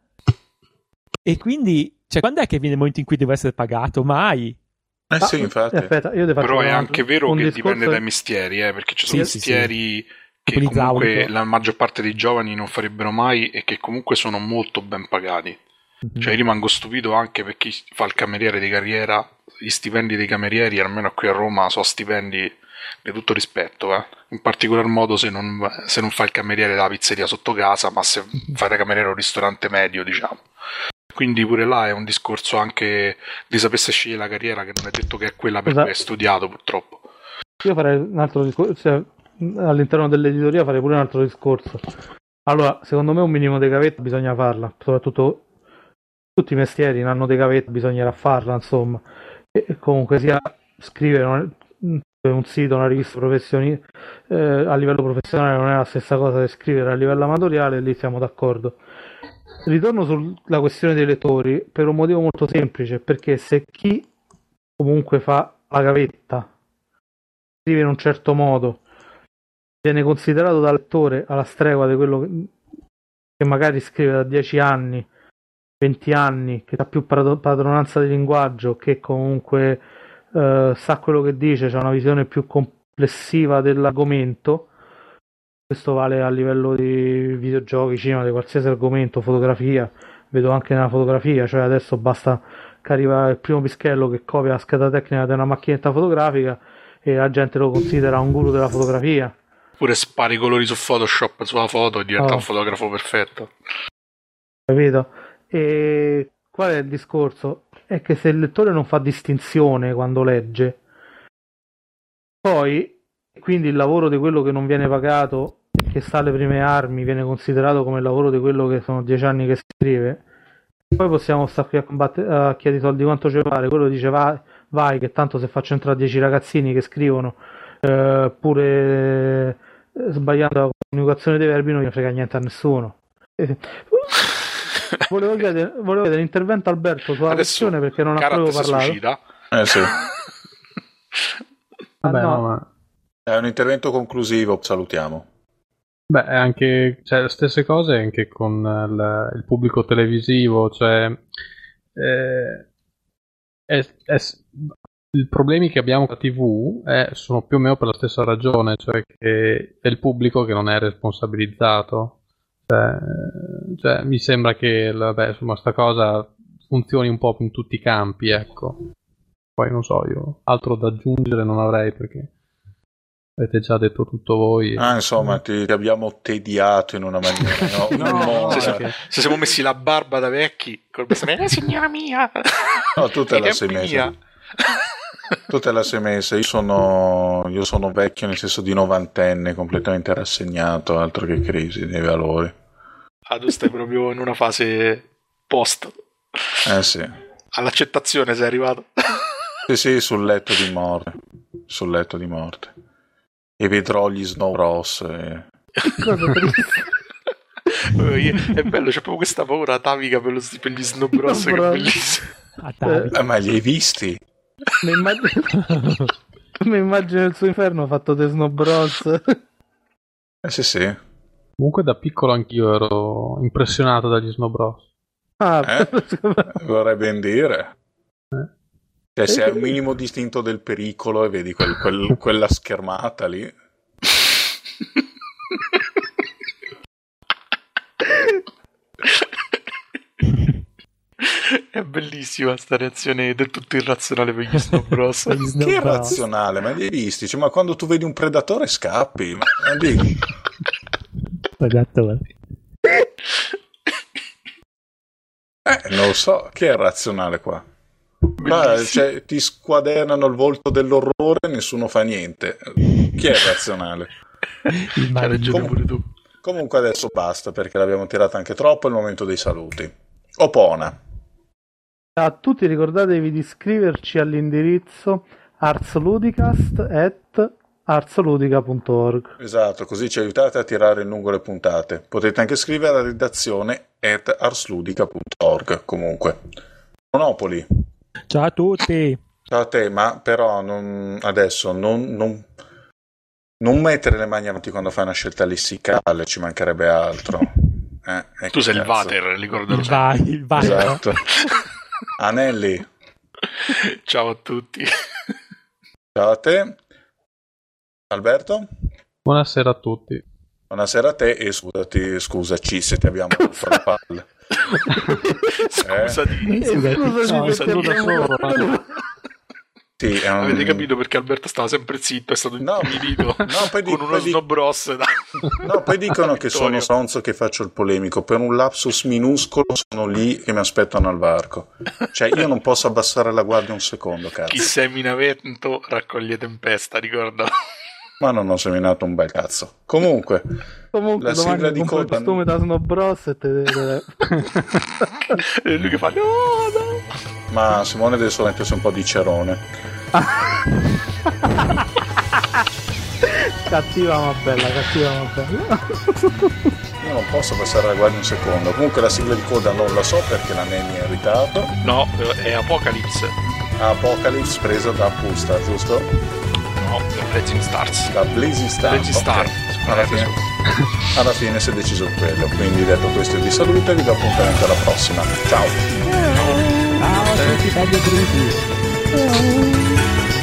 e quindi, cioè, quando è che viene il momento in cui deve essere pagato? Mai. Eh Ah, sì, infatti. Aspetta, io ti faccio Però è un- anche vero un che discorso- dipende dai mestieri, eh, perché ci sono Sì, sì, mestieri che Quelli comunque idraulico. la maggior parte dei giovani non farebbero mai e che comunque sono molto ben pagati. Mhm. Cioè io rimango stupito anche per chi fa il cameriere di carriera, gli stipendi dei camerieri, almeno qui a Roma, sono stipendi di tutto rispetto, eh. In particolar modo se non, se non fai il cameriere della pizzeria sotto casa, ma se fai da cameriere a un ristorante medio, diciamo. Quindi pure là è un discorso anche di sapersi scegliere la carriera, che non è detto che è quella per Esatto. cui hai studiato, purtroppo. Io farei un altro discorso, cioè, all'interno dell'editoria farei pure un altro discorso. Allora, secondo me un minimo di gavetta bisogna farla, soprattutto tutti i mestieri hanno dei gavetta, bisognerà farla, insomma. E comunque sia scrivere un, un sito, una rivista professionale eh, a livello professionale non è la stessa cosa che scrivere a livello amatoriale, lì siamo d'accordo. Ritorno sulla questione dei lettori per un motivo molto semplice, perché se chi comunque fa la gavetta scrive in un certo modo viene considerato dal lettore alla stregua di quello che, che magari scrive da dieci anni, venti anni, che ha più padronanza di linguaggio, che comunque eh, sa quello che dice, c'ha una visione più complessiva dell'argomento. Questo vale a livello di videogiochi, cinema, di qualsiasi argomento, fotografia. Vedo anche nella fotografia, cioè adesso basta che arriva il primo pischello che copia la scheda tecnica di una macchinetta fotografica e la gente lo considera un guru della fotografia. Pure spari i colori su Photoshop sulla foto e diventa Oh. un fotografo perfetto. Capito? E qual è il discorso? È che se il lettore non fa distinzione quando legge, poi quindi il lavoro di quello che non viene pagato, che sta alle prime armi, viene considerato come il lavoro di quello che sono dieci anni che scrive. Poi possiamo stare qui a combattere, a chiedere soldi quanto ci pare. Quello dice vai, vai che tanto se faccio entrare dieci ragazzini che scrivono eh, pure eh, sbagliando la coniugazione dei verbi non gli frega niente a nessuno. Eh, volevo chiedere, volevo chiedere l'intervento Alberto sulla Adesso questione perché non ha Karat proprio si parlato. suicida. Eh sì. Ah, Vabbè, no. no, ma... È un intervento conclusivo, salutiamo. Beh, è anche, cioè, stesse cose anche con il, il pubblico televisivo, cioè eh, è, è, i problemi che abbiamo con la tivù eh, sono più o meno per la stessa ragione, cioè che è il pubblico che non è responsabilizzato. Cioè, cioè, mi sembra che vabbè, insomma, sta cosa funzioni un po' in tutti i campi, ecco. Poi non so, io altro da aggiungere non avrei perché avete già detto tutto voi. Ah, insomma, ti, ti abbiamo tediato in una maniera, no? No, Un modo. Se, perché- se siamo messi la barba da vecchi, col eh, signora mia, No, tu te ai la sei tempi messa. mia. Tu te la sei messa. Io sono, io sono vecchio nel senso di novantenne, completamente rassegnato, altro che crisi dei valori. Ah, tu stai proprio in una fase post. Eh sì. All'accettazione sei arrivato. Sì, sì, sul letto di morte. Sul letto di morte. E vedrò gli Snow Bros. E... Cosa triste. Eh, io- È bello, c'è proprio questa paura atavica per, lo, per gli Snow Bros che è Bros. bellissimo. A Tavi. Eh, ma li hai visti? Mi immagino, mi immagino il suo inferno fatto dei Snow Bros. Eh sì, sì. Comunque da piccolo anch'io ero impressionato dagli Snow Bros. Ah, Eh? Vorrei ben dire. Eh. Cioè, se hai un minimo distinto del pericolo e vedi quel- quel- quella schermata lì. È bellissima sta reazione del tutto irrazionale per gli Snow Bros. Per gli Snow Che Bros. irrazionale, ma li hai visti? Cioè, ma quando tu vedi un predatore scappi. Ma, ma lì- Predatore. eh, non lo so, che è irrazionale qua? Qua, cioè, ti squadernano il volto dell'orrore e nessuno fa niente. Chi è irrazionale? Il Hai ragione Com- pure tu. Comunque adesso basta perché l'abbiamo tirata anche troppo, è il momento dei saluti. Opona. A tutti ricordatevi di iscriverci all'indirizzo arsludicast at arsludica punto org. Esatto, così ci aiutate a tirare in lungo le puntate. Potete anche scrivere alla redazione at arsludica punto org. Comunque, Monopoli. Ciao a tutti. Ciao a te, ma però non, adesso non, non, non mettere le mani avanti quando fai una scelta lessicale, ci mancherebbe altro. Eh, eh, Tu che sei il cazzo. Vater, ricordalo Il sempre. vai, il vai. Esatto. Anelli, Ciao a tutti. ciao a te. Alberto? Buonasera a tutti. Buonasera a te e scusati, scusaci se ti abbiamo rotto le palle. Scusati. Scusati. Scusaci, No, perché da abbiamo- Sì, è un- Avete capito perché Alberto stava sempre zitto, è stato No. intimidito No, poi di- con uno poi di- Snow Bros. Da... No, poi dicono che sono Vittorio. sonzo che faccio il polemico. Per un lapsus minuscolo sono lì che mi aspettano al varco. Cioè, io non posso abbassare la guardia un secondo, Chi cazzo. semina vento raccoglie tempesta, ricordalo. Ma non ho seminato un bel cazzo. Comunque, Comunque La domani sigla di compro il coda- costume da Snow Bros e te... te- E lui che fa no, no. ma Simone deve solo mettersi un po' di cerone. cattiva ma bella, cattiva ma bella. Io non posso passare la guardia un secondo. Comunque la sigla di coda non la so perché la Nemi è in ritardo. No, è Apocalypse. Apocalypse presa da Pusta, giusto? No, è Blazing Stars. Da Blazing Star. Blazing Star. Ok. Alla fine, alla fine si è deciso quello. Quindi detto questo io vi saluto e vi do appuntamento alla prossima. Ciao. Ciao a tutti, belli e bruti.